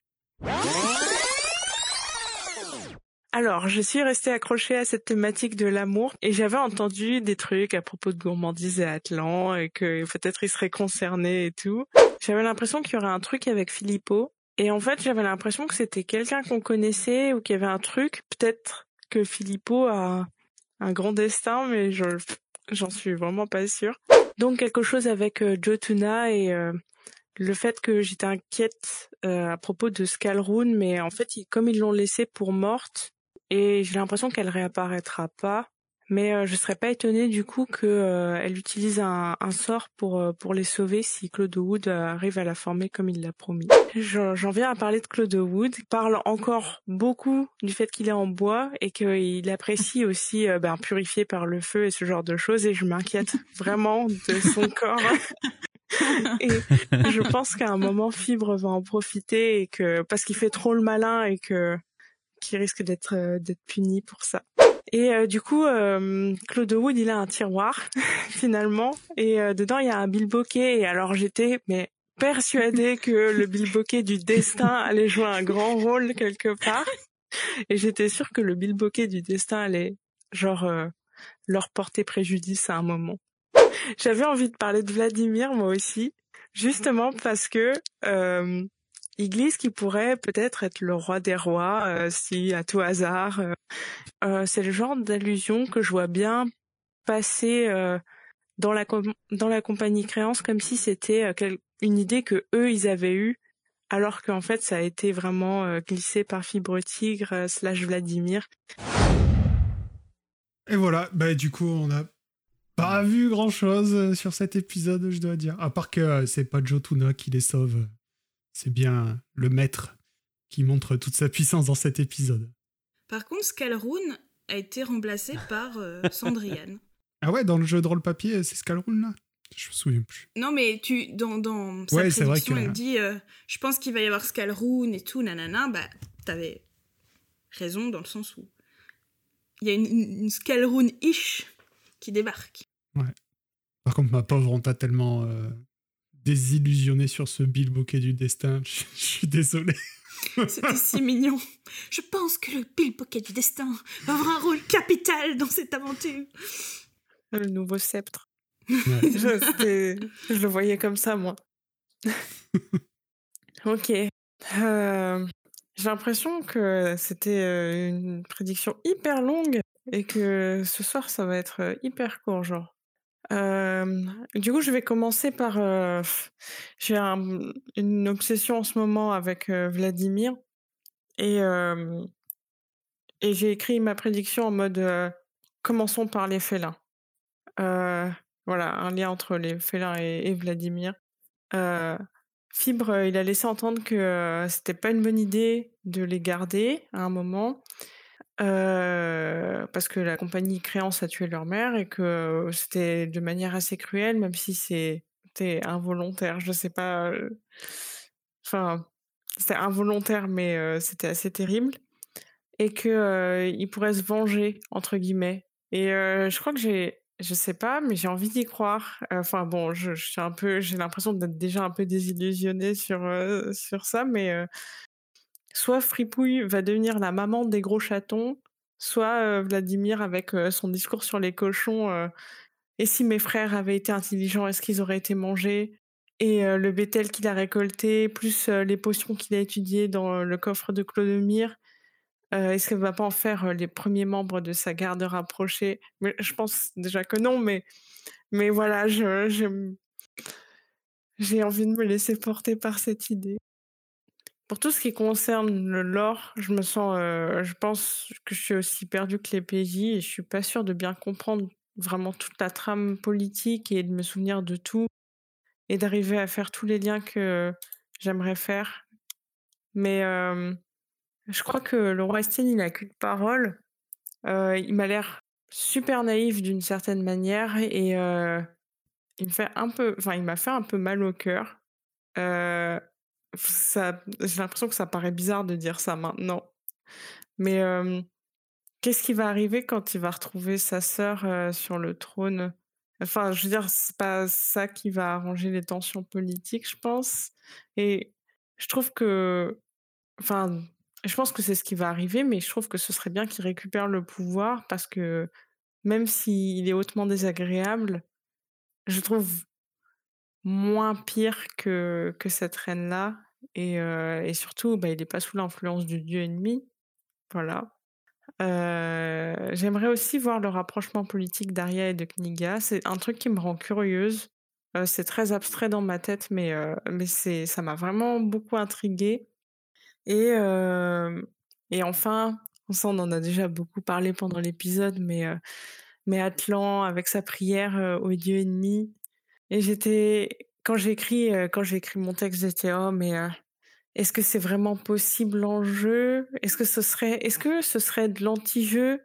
Alors, je suis restée accrochée à cette thématique de l'amour et j'avais entendu des trucs à propos de gourmandise et Atlan et que peut-être il serait concerné et tout. J'avais l'impression qu'il y aurait un truc avec Filippo et en fait, j'avais l'impression que c'était quelqu'un qu'on connaissait ou qu'il y avait un truc. Peut-être que Filippo a un grand destin, mais j'en suis vraiment pas sûre. Donc quelque chose avec Jotuna et le fait que j'étais inquiète à propos de Scalrune, mais en fait, comme ils l'ont laissée pour morte, et j'ai l'impression qu'elle réapparaîtra pas, mais je serais pas étonnée du coup que elle utilise un sort pour les sauver si Claude Wood arrive à la former comme il l'a promis. J'en viens à parler de Claude Wood. Il parle encore beaucoup du fait qu'il est en bois et qu'il apprécie aussi purifié par le feu et ce genre de choses, et je m'inquiète vraiment de son corps. Et je pense qu'à un moment, Fibre va en profiter et que parce qu'il fait trop le malin et qu'il risque d'être puni pour ça. Et du coup, Claude Wood, il a un tiroir finalement, et dedans il y a un bilboquet. Et alors j'étais persuadée que le bilboquet du destin allait jouer un grand rôle quelque part. Et j'étais sûre que le bilboquet du destin allait leur porter préjudice à un moment. J'avais envie de parler de Vladimir, moi aussi, justement parce que il glisse qu'il pourrait peut-être être le roi des rois, si à tout hasard. C'est le genre d'allusion que je vois bien passer dans la compagnie Créance, comme si c'était une idée que eux ils avaient eue, alors qu'en fait ça a été vraiment glissé par Fibre Tigre / Vladimir. Et voilà, du coup, on n'a pas vu grand-chose sur cet épisode, je dois dire. À part que c'est pas Jotuna qui les sauve, c'est bien le maître qui montre toute sa puissance dans cet épisode. Par contre, Scalrune a été remplacé par Sandriane. Ah ouais, dans le jeu de rôle papier, c'est Scalrune là ? Je me souviens plus. Non, mais dans sa Ouais, c'est vrai prédiction, que- elle dit je pense qu'il va y avoir Scalrune et tout, nanana. Bah, t'avais raison dans le sens où il y a une Scalrune-ish qui débarque. Ouais. Par contre, ma pauvre, on t'a tellement désillusionné sur ce bilboquet du destin. Je suis désolé. C'était si mignon. Je pense que le bilboquet du destin va avoir un rôle capital dans cette aventure. Le nouveau sceptre. Ouais. Je le voyais comme ça, moi. Ok. J'ai l'impression que c'était une prédiction hyper longue et que ce soir, ça va être hyper court, genre. Du coup, je vais commencer par... j'ai une obsession en ce moment avec Vladimir et j'ai écrit ma prédiction en mode commençons par les félins. Voilà, un lien entre les félins et Vladimir. Fibre, il a laissé entendre que c'était pas une bonne idée de les garder à un moment, parce que la compagnie Créance a tué leur mère et que c'était de manière assez cruelle, même si c'était involontaire. Je sais pas, enfin, c'était involontaire, mais c'était assez terrible, et que il pourrait se venger entre guillemets. Et je crois que je sais pas, mais j'ai envie d'y croire. Enfin bon, je suis j'ai l'impression d'être déjà un peu désillusionnée sur ça, mais soit Fripouille va devenir la maman des gros chatons, soit Vladimir avec son discours sur les cochons. Et si mes frères avaient été intelligents, est-ce qu'ils auraient été mangés? Et le bétel qu'il a récolté, plus les potions qu'il a étudiées dans le coffre de Clodomir, est-ce qu'elle va pas en faire les premiers membres de sa garde rapprochée? Mais je pense déjà que non, mais voilà, j'ai envie de me laisser porter par cette idée. Pour tout ce qui concerne le lore, je pense que je suis aussi perdue que les PJ et je suis pas sûre de bien comprendre vraiment toute la trame politique et de me souvenir de tout et d'arriver à faire tous les liens que j'aimerais faire. Mais je crois que le roi Estienne, il a qu'une parole. Il m'a l'air super naïf d'une certaine manière et il m'a fait un peu mal au cœur. Heu, j'ai l'impression que ça paraît bizarre de dire ça maintenant, mais qu'est-ce qui va arriver quand il va retrouver sa sœur, sur le trône? Enfin, je veux dire, c'est pas ça qui va arranger les tensions politiques, je pense, et je trouve que enfin, je pense que c'est ce qui va arriver, mais je trouve que ce serait bien qu'il récupère le pouvoir parce que même s'il est hautement désagréable, je trouve moins pire que cette reine-là, et surtout, il est pas sous l'influence du dieu ennemi, voilà. J'aimerais aussi voir le rapprochement politique d'Arya et de Kniga. C'est un truc qui me rend curieuse. C'est très abstrait dans ma tête, mais ça m'a vraiment beaucoup intriguée. Et, et enfin, ça on en a déjà beaucoup parlé pendant l'épisode, mais Atlan avec sa prière au dieu ennemi. Et quand j'ai écrit mon texte, j'étais oh mais est-ce que c'est vraiment possible en jeu? Est-ce que ce serait de l'anti-jeu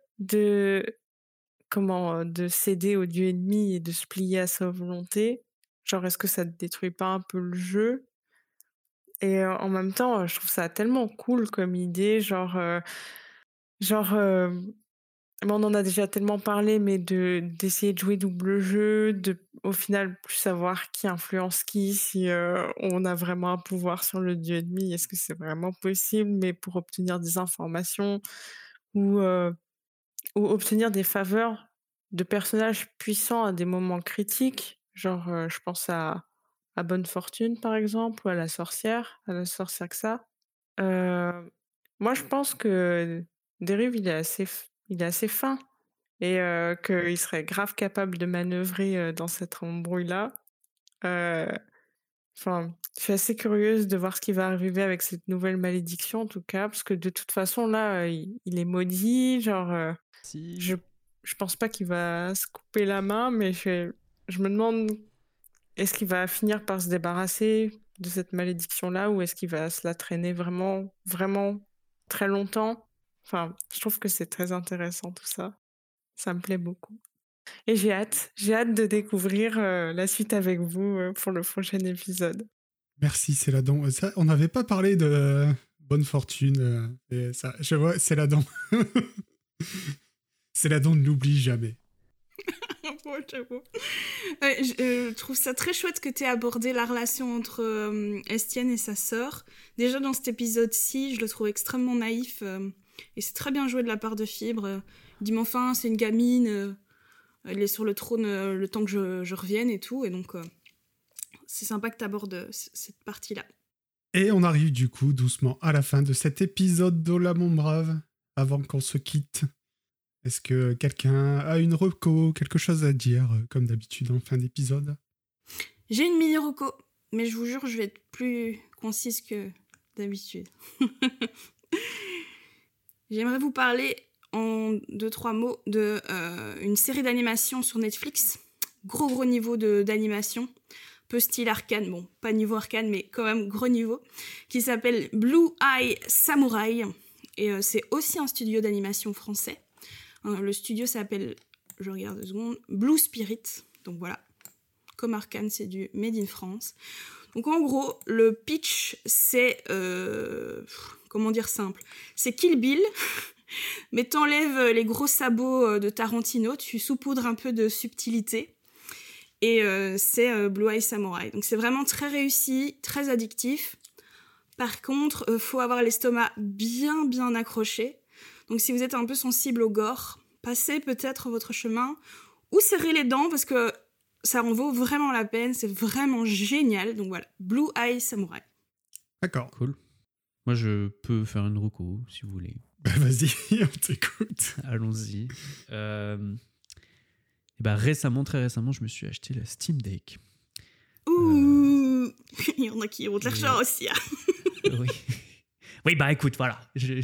de céder au dieu ennemi et de se plier à sa volonté? Genre, est-ce que ça te détruit pas un peu le jeu? Et en même temps, je trouve ça tellement cool comme idée, genre, mais on en a déjà tellement parlé, mais d'essayer de jouer double jeu, au final plus savoir qui influence qui, si on a vraiment un pouvoir sur le dieu ennemi, est-ce que c'est vraiment possible? Mais pour obtenir des informations ou, heu, ou obtenir des faveurs de personnages puissants à des moments critiques, genre, je pense à Bonne Fortune par exemple, ou à la sorcière Xa. Heu, Moi je pense que Dérive il est assez fin. Et qu'il serait grave capable de manœuvrer, dans cette embrouille-là. Heu, enfin, je suis assez curieuse de voir ce qui va arriver avec cette nouvelle malédiction, en tout cas, parce que de toute façon, là, il est maudit, genre, Si. je je pense pas qu'il va se couper la main, mais je me demande, est-ce qu'il va finir par se débarrasser de cette malédiction-là ou est-ce qu'il va se la traîner vraiment, vraiment très longtemps? Enfin, je trouve que c'est très intéressant tout ça. Ça me plaît beaucoup. Et j'ai hâte de découvrir la suite avec vous pour le prochain épisode. Merci, Céladon. Ça, on n'avait pas parlé de Bonne Fortune. Et ça, je vois, Céladon. Céladon ne l'oublie jamais. J'avoue. Ouais, je trouve ça très chouette que tu aies abordé la relation entre Estienne et sa sœur. Déjà dans cet épisode-ci, je le trouve extrêmement naïf et c'est très bien joué de la part de Fibre. Il dit mais enfin, c'est une gamine, elle est sur le trône le temps que je revienne et tout. Et donc, c'est sympa que tu abordes cette partie-là. Et on arrive du coup doucement à la fin de cet épisode d'Ola mon brave. Avant qu'on se quitte, est-ce que quelqu'un a une reco, quelque chose à dire, comme d'habitude en fin d'épisode? J'ai une mini reco, mais je vous jure, je vais être plus concise que d'habitude. J'aimerais vous parler en 2-3 mots de une série d'animation sur Netflix. Gros niveau d'animation. Peu style Arcane, bon, pas niveau Arcane, mais quand même gros niveau. Qui s'appelle Blue Eye Samurai. Et c'est aussi un studio d'animation français. Le studio s'appelle, je regarde 2 secondes, Blue Spirit. Donc voilà, comme Arcane, c'est du Made in France. Donc en gros, le pitch, c'est... comment dire simple? C'est Kill Bill, mais t'enlèves les gros sabots de Tarantino, tu saupoudres un peu de subtilité. Et c'est Blue Eye Samurai. Donc c'est vraiment très réussi, très addictif. Par contre, faut avoir l'estomac bien bien accroché. Donc si vous êtes un peu sensible au gore, passez peut-être votre chemin ou serrez les dents parce que ça en vaut vraiment la peine, c'est vraiment génial. Donc voilà, Blue Eye Samurai. D'accord. Cool. Moi, je peux faire une reco, si vous voulez. Bah vas-y, on t'écoute. Allons-y. Récemment, très récemment, je me suis acheté la Steam Deck. Ouh il y en a qui ont de l'argent aussi. Hein. Oui. Oui, bah écoute, voilà.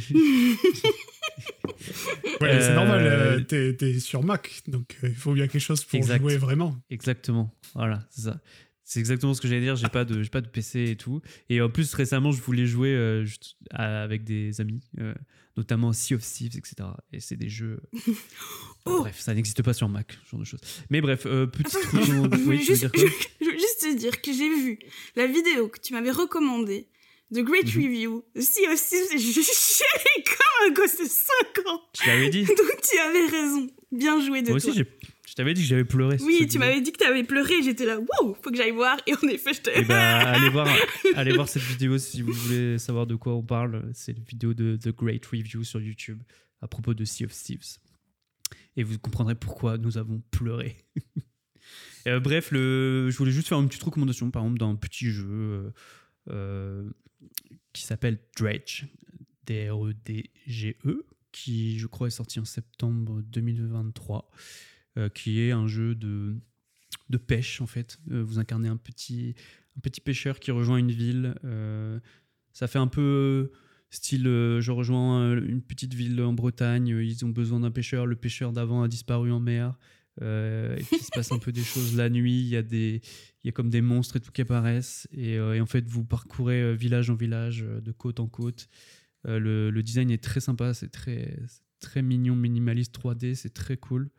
Ouais, c'est normal, t'es sur Mac, donc il faut bien quelque chose pour jouer vraiment. Exactement, voilà, c'est ça. C'est exactement ce que j'allais dire, j'ai pas de PC et tout. Et en plus, récemment, je voulais jouer avec des amis, notamment Sea of Thieves, etc. Et c'est des jeux... Bref, ça n'existe pas sur Mac, ce genre de choses. Mais bref, petit truc... Oui, tu veux dire quoi? Je veux juste te dire que j'ai vu la vidéo que tu m'avais recommandée de Great Review. Sea of Thieves, j'ai chialé comme un gosse de 5 ans. Je t'avais dit. Donc tu avais raison. Bien joué de toi. Moi aussi, je t'avais dit que j'avais pleuré. Oui, tu m'avais dit que t'avais pleuré et j'étais là, wow, faut que j'aille voir. Et en effet, je te... allez voir cette vidéo si vous voulez savoir de quoi on parle. C'est une vidéo de The Great Review sur YouTube à propos de Sea of Thieves. Et vous comprendrez pourquoi nous avons pleuré. Bref, je voulais juste faire une petite recommandation, par exemple, d'un petit jeu qui s'appelle Dredge, D-R-E-D-G-E, qui, je crois, est sorti en septembre 2023, qui est un jeu de pêche, en fait. Vous incarnez un petit pêcheur qui rejoint une ville. Ça fait un peu style, je rejoins une petite ville en Bretagne, ils ont besoin d'un pêcheur, le pêcheur d'avant a disparu en mer. Et puis il se passe un peu des choses la nuit, il y a comme des monstres et tout qui apparaissent. Et en fait, vous parcourez village en village, de côte en côte. Le design est très sympa, c'est très mignon, minimaliste 3D, c'est très cool.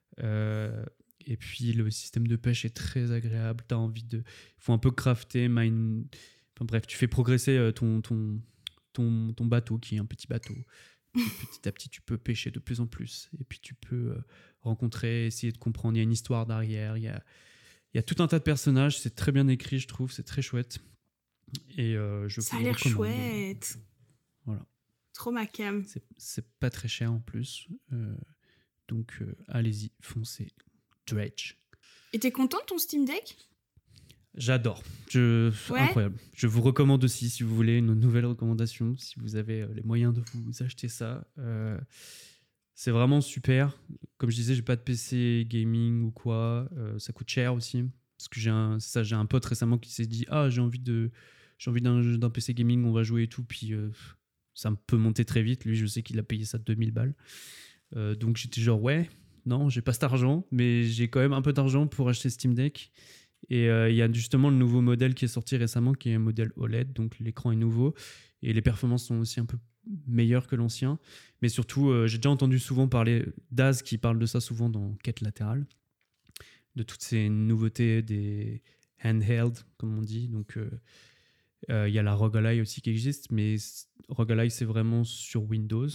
Et puis le système de pêche est très agréable. T'as envie de, il faut un peu crafter, mine. Enfin bref, tu fais progresser ton bateau qui est un petit bateau. Et petit à petit, tu peux pêcher de plus en plus. Et puis tu peux rencontrer, essayer de comprendre. Il y a une histoire derrière. Il y a tout un tas de personnages. C'est très bien écrit, je trouve. C'est très chouette. Et ça a l'air chouette. Voilà. Trop ma cam. C'est pas très cher en plus. Donc allez-y, foncez. Dredge. Et t'es content de ton Steam Deck ? J'adore. Incroyable. Je vous recommande aussi, si vous voulez une nouvelle recommandation, si vous avez les moyens de vous acheter ça. C'est vraiment super. Comme je disais, j'ai pas de PC gaming ou quoi. Ça coûte cher aussi. Parce que j'ai un pote récemment qui s'est dit « Ah, j'ai envie d'un PC gaming, on va jouer et tout. » Puis ça peut monter très vite. Lui, je sais qu'il a payé ça 2000 balles. Donc j'étais genre « Ouais, non, j'ai pas cet argent. Mais j'ai quand même un peu d'argent pour acheter Steam Deck. » Et il y a justement le nouveau modèle qui est sorti récemment, qui est un modèle OLED, donc l'écran est nouveau, et les performances sont aussi un peu meilleures que l'ancien. Mais surtout, j'ai déjà entendu souvent parler, Daz qui parle de ça souvent dans Quête latérale, de toutes ces nouveautés des handheld, comme on dit. Donc il y a la Rogue Ally aussi qui existe, mais Rogue Ally c'est vraiment sur Windows.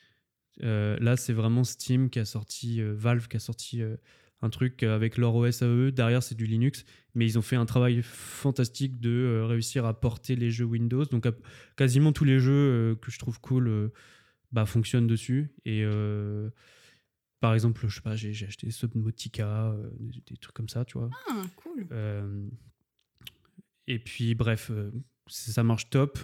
Là c'est vraiment Steam qui a sorti, Valve qui a sorti... un truc avec leur OS à eux, derrière c'est du Linux, mais ils ont fait un travail fantastique de réussir à porter les jeux Windows, donc quasiment tous les jeux que je trouve cool fonctionnent dessus, et par exemple, je sais pas, j'ai acheté Subnautica, des trucs comme ça, tu vois. Ah, cool. Et puis bref, ça marche top,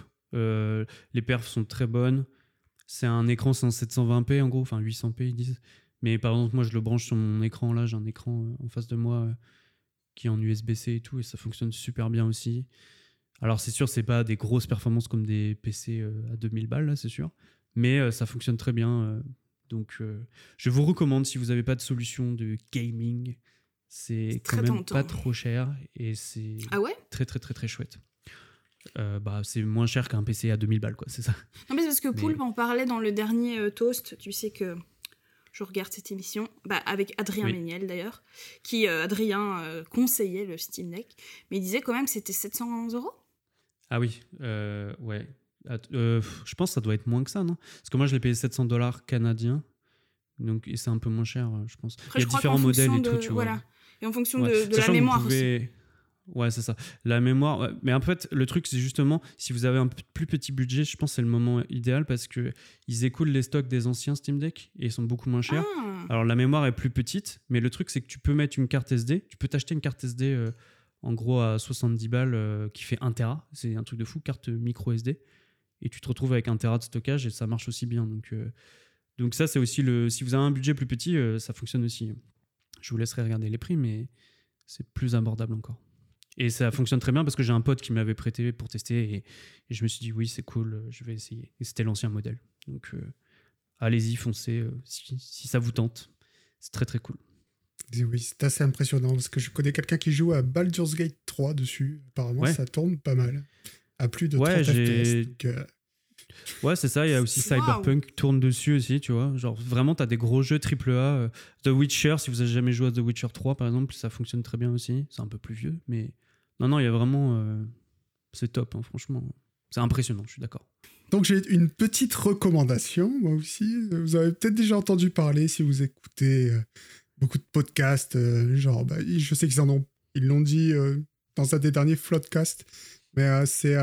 les perfs sont très bonnes, c'est un écran 720p en gros, enfin 800p ils disent. Mais par exemple, moi, je le branche sur mon écran. Là, j'ai un écran en face de moi qui est en USB-C et tout, et ça fonctionne super bien aussi. Alors, c'est sûr, c'est pas des grosses performances comme des PC à 2000 balles, là, c'est sûr. Mais ça fonctionne très bien. Donc, je vous recommande, si vous n'avez pas de solution de gaming, c'est quand même pas trop cher, et c'est très, très, très, très chouette. C'est moins cher qu'un PC à 2000 balles, quoi, c'est ça. Non, mais c'est parce que Poulpe en parlait dans le dernier Toast. Tu sais que... je regarde cette émission, avec Adrien Méniel d'ailleurs, qui, Adrien, conseillait le Steam Deck, mais il disait quand même que c'était 700 €. Ah oui, ouais. Je pense que ça doit être moins que ça, non ? Parce que moi, je l'ai payé 700 $ canadiens, donc, et c'est un peu moins cher, je pense. Après, il y a différents modèles et tout, tu vois. Voilà. Et en fonction de la mémoire aussi. Ouais, c'est ça. La mémoire. Ouais. Mais en fait, le truc, c'est justement, si vous avez un plus petit budget, je pense que c'est le moment idéal parce qu'ils écoulent les stocks des anciens Steam Deck et ils sont beaucoup moins chers. Alors, la mémoire est plus petite, mais le truc, c'est que tu peux mettre une carte SD. Tu peux t'acheter une carte SD en gros à 70 balles qui fait 1 Tera. C'est un truc de fou, carte micro SD. Et tu te retrouves avec 1 Tera de stockage et ça marche aussi bien. Donc ça, c'est aussi si vous avez un budget plus petit, ça fonctionne aussi. Je vous laisserai regarder les prix, mais c'est plus abordable encore. Et ça fonctionne très bien parce que j'ai un pote qui me l'avait prêté pour tester et je me suis dit oui, c'est cool, je vais essayer. Et c'était l'ancien modèle. Donc allez-y, foncez si ça vous tente. C'est très très cool. Et oui, c'est assez impressionnant parce que je connais quelqu'un qui joue à Baldur's Gate 3 dessus. Apparemment, ça tourne pas mal. À plus de 30 FPS. Donc, ouais, c'est ça. Il y a aussi Cyberpunk qui tourne dessus aussi, tu vois. Genre, vraiment, t'as des gros jeux AAA. The Witcher, si vous avez jamais joué à The Witcher 3, par exemple, ça fonctionne très bien aussi. C'est un peu plus vieux, mais... Non, il y a vraiment... c'est top, hein, franchement. C'est impressionnant, je suis d'accord. Donc, j'ai une petite recommandation, moi aussi. Vous avez peut-être déjà entendu parler, si vous écoutez beaucoup de podcasts. Je sais ils l'ont dit dans un des derniers Floodcasts. Mais c'est...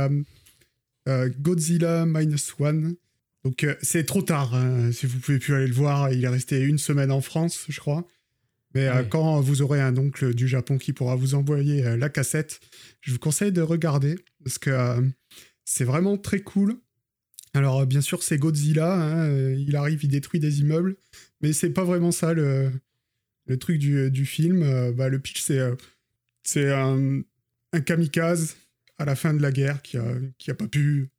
Godzilla -1. Donc c'est trop tard, hein, si vous pouvez plus aller le voir. Il est resté 1 semaine en France, je crois. Mais quand vous aurez un oncle du Japon qui pourra vous envoyer la cassette, je vous conseille de regarder parce que c'est vraiment très cool. Alors, bien sûr, c'est Godzilla. Hein, il arrive, il détruit des immeubles. Mais c'est pas vraiment ça le truc du film. Le pitch, c'est un kamikaze à la fin de la guerre qui a pas pu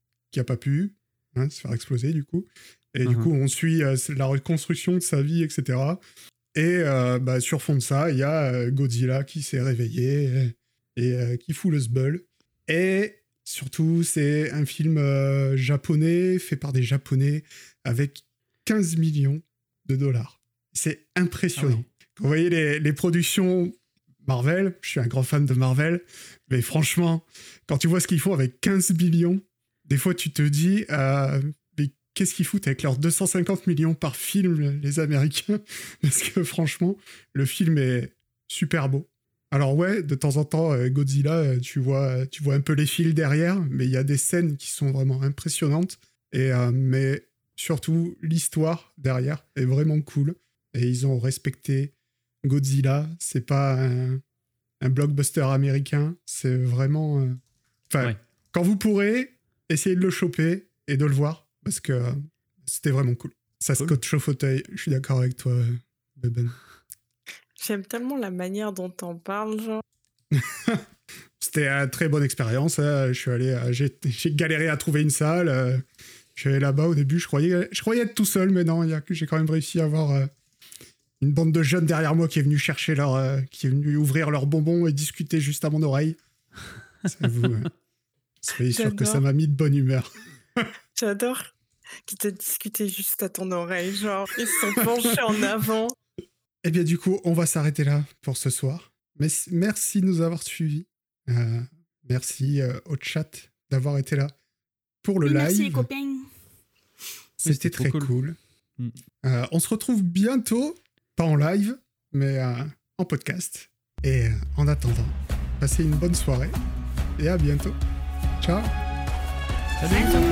se faire exploser, du coup. Et du coup, on suit la reconstruction de sa vie, etc. Et sur fond de ça, il y a Godzilla qui s'est réveillé et qui fout le sbeul. Et surtout, c'est un film japonais, fait par des Japonais, avec 15 millions de dollars. C'est impressionnant. Ah oui. Quand vous voyez les productions Marvel, je suis un grand fan de Marvel, mais franchement, quand tu vois ce qu'ils font avec 15 millions, des fois tu te dis, mais qu'est-ce qu'ils foutent avec leurs 250 millions par film, les Américains? Parce que franchement, le film est super beau. Alors ouais, de temps en temps, Godzilla, tu vois un peu les fils derrière, mais il y a des scènes qui sont vraiment impressionnantes. Mais surtout, l'histoire derrière est vraiment cool. Et ils ont respecté Godzilla. C'est pas un blockbuster américain. C'est vraiment... Quand vous pourrez, essayez de le choper et de le voir, parce que c'était vraiment cool. Ça scotche au fauteuil. Je suis d'accord avec toi, Beben. J'aime tellement la manière dont t'en parles, genre. C'était une très bonne expérience. Hein. Je suis allé, j'ai galéré à trouver une salle. Je suis allé là-bas au début. Je croyais être tout seul, mais non, j'ai quand même réussi à avoir une bande de jeunes derrière moi qui est venue chercher qui est venue ouvrir leurs bonbons et discuter juste à mon oreille. C'est vous. Soyez sûr que ça m'a mis de bonne humeur. J'adore qu'ils te discutaient juste à ton oreille, genre ils se sont penchés en avant. Eh bien, du coup, on va s'arrêter là pour ce soir. Mais merci de nous avoir suivis. Merci au chat d'avoir été là pour le live. Merci les copains. C'était très cool. On se retrouve bientôt, pas en live, mais en podcast. Et en attendant, passez une bonne soirée et à bientôt. Ciao. Salut.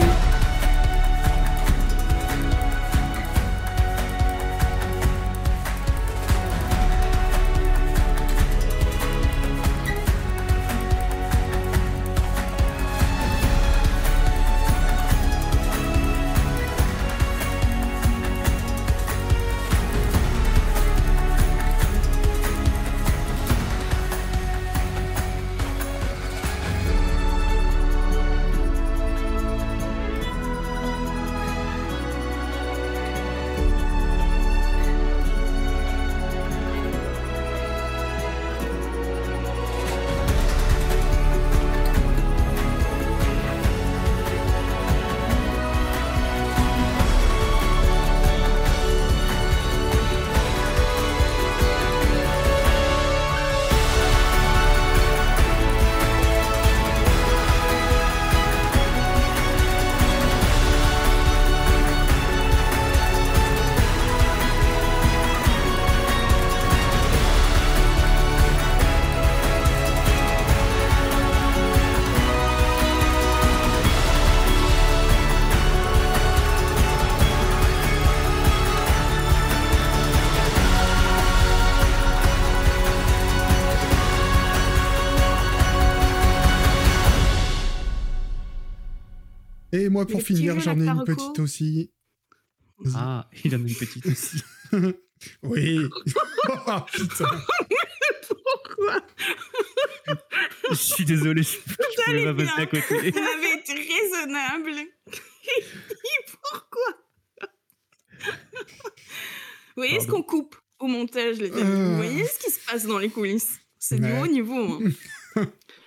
Et moi, pour finir, j'en ai une petite aussi. Ah, il en a une petite aussi. Oui. Oh, putain. Pourquoi? Je suis désolé, je pouvais pas passer à côté. Vous avez été raisonnable. Pourquoi? Vous voyez ce qu'on coupe au montage, les amis? Vous voyez ce qui se passe dans les coulisses? C'est du haut niveau. Hein.